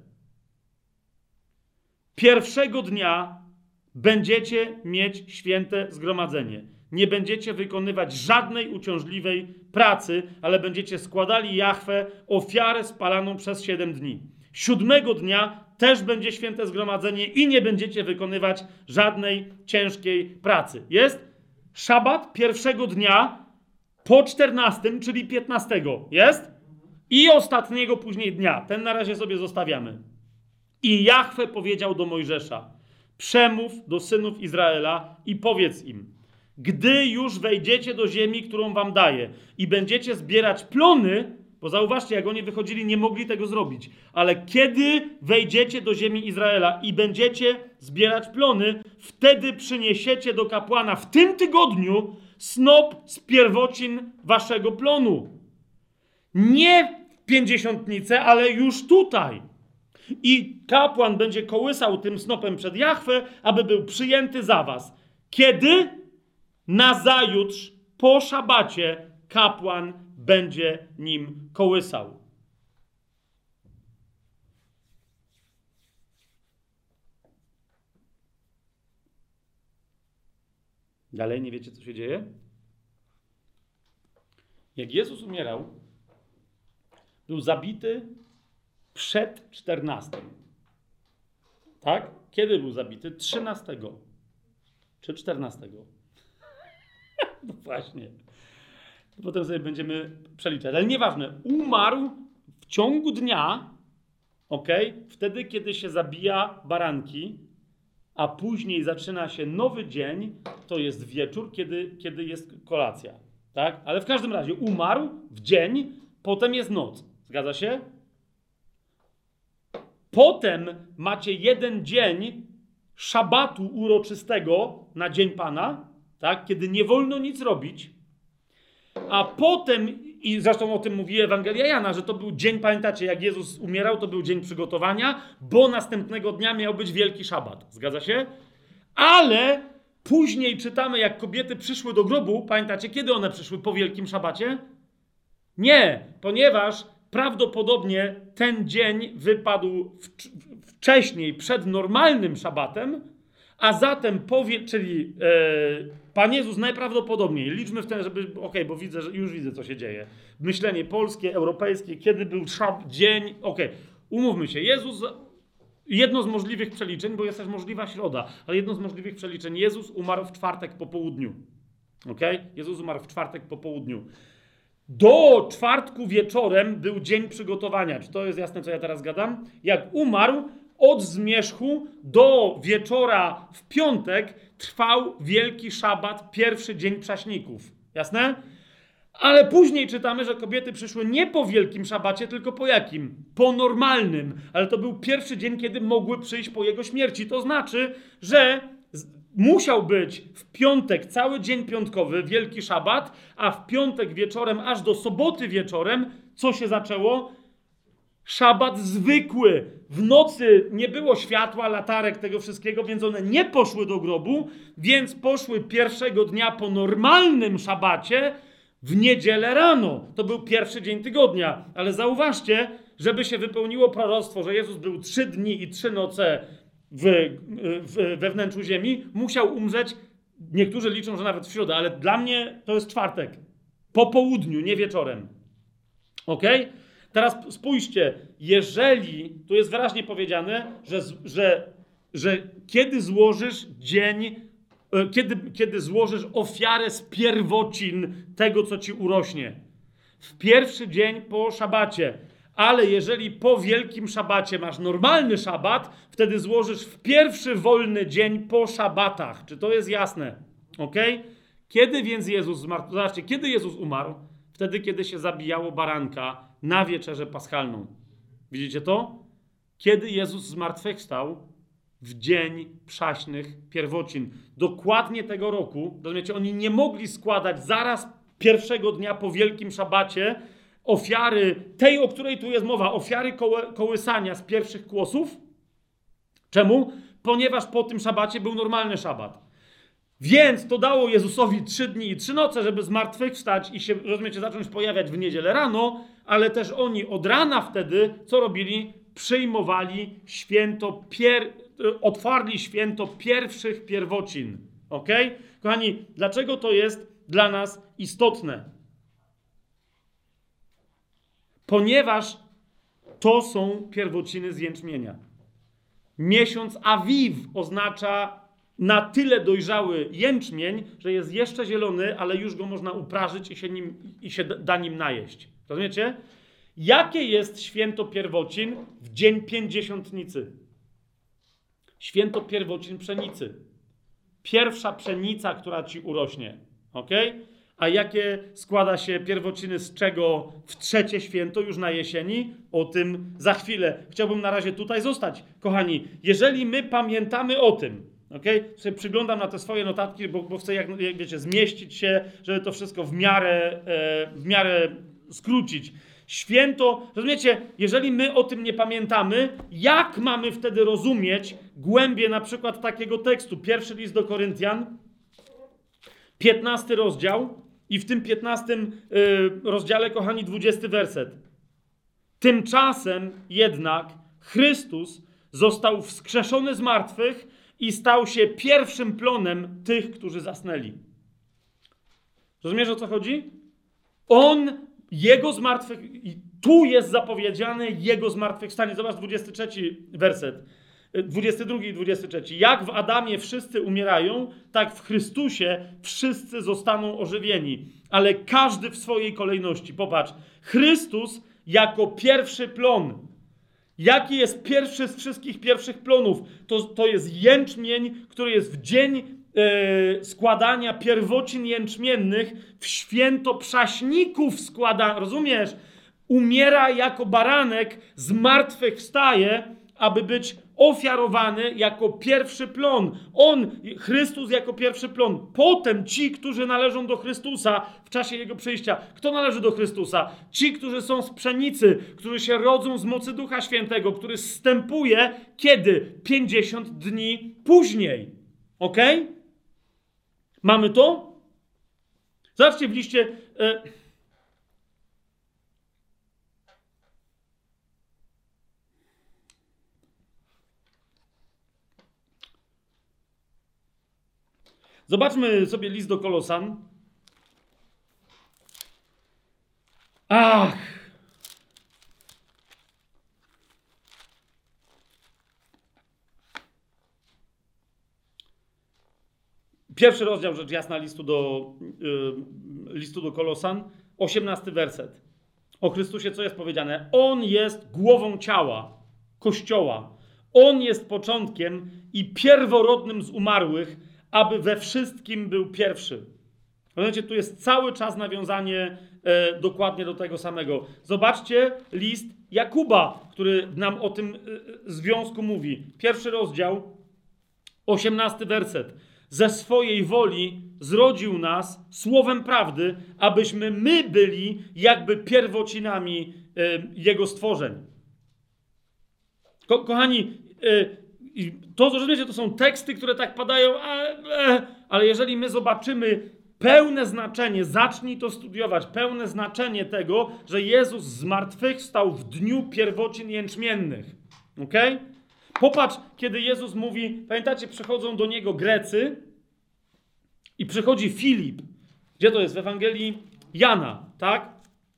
Pierwszego dnia będziecie mieć święte zgromadzenie. Nie będziecie wykonywać żadnej uciążliwej pracy, ale będziecie składali Jahwe ofiarę spalaną przez 7 dni. 7 dnia też będzie święte zgromadzenie i nie będziecie wykonywać żadnej ciężkiej pracy. Jest? Szabat pierwszego dnia po 14, czyli 15. Jest? I ostatniego później dnia. Ten na razie sobie zostawiamy. I Jahwe powiedział do Mojżesza: przemów do synów Izraela i powiedz im: gdy już wejdziecie do ziemi, którą wam daję, i będziecie zbierać plony, bo zauważcie, jak oni wychodzili, nie mogli tego zrobić, ale kiedy wejdziecie do ziemi Izraela i będziecie zbierać plony, wtedy przyniesiecie do kapłana w tym tygodniu snop z pierwocin waszego plonu. Nie w pięćdziesiątnicę, ale już tutaj. I kapłan będzie kołysał tym snopem przed Jahwe, aby był przyjęty za was. Kiedy? Nazajutrz, po szabacie, kapłan będzie nim kołysał. Dalej nie wiecie, co się dzieje? Jak Jezus umierał, był zabity przed 14. Tak? Kiedy był zabity? 13. Czy 14? No właśnie. Potem sobie będziemy przeliczać. Ale nieważne. Umarł w ciągu dnia, wtedy, kiedy się zabija baranki, a później zaczyna się nowy dzień, to jest wieczór, kiedy jest kolacja. Tak? Ale w każdym razie umarł w dzień, potem jest noc. Zgadza się? Potem macie jeden dzień szabatu uroczystego na Dzień Pana, tak? Kiedy nie wolno nic robić, a potem, i zresztą o tym mówi Ewangelia Jana, że to był dzień, pamiętacie, jak Jezus umierał, to był dzień przygotowania, bo następnego dnia miał być wielki szabat. Zgadza się? Ale później czytamy, jak kobiety przyszły do grobu. Pamiętacie, kiedy one przyszły po wielkim szabacie? Nie, ponieważ prawdopodobnie ten dzień wypadł wcześniej, przed normalnym szabatem, a zatem, Pan Jezus najprawdopodobniej, liczmy w ten, żeby, bo widzę, że już widzę, co się dzieje. Myślenie polskie, europejskie, kiedy był dzień, umówmy się, jedno z możliwych przeliczeń, bo jest też możliwa środa, ale jedno z możliwych przeliczeń. Jezus umarł w czwartek po południu. Okay? Jezus umarł w czwartek po południu. Do czwartku wieczorem był dzień przygotowania. Czy to jest jasne, co ja teraz gadam? Jak umarł, od zmierzchu do wieczora w piątek trwał wielki szabat, pierwszy dzień prześników. Jasne? Ale później czytamy, że kobiety przyszły nie po wielkim szabacie, tylko po jakim? Po normalnym. Ale to był pierwszy dzień, kiedy mogły przyjść po jego śmierci. To znaczy, że musiał być w piątek cały dzień piątkowy, wielki szabat, a w piątek wieczorem aż do soboty wieczorem, co się zaczęło? Szabat zwykły. W nocy nie było światła, latarek, tego wszystkiego, więc one nie poszły do grobu, więc poszły pierwszego dnia po normalnym szabacie w niedzielę rano. To był pierwszy dzień tygodnia. Ale zauważcie, żeby się wypełniło proroctwo, że Jezus był 3 dni i 3 noce we wnętrzu ziemi, musiał umrzeć, niektórzy liczą, że nawet w środę, ale dla mnie to jest czwartek. Po południu, nie wieczorem. Ok? Teraz spójrzcie, jeżeli, tu jest wyraźnie powiedziane, że kiedy złożysz kiedy złożysz ofiarę z pierwocin tego, co ci urośnie. W pierwszy dzień po szabacie. Ale jeżeli po wielkim szabacie masz normalny szabat, wtedy złożysz w pierwszy wolny dzień po szabatach. Czy to jest jasne? Ok? Kiedy więc Jezus zmarł? Zobaczcie, kiedy Jezus umarł? Wtedy, kiedy się zabijało baranka na wieczerzę paschalną. Widzicie to? Kiedy Jezus zmartwychwstał? W dzień przaśnych pierwocin. Dokładnie tego roku, rozumiecie, oni nie mogli składać zaraz pierwszego dnia po wielkim szabacie ofiary, tej, o której tu jest mowa, ofiary kołysania z pierwszych kłosów. Czemu? Ponieważ po tym szabacie był normalny szabat. Więc to dało Jezusowi 3 dni i 3 noce, żeby zmartwychwstać i się, rozumiecie, zacząć pojawiać w niedzielę rano, ale też oni od rana wtedy, co robili? Przyjmowali otwarli święto pierwszych pierwocin. Ok? Kochani, dlaczego to jest dla nas istotne? Ponieważ to są pierwociny z jęczmienia. Miesiąc Awiw oznacza na tyle dojrzały jęczmień, że jest jeszcze zielony, ale już go można uprażyć i się da nim najeść. Rozumiecie? Jakie jest święto pierwocin w dzień pięćdziesiątnicy? Święto pierwocin pszenicy. Pierwsza pszenica, która ci urośnie. Ok? A jakie składa się pierwociny z czego w trzecie święto już na jesieni? O tym za chwilę. Chciałbym na razie tutaj zostać. Kochani, jeżeli my pamiętamy o tym, okay? Sobie przyglądam na te swoje notatki, bo chcę, jak wiecie, zmieścić się, żeby to wszystko w miarę skrócić. Święto, rozumiecie, jeżeli my o tym nie pamiętamy, jak mamy wtedy rozumieć głębię na przykład takiego tekstu? Pierwszy list do Koryntian, 15 rozdział i w tym 15 rozdziale, kochani, 20 werset. Tymczasem jednak Chrystus został wskrzeszony z martwych i stał się pierwszym plonem tych, którzy zasnęli. Rozumiesz, o co chodzi? Jego tu jest zapowiedziane Jego zmartwychwstanie. Zobacz 23 werset. 22 i 23. Jak w Adamie wszyscy umierają, tak w Chrystusie wszyscy zostaną ożywieni. Ale każdy w swojej kolejności. Popatrz. Chrystus jako pierwszy plon. Jaki jest pierwszy z wszystkich pierwszych plonów? To jest jęczmień, który jest w dzień składania pierwocin jęczmiennych, w święto prześników składa, rozumiesz? Umiera jako baranek, zmartwychwstaje, aby być ofiarowany jako pierwszy plon. Chrystus jako pierwszy plon. Potem ci, którzy należą do Chrystusa w czasie Jego przyjścia. Kto należy do Chrystusa? Ci, którzy są z pszenicy, którzy się rodzą z mocy Ducha Świętego, który zstępuje kiedy? 50 dni później. Ok? Mamy to? Zobaczcie w liście... Zobaczmy sobie list do Kolosan. Pierwszy rozdział, rzecz jasna, listu do Kolosan, 18 werset. O Chrystusie co jest powiedziane? On jest głową ciała, Kościoła. On jest początkiem i pierworodnym z umarłych, aby we wszystkim był pierwszy. Rozumiecie, tu jest cały czas nawiązanie dokładnie do tego samego. Zobaczcie list Jakuba, który nam o tym związku mówi. Pierwszy rozdział, 18 werset. Ze swojej woli zrodził nas słowem prawdy, abyśmy my byli jakby pierwocinami Jego stworzeń. Kochani, to, rozumiecie, to są teksty, które tak padają, ale jeżeli my zobaczymy pełne znaczenie, zacznij to studiować, pełne znaczenie tego, że Jezus zmartwychwstał w dniu pierwocin jęczmiennych. Okej? Popatrz, kiedy Jezus mówi, pamiętacie, przychodzą do Niego Grecy i przychodzi Filip. Gdzie to jest? W Ewangelii Jana, tak?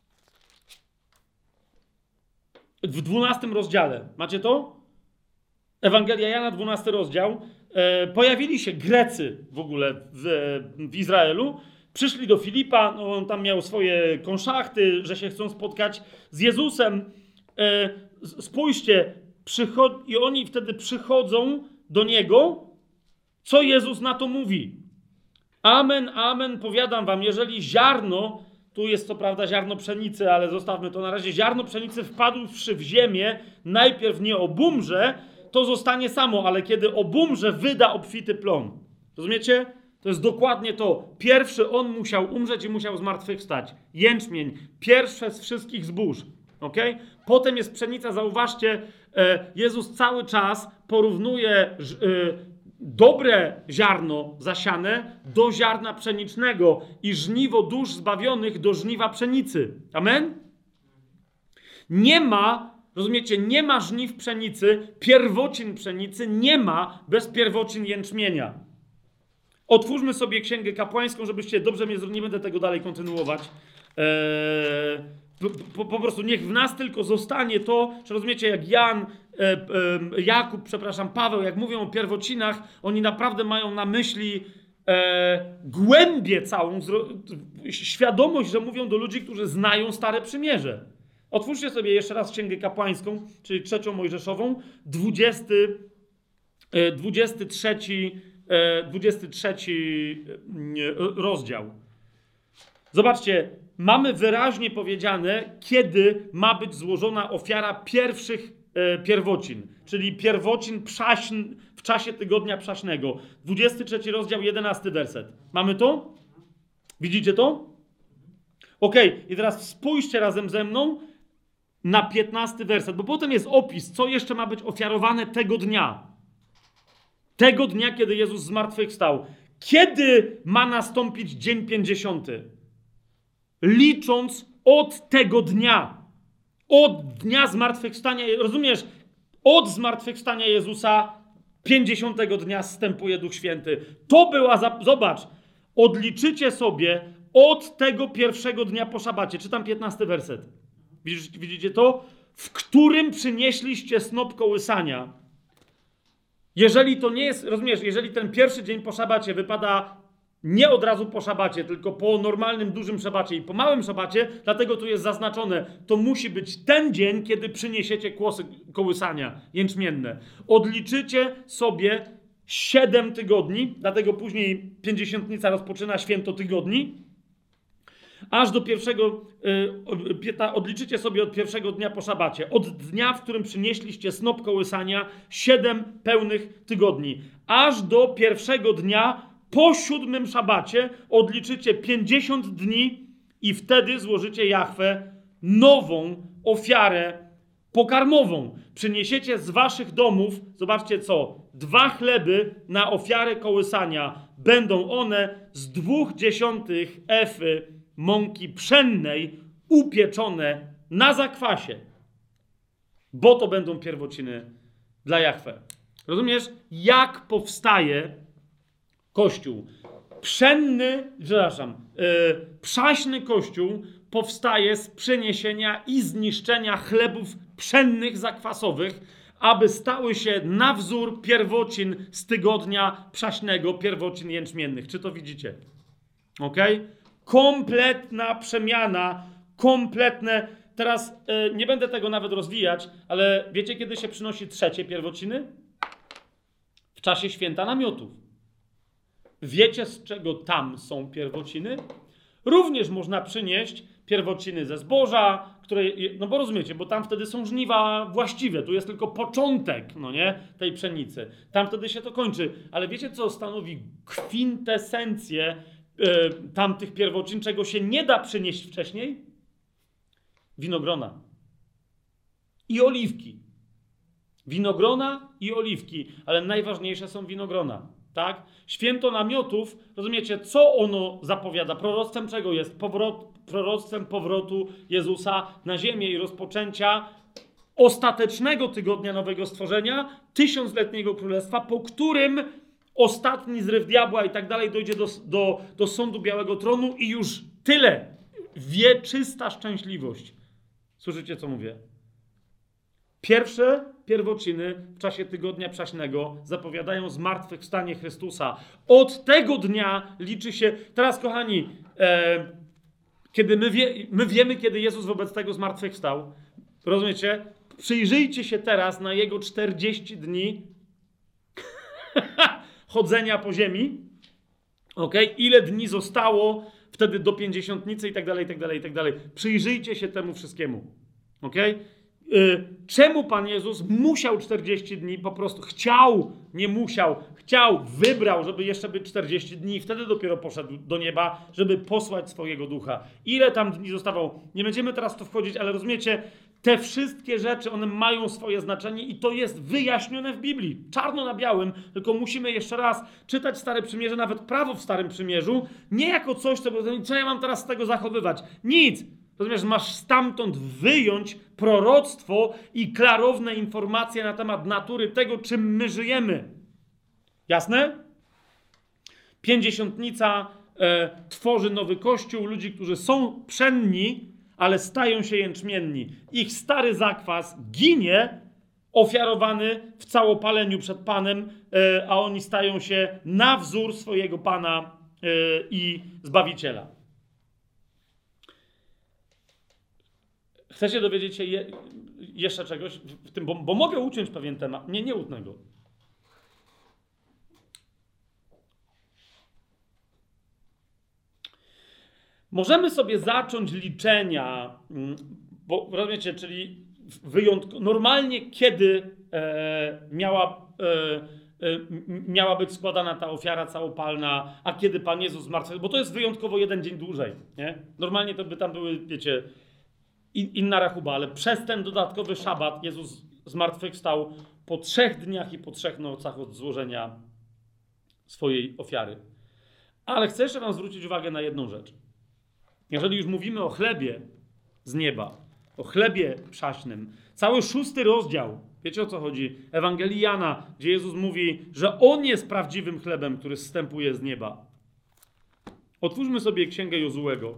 W 12 rozdziale. Macie to? Ewangelia Jana, 12 rozdział. Pojawili się Grecy w ogóle w Izraelu. Przyszli do Filipa, no on tam miał swoje konszachty, że się chcą spotkać z Jezusem. Spójrzcie, i oni wtedy przychodzą do Niego. Co Jezus na to mówi? Amen, amen, powiadam wam, jeżeli ziarno, tu jest co prawda ziarno pszenicy, ale zostawmy to na razie, ziarno pszenicy wpadłszy w ziemię, najpierw nie obumrze, to zostanie samo, ale kiedy obumrze, wyda obfity plon. Rozumiecie? To jest dokładnie to. Pierwszy on musiał umrzeć i musiał zmartwychwstać. Jęczmień, pierwsze z wszystkich zbóż. Okay? Potem jest pszenica, zauważcie, Jezus cały czas porównuje dobre ziarno zasiane do ziarna pszenicznego i żniwo dusz zbawionych do żniwa pszenicy. Amen? Nie ma, rozumiecie, nie ma żniw pszenicy, pierwocin pszenicy nie ma bez pierwocin jęczmienia. Otwórzmy sobie Księgę Kapłańską, żebyście dobrze mnie zrozumieli, nie będę tego dalej kontynuować. Po prostu niech w nas tylko zostanie to, że rozumiecie, jak Paweł, jak mówią o pierwocinach, oni naprawdę mają na myśli głębię całą, świadomość, że mówią do ludzi, którzy znają Stare Przymierze. Otwórzcie sobie jeszcze raz Księgę Kapłańską, czyli 3 Mojżeszową, 23 rozdział. Zobaczcie, mamy wyraźnie powiedziane, kiedy ma być złożona ofiara pierwszych pierwocin, czyli pierwocin przaśń w czasie tygodnia przaśnego. 23 rozdział, 11 werset. Mamy to? Widzicie to? Okej, i teraz spójrzcie razem ze mną na 15 werset, bo potem jest opis, co jeszcze ma być ofiarowane tego dnia. Tego dnia, kiedy Jezus zmartwychwstał. Kiedy ma nastąpić dzień 50? Licząc od tego dnia. Od dnia zmartwychwstania, rozumiesz? Od zmartwychwstania Jezusa 50 dnia zstępuje Duch Święty. To była, zobacz, odliczycie sobie od tego pierwszego dnia po szabacie. Czytam 15 werset. Widzicie to? W którym przynieśliście snop kołysania. Jeżeli to nie jest, rozumiesz, jeżeli ten pierwszy dzień po szabacie wypada nie od razu po szabacie, tylko po normalnym, dużym szabacie i po małym szabacie, dlatego tu jest zaznaczone, to musi być ten dzień, kiedy przyniesiecie kłosy kołysania jęczmienne. Odliczycie sobie 7 tygodni, dlatego później pięćdziesiątnica rozpoczyna święto tygodni, aż do odliczycie sobie od pierwszego dnia po szabacie, od dnia, w którym przynieśliście snop kołysania, 7 pełnych tygodni, aż do pierwszego dnia po 7 szabacie odliczycie 50 dni i wtedy złożycie Jahwe nową ofiarę pokarmową. Przyniesiecie z waszych domów, zobaczcie co, 2 chleby na ofiarę kołysania. Będą one z 0,2 efy mąki pszennej upieczone na zakwasie. Bo to będą pierwociny dla Jahwe. Rozumiesz, jak powstaje Kościół? Przaśny Kościół powstaje z przeniesienia i zniszczenia chlebów pszennych zakwasowych, aby stały się na wzór pierwocin z tygodnia przaśnego, pierwocin jęczmiennych. Czy to widzicie? Okej? Kompletna przemiana, kompletne... Teraz nie będę tego nawet rozwijać, ale wiecie, kiedy się przynosi trzecie pierwociny? W czasie święta namiotów. Wiecie, z czego tam są pierwociny? Również można przynieść pierwociny ze zboża, które, no bo rozumiecie, bo tam wtedy są żniwa właściwe, tu jest tylko początek, no nie, tej pszenicy. Tam wtedy się to kończy. Ale wiecie, co stanowi kwintesencję tamtych pierwocin, czego się nie da przynieść wcześniej? Winogrona i oliwki. Winogrona i oliwki, ale najważniejsze są winogrona, tak? Święto namiotów, rozumiecie, co ono zapowiada? Proroctwem czego jest? Proroctwem powrotu Jezusa na ziemię i rozpoczęcia ostatecznego tygodnia nowego stworzenia, tysiącletniego królestwa, po którym ostatni zryw diabła i tak dalej dojdzie do sądu Białego Tronu i już tyle. Wieczysta szczęśliwość. Słyszycie, co mówię? Pierwsze pierwociny w czasie tygodnia przaśnego zapowiadają zmartwychwstanie Chrystusa. Od tego dnia liczy się... Teraz, kochani, kiedy my wiemy, kiedy Jezus wobec tego zmartwychwstał, rozumiecie? Przyjrzyjcie się teraz na Jego 40 dni chodzenia po ziemi. Okay? Ile dni zostało wtedy do pięćdziesiątnicy i tak dalej, i tak dalej, i tak dalej. Przyjrzyjcie się temu wszystkiemu. Okay? Czemu Pan Jezus musiał 40 dni, po prostu chciał, nie musiał, chciał, wybrał, żeby jeszcze być 40 dni i wtedy dopiero poszedł do nieba, żeby posłać swojego ducha. Ile tam dni zostało? Nie będziemy teraz w to wchodzić, ale rozumiecie, te wszystkie rzeczy, one mają swoje znaczenie i to jest wyjaśnione w Biblii. Czarno na białym, tylko musimy jeszcze raz czytać Stare Przymierze, nawet prawo w Starym Przymierzu, nie jako coś, co ja mam teraz z tego zachowywać. Nic. Rozumiesz, masz stamtąd wyjąć proroctwo i klarowne informacje na temat natury tego, czym my żyjemy. Jasne? Pięćdziesiątnica tworzy nowy kościół, ludzi, którzy są pszenni, ale stają się jęczmienni. Ich stary zakwas ginie, ofiarowany w całopaleniu przed Panem, a oni stają się na wzór swojego Pana i Zbawiciela. Chcecie dowiedzieć się jeszcze czegoś w tym, bo mogę uciąć pewien temat. Nie utnę go. Możemy sobie zacząć liczenia, bo rozumiecie, czyli normalnie kiedy miała być składana ta ofiara całopalna, a kiedy Pan Jezus zmartwychwstał, bo to jest wyjątkowo jeden dzień dłużej, nie? Normalnie to by tam były, wiecie, inna rachuba, ale przez ten dodatkowy szabat Jezus zmartwychwstał po 3 dniach i po 3 nocach od złożenia swojej ofiary. Ale chcę jeszcze wam zwrócić uwagę na jedną rzecz. Jeżeli już mówimy o chlebie z nieba, o chlebie przaśnym, cały 6 rozdział, wiecie o co chodzi? Ewangelii Jana, gdzie Jezus mówi, że On jest prawdziwym chlebem, który zstępuje z nieba. Otwórzmy sobie Księgę Jozułego.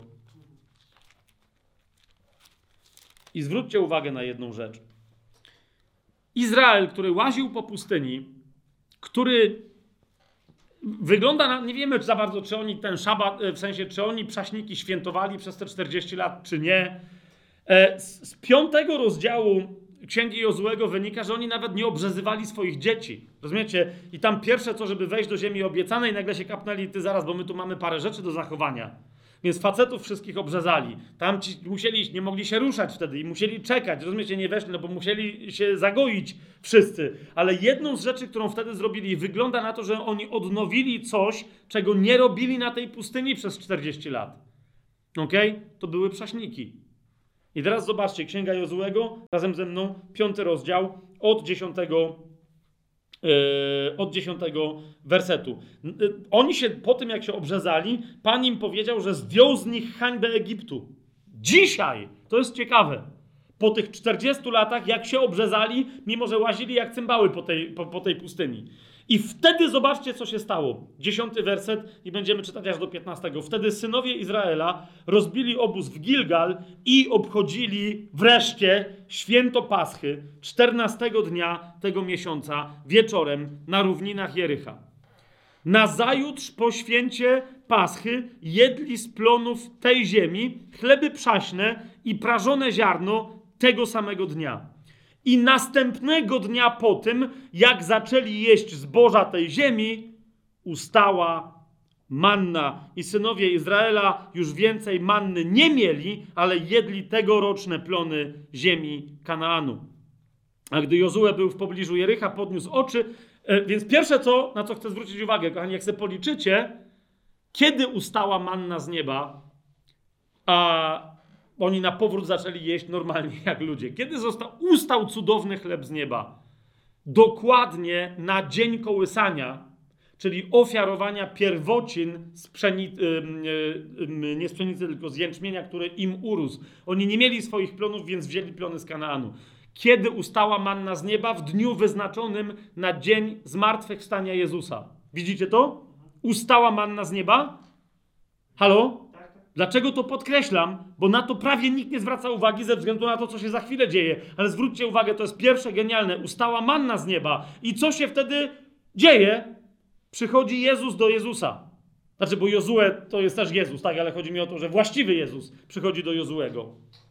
I zwróćcie uwagę na jedną rzecz. Izrael, który łaził po pustyni, który wygląda na... Nie wiemy za bardzo, czy oni ten szabat, w sensie, czy oni prześniki świętowali przez te 40 lat, czy nie. Z 5 rozdziału Księgi Jozułego wynika, że oni nawet nie obrzezywali swoich dzieci. Rozumiecie? I tam pierwsze co, żeby wejść do ziemi obiecanej, nagle się kapnęli, ty zaraz, bo my tu mamy parę rzeczy do zachowania. Więc facetów wszystkich obrzezali. Tam ci nie mogli się ruszać wtedy i musieli czekać. Rozumiecie, nie weszli, no bo musieli się zagoić wszyscy. Ale jedną z rzeczy, którą wtedy zrobili, wygląda na to, że oni odnowili coś, czego nie robili na tej pustyni przez 40 lat. Okej? To były prześniki. I teraz zobaczcie, Księga Jozułego, razem ze mną, 5 rozdział, od 10 wersetu. Oni się, po tym jak się obrzezali, Pan im powiedział, że zdjął z nich hańbę Egiptu. Dzisiaj, to jest ciekawe, po tych 40 latach, jak się obrzezali, mimo że łazili jak cymbały po tej pustyni. I wtedy zobaczcie, co się stało. 10 werset i będziemy czytać aż do 15. Wtedy synowie Izraela rozbili obóz w Gilgal i obchodzili wreszcie święto Paschy 14 dnia tego miesiąca wieczorem na równinach Jericha. Nazajutrz po święcie Paschy jedli z plonów tej ziemi chleby przaśne i prażone ziarno tego samego dnia. I następnego dnia po tym, jak zaczęli jeść zboża tej ziemi, ustała manna. I synowie Izraela już więcej manny nie mieli, ale jedli tegoroczne plony ziemi Kanaanu. A gdy Jozue był w pobliżu Jericha, podniósł oczy. Więc pierwsze, na co chcę zwrócić uwagę, kochani, jak sobie policzycie, kiedy ustała manna z nieba, a oni na powrót zaczęli jeść normalnie jak ludzie. Kiedy ustał cudowny chleb z nieba? Dokładnie na dzień kołysania, czyli ofiarowania pierwocin z nie z pszenicy, tylko z jęczmienia, który im urósł. Oni nie mieli swoich plonów, więc wzięli plony z Kanaanu. Kiedy ustała manna z nieba? W dniu wyznaczonym na dzień zmartwychwstania Jezusa. Widzicie to? Ustała manna z nieba? Halo? Dlaczego to podkreślam? Bo na to prawie nikt nie zwraca uwagi ze względu na to, co się za chwilę dzieje. Ale zwróćcie uwagę, to jest pierwsze genialne. Ustała manna z nieba. I co się wtedy dzieje? Przychodzi Jezus do Jezusa. Znaczy, bo Jozue to jest też Jezus, tak? Ale chodzi mi o to, że właściwy Jezus przychodzi do Jozuego.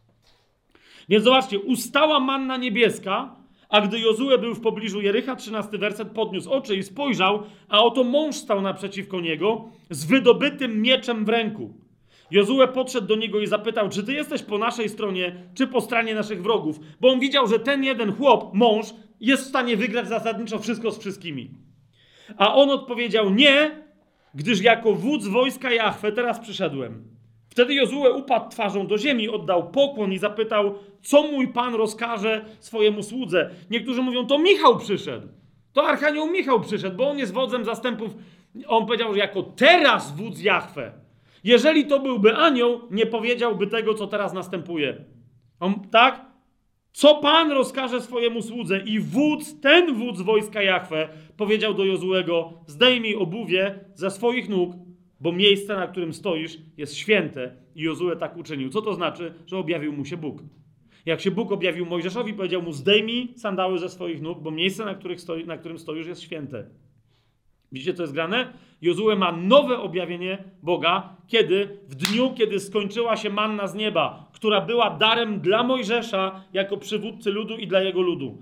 Więc zobaczcie, ustała manna niebieska, a gdy Jozue był w pobliżu Jericha, 13 werset, podniósł oczy i spojrzał, a oto mąż stał naprzeciwko niego z wydobytym mieczem w ręku. Jozue podszedł do niego i zapytał, czy ty jesteś po naszej stronie, czy po stronie naszych wrogów? Bo on widział, że ten jeden chłop, mąż, jest w stanie wygrać zasadniczo wszystko z wszystkimi. A on odpowiedział, nie, gdyż jako wódz wojska Jahwe teraz przyszedłem. Wtedy Jozue upadł twarzą do ziemi, oddał pokłon i zapytał, co mój pan rozkaże swojemu słudze. Niektórzy mówią, to Michał przyszedł. To archanioł Michał przyszedł, bo on jest wodzem zastępów. On powiedział, że jako teraz wódz Jahwe. Jeżeli to byłby anioł, nie powiedziałby tego, co teraz następuje. Tak? Co Pan rozkaże swojemu słudze? I ten wódz wojska Jahwe powiedział do Jozuego, zdejmij obuwie ze swoich nóg, bo miejsce, na którym stoisz, jest święte. I Jozue tak uczynił. Co to znaczy? Że objawił mu się Bóg. Jak się Bóg objawił Mojżeszowi, powiedział mu, zdejmij sandały ze swoich nóg, bo miejsce, na którym stoisz, jest święte. Widzicie, co jest grane? Jozue ma nowe objawienie Boga, w dniu, kiedy skończyła się manna z nieba, która była darem dla Mojżesza jako przywódcy ludu i dla jego ludu.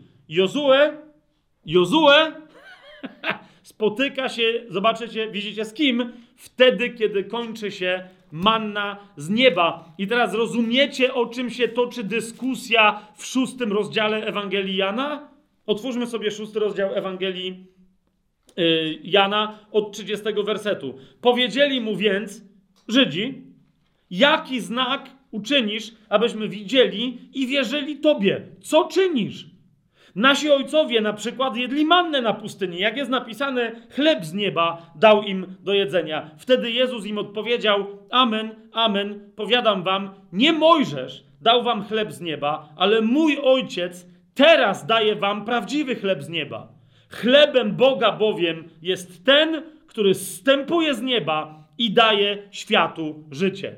Jozue spotyka się, zobaczycie, widzicie z kim? Wtedy, kiedy kończy się manna z nieba. I teraz rozumiecie, o czym się toczy dyskusja w 6 rozdziale Ewangelii Jana? Otwórzmy sobie 6 rozdział Ewangelii Jana od 30 wersetu. Powiedzieli mu więc Żydzi, jaki znak uczynisz, abyśmy widzieli i wierzyli Tobie? Co czynisz? Nasi ojcowie na przykład jedli mannę na pustyni. Jak jest napisane, chleb z nieba dał im do jedzenia. Wtedy Jezus im odpowiedział, amen, amen, powiadam wam, nie Mojżesz dał wam chleb z nieba, ale mój Ojciec teraz daje wam prawdziwy chleb z nieba. Chlebem Boga bowiem jest ten, który zstępuje z nieba i daje światu życie.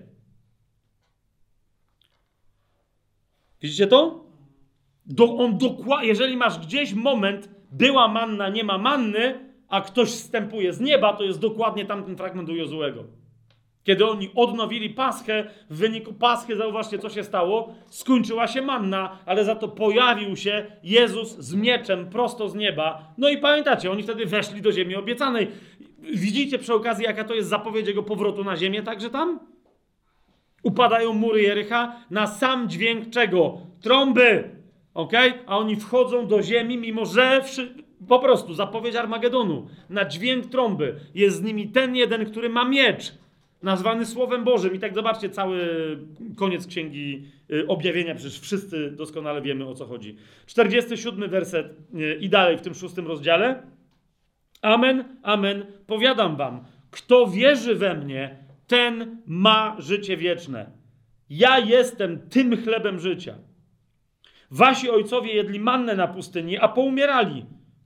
Widzicie to? Jeżeli masz gdzieś moment, była manna, nie ma manny, a ktoś zstępuje z nieba, to jest dokładnie tamten fragment u Jozuego. Kiedy oni odnowili Paschę, w wyniku Paschy, zauważcie, co się stało, skończyła się manna, ale za to pojawił się Jezus z mieczem prosto z nieba. No i pamiętacie, oni wtedy weszli do ziemi obiecanej. Widzicie przy okazji, jaka to jest zapowiedź jego powrotu na ziemię, także tam? Upadają mury Jericha na sam dźwięk czego? Trąby! Okay? A oni wchodzą do ziemi, mimo że po prostu zapowiedź Armagedonu. Na dźwięk trąby jest z nimi ten jeden, który ma miecz, nazwany Słowem Bożym. I tak zobaczcie cały koniec Księgi Objawienia, przecież wszyscy doskonale wiemy, o co chodzi. 47 werset i dalej w tym 6 rozdziale. Amen, amen, powiadam wam, kto wierzy we mnie, ten ma życie wieczne. Ja jestem tym chlebem życia. Wasi ojcowie jedli mannę na pustyni, a poumierali.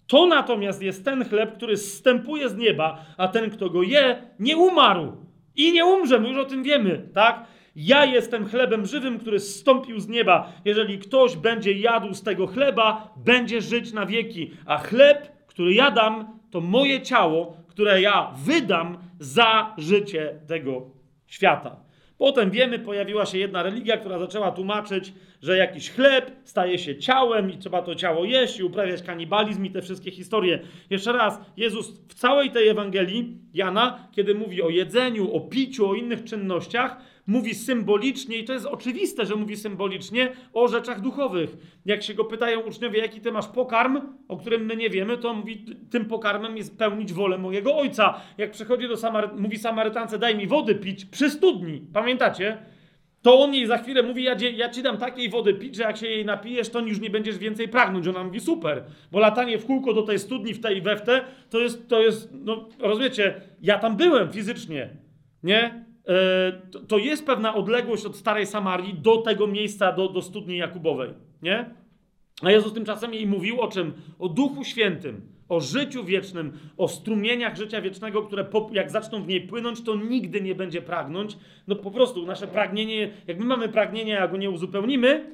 To natomiast jest ten chleb, który zstępuje z nieba, a ten, kto go je, nie umarł i nie umrze. My już o tym wiemy, tak? Ja jestem chlebem żywym, który zstąpił z nieba. Jeżeli ktoś będzie jadł z tego chleba, będzie żyć na wieki. A chleb, który ja dam, to moje ciało, które ja wydam za życie tego świata. Potem wiemy, pojawiła się jedna religia, która zaczęła tłumaczyć, że jakiś chleb staje się ciałem i trzeba to ciało jeść i uprawiać kanibalizm i te wszystkie historie. Jeszcze raz, Jezus w całej tej Ewangelii Jana, kiedy mówi o jedzeniu, o piciu, o innych czynnościach, mówi symbolicznie, i to jest oczywiste, że mówi symbolicznie, o rzeczach duchowych. Jak się go pytają uczniowie, jaki ty masz pokarm, o którym my nie wiemy, to on mówi, tym pokarmem jest pełnić wolę mojego Ojca. Jak przychodzi do mówi Samarytance, daj mi wody pić przy studni, pamiętacie? To on jej za chwilę mówi, ja ci dam takiej wody pić, że jak się jej napijesz, to już nie będziesz więcej pragnąć. Ona mówi, super, bo latanie w kółko do tej studni w tej i we w te, to jest, no rozumiecie, ja tam byłem fizycznie, nie? To jest pewna odległość od starej Samarii do tego miejsca, do studni Jakubowej, nie? A Jezus tymczasem jej mówił o czym? O Duchu Świętym, o życiu wiecznym, o strumieniach życia wiecznego, które jak zaczną w niej płynąć, to nigdy nie będzie pragnąć. No po prostu nasze pragnienie, jak my mamy pragnienie, a go nie uzupełnimy,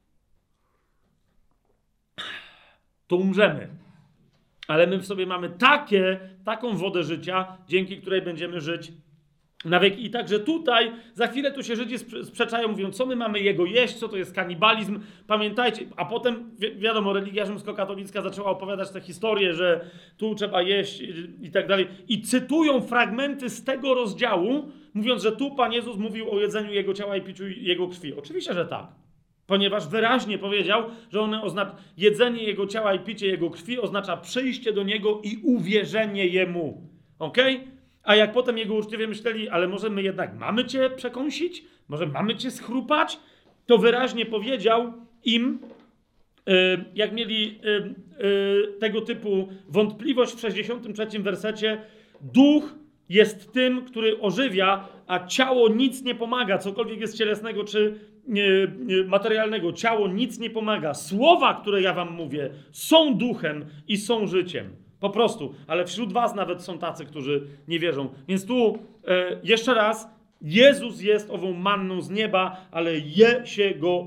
to umrzemy. Ale my w sobie mamy taką wodę życia, dzięki której będziemy żyć na wieki. I także tutaj, za chwilę tu się Żydzi sprzeczają, mówią, co my mamy jego jeść, co to jest kanibalizm. Pamiętajcie, a potem, wiadomo, religia rzymskokatolicka zaczęła opowiadać te historie, że tu trzeba jeść i tak dalej. I cytują fragmenty z tego rozdziału, mówiąc, że tu Pan Jezus mówił o jedzeniu jego ciała i piciu jego krwi. Oczywiście, że tak. Ponieważ wyraźnie powiedział, że jedzenie jego ciała i picie jego krwi oznacza przyjście do niego i uwierzenie jemu. Okej? A jak potem jego uczniowie myśleli, ale może my jednak mamy cię przekąsić? Może mamy cię schrupać? To wyraźnie powiedział im, jak mieli tego typu wątpliwość w 63 wersecie, duch jest tym, który ożywia, a ciało nic nie pomaga, cokolwiek jest cielesnego czy materialnego. Ciało nic nie pomaga. Słowa, które ja wam mówię, są duchem i są życiem. Po prostu. Ale wśród was nawet są tacy, którzy nie wierzą. Więc tu jeszcze raz, Jezus jest ową manną z nieba, ale je się go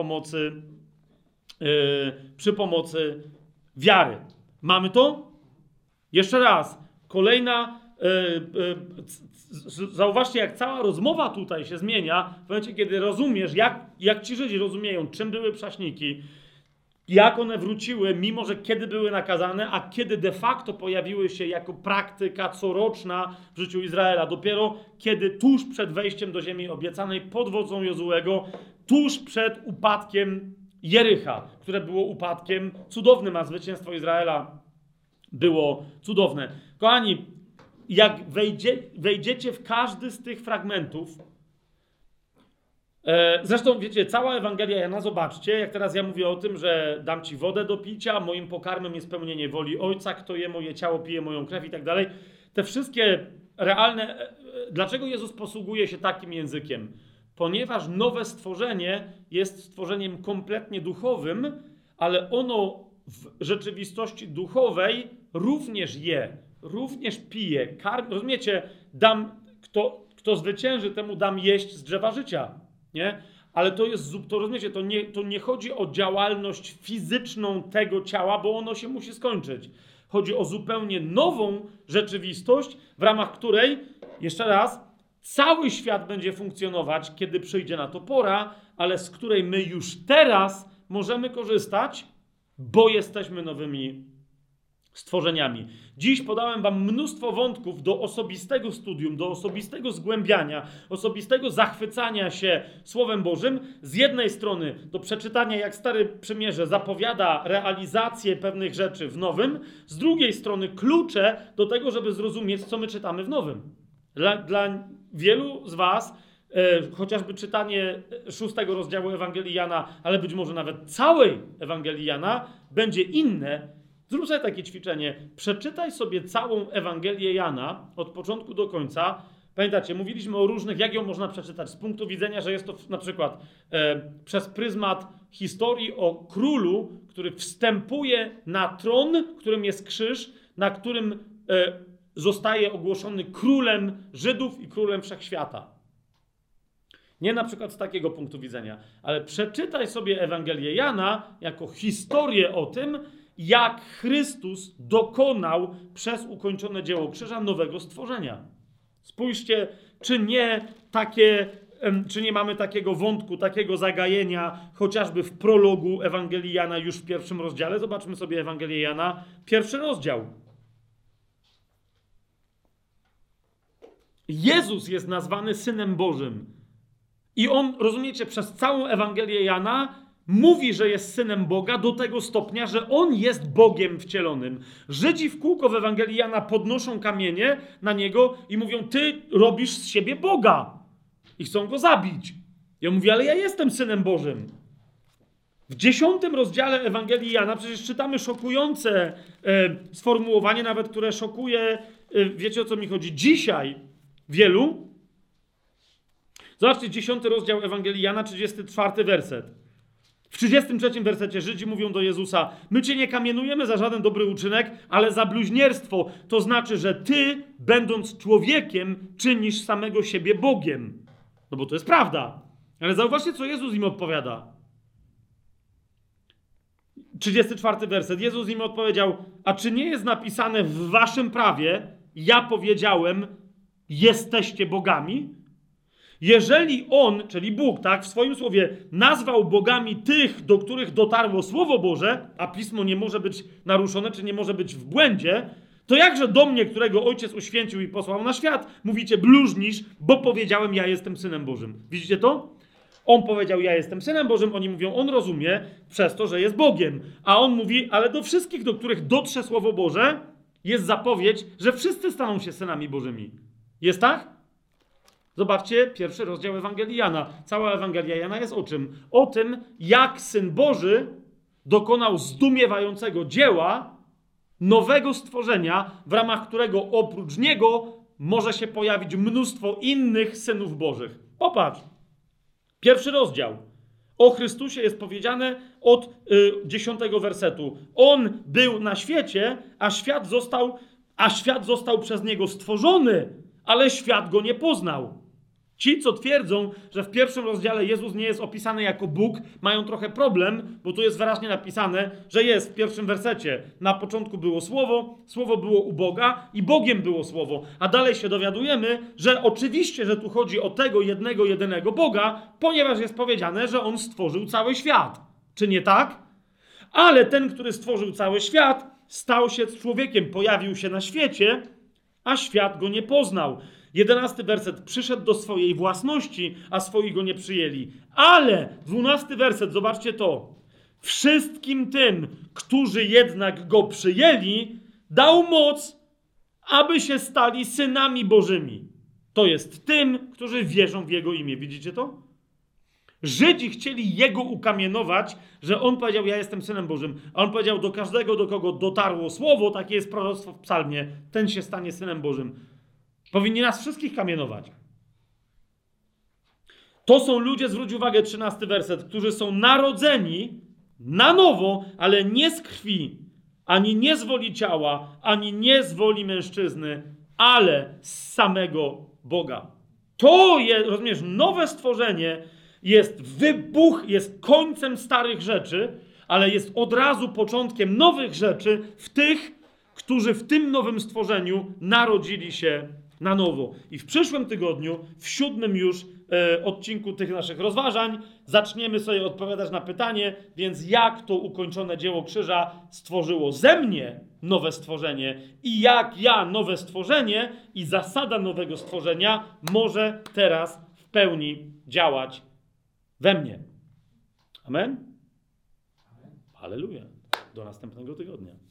przy pomocy wiary. Mamy to? Jeszcze raz. Kolejna. Zauważcie, jak cała rozmowa tutaj się zmienia w momencie, kiedy rozumiesz, jak ci Żydzi rozumieją, czym były prześniki, jak one wróciły, mimo że kiedy były nakazane, a kiedy de facto pojawiły się jako praktyka coroczna w życiu Izraela. Dopiero kiedy tuż przed wejściem do ziemi obiecanej pod wodzą Jozuego, tuż przed upadkiem Jericha, które było upadkiem cudownym, a zwycięstwo Izraela było cudowne. Kochani, jak wejdziecie w każdy z tych fragmentów, zresztą, wiecie, cała Ewangelia Jana, zobaczcie, jak teraz ja mówię o tym, że dam ci wodę do picia, moim pokarmem jest pełnienie woli Ojca, kto je moje ciało, pije moją krew i tak dalej. Te wszystkie realne... Dlaczego Jezus posługuje się takim językiem? Ponieważ nowe stworzenie jest stworzeniem kompletnie duchowym, ale ono w rzeczywistości duchowej również je, również pije. Rozumiecie? Kto zwycięży, temu dam jeść z drzewa życia. Nie? Ale rozumiecie, to nie chodzi o działalność fizyczną tego ciała, bo ono się musi skończyć. Chodzi o zupełnie nową rzeczywistość, w ramach której, jeszcze raz, cały świat będzie funkcjonować, kiedy przyjdzie na to pora, ale z której my już teraz możemy korzystać, bo jesteśmy nowymi stworzeniami. Dziś podałem wam mnóstwo wątków do osobistego studium, do osobistego zgłębiania, osobistego zachwycania się Słowem Bożym. Z jednej strony do przeczytania, jak Stare Przymierze zapowiada realizację pewnych rzeczy w Nowym, z drugiej strony klucze do tego, żeby zrozumieć, co my czytamy w Nowym. Dla wielu z was chociażby czytanie 6 rozdziału Ewangelii Jana, ale być może nawet całej Ewangelii Jana będzie inne. Zrób sobie takie ćwiczenie. Przeczytaj sobie całą Ewangelię Jana od początku do końca. Pamiętacie, mówiliśmy o różnych, jak ją można przeczytać z punktu widzenia, że jest to na przykład przez pryzmat historii o królu, który wstępuje na tron, którym jest krzyż, na którym zostaje ogłoszony królem Żydów i królem wszechświata. Nie na przykład z takiego punktu widzenia, ale przeczytaj sobie Ewangelię Jana jako historię o tym, jak Chrystus dokonał przez ukończone dzieło krzyża nowego stworzenia. Spójrzcie, czy nie mamy takiego wątku, takiego zagajenia, chociażby w prologu Ewangelii Jana już w 1 rozdziale. Zobaczmy sobie Ewangelię Jana, 1 rozdział. Jezus jest nazwany Synem Bożym. I on, rozumiecie, przez całą Ewangelię Jana mówi, że jest Synem Boga do tego stopnia, że On jest Bogiem wcielonym. Żydzi w kółko w Ewangelii Jana podnoszą kamienie na Niego i mówią, ty robisz z siebie Boga. I chcą Go zabić. I on mówi, ale ja jestem Synem Bożym. W 10 rozdziale Ewangelii Jana przecież czytamy szokujące sformułowanie, nawet które szokuje, wiecie o co mi chodzi, dzisiaj wielu. Zobaczcie, 10 rozdział Ewangelii Jana, 34 werset. W 33 wersecie Żydzi mówią do Jezusa, my cię nie kamienujemy za żaden dobry uczynek, ale za bluźnierstwo. To znaczy, że ty, będąc człowiekiem, czynisz samego siebie Bogiem. No bo to jest prawda. Ale zauważcie, co Jezus im odpowiada. 34 werset. Jezus im odpowiedział, a czy nie jest napisane w waszym prawie, ja powiedziałem, jesteście bogami? Jeżeli On, czyli Bóg, tak, w swoim słowie nazwał bogami tych, do których dotarło Słowo Boże, a Pismo nie może być naruszone, czy nie może być w błędzie, to jakże do mnie, którego Ojciec uświęcił i posłał na świat, mówicie bluźnisz, bo powiedziałem, ja jestem Synem Bożym. Widzicie to? On powiedział, ja jestem Synem Bożym, oni mówią, on rozumie przez to, że jest Bogiem. A on mówi, ale do wszystkich, do których dotrze Słowo Boże, jest zapowiedź, że wszyscy staną się synami Bożymi. Jest tak? Zobaczcie, 1 rozdział Ewangelii Jana. Cała Ewangelia Jana jest o czym? O tym, jak Syn Boży dokonał zdumiewającego dzieła, nowego stworzenia, w ramach którego oprócz Niego może się pojawić mnóstwo innych synów Bożych. Popatrz. 1 rozdział. O Chrystusie jest powiedziane od 10 wersetu. On był na świecie, a świat został przez Niego stworzony, ale świat Go nie poznał. Ci, co twierdzą, że w 1 rozdziale Jezus nie jest opisany jako Bóg, mają trochę problem, bo tu jest wyraźnie napisane, że jest w 1 wersecie. Na początku było Słowo, Słowo było u Boga i Bogiem było Słowo. A dalej się dowiadujemy, że oczywiście, że tu chodzi o tego jedynego Boga, ponieważ jest powiedziane, że On stworzył cały świat. Czy nie tak? Ale ten, który stworzył cały świat, stał się człowiekiem, pojawił się na świecie, a świat Go nie poznał. 11 werset. Przyszedł do swojej własności, a swoi Go nie przyjęli. Ale 12 werset, zobaczcie to. Wszystkim tym, którzy jednak Go przyjęli, dał moc, aby się stali synami Bożymi. To jest tym, którzy wierzą w Jego imię. Widzicie to? Żydzi chcieli Jego ukamienować, że On powiedział, ja jestem Synem Bożym. A On powiedział do każdego, do kogo dotarło Słowo, takie jest proroctwo w psalmie, ten się stanie Synem Bożym. Powinni nas wszystkich kamienować. To są ludzie, zwróć uwagę, 13 werset, którzy są narodzeni na nowo, ale nie z krwi, ani nie z woli ciała, ani nie z woli mężczyzny, ale z samego Boga. To jest, rozumiesz, nowe stworzenie jest końcem starych rzeczy, ale jest od razu początkiem nowych rzeczy w tych, którzy w tym nowym stworzeniu narodzili się na nowo. I w przyszłym tygodniu, w 7 już odcinku tych naszych rozważań, zaczniemy sobie odpowiadać na pytanie, więc jak to ukończone dzieło krzyża stworzyło ze mnie nowe stworzenie i jak ja nowe stworzenie i zasada nowego stworzenia może teraz w pełni działać we mnie. Amen? Halleluja. Do następnego tygodnia.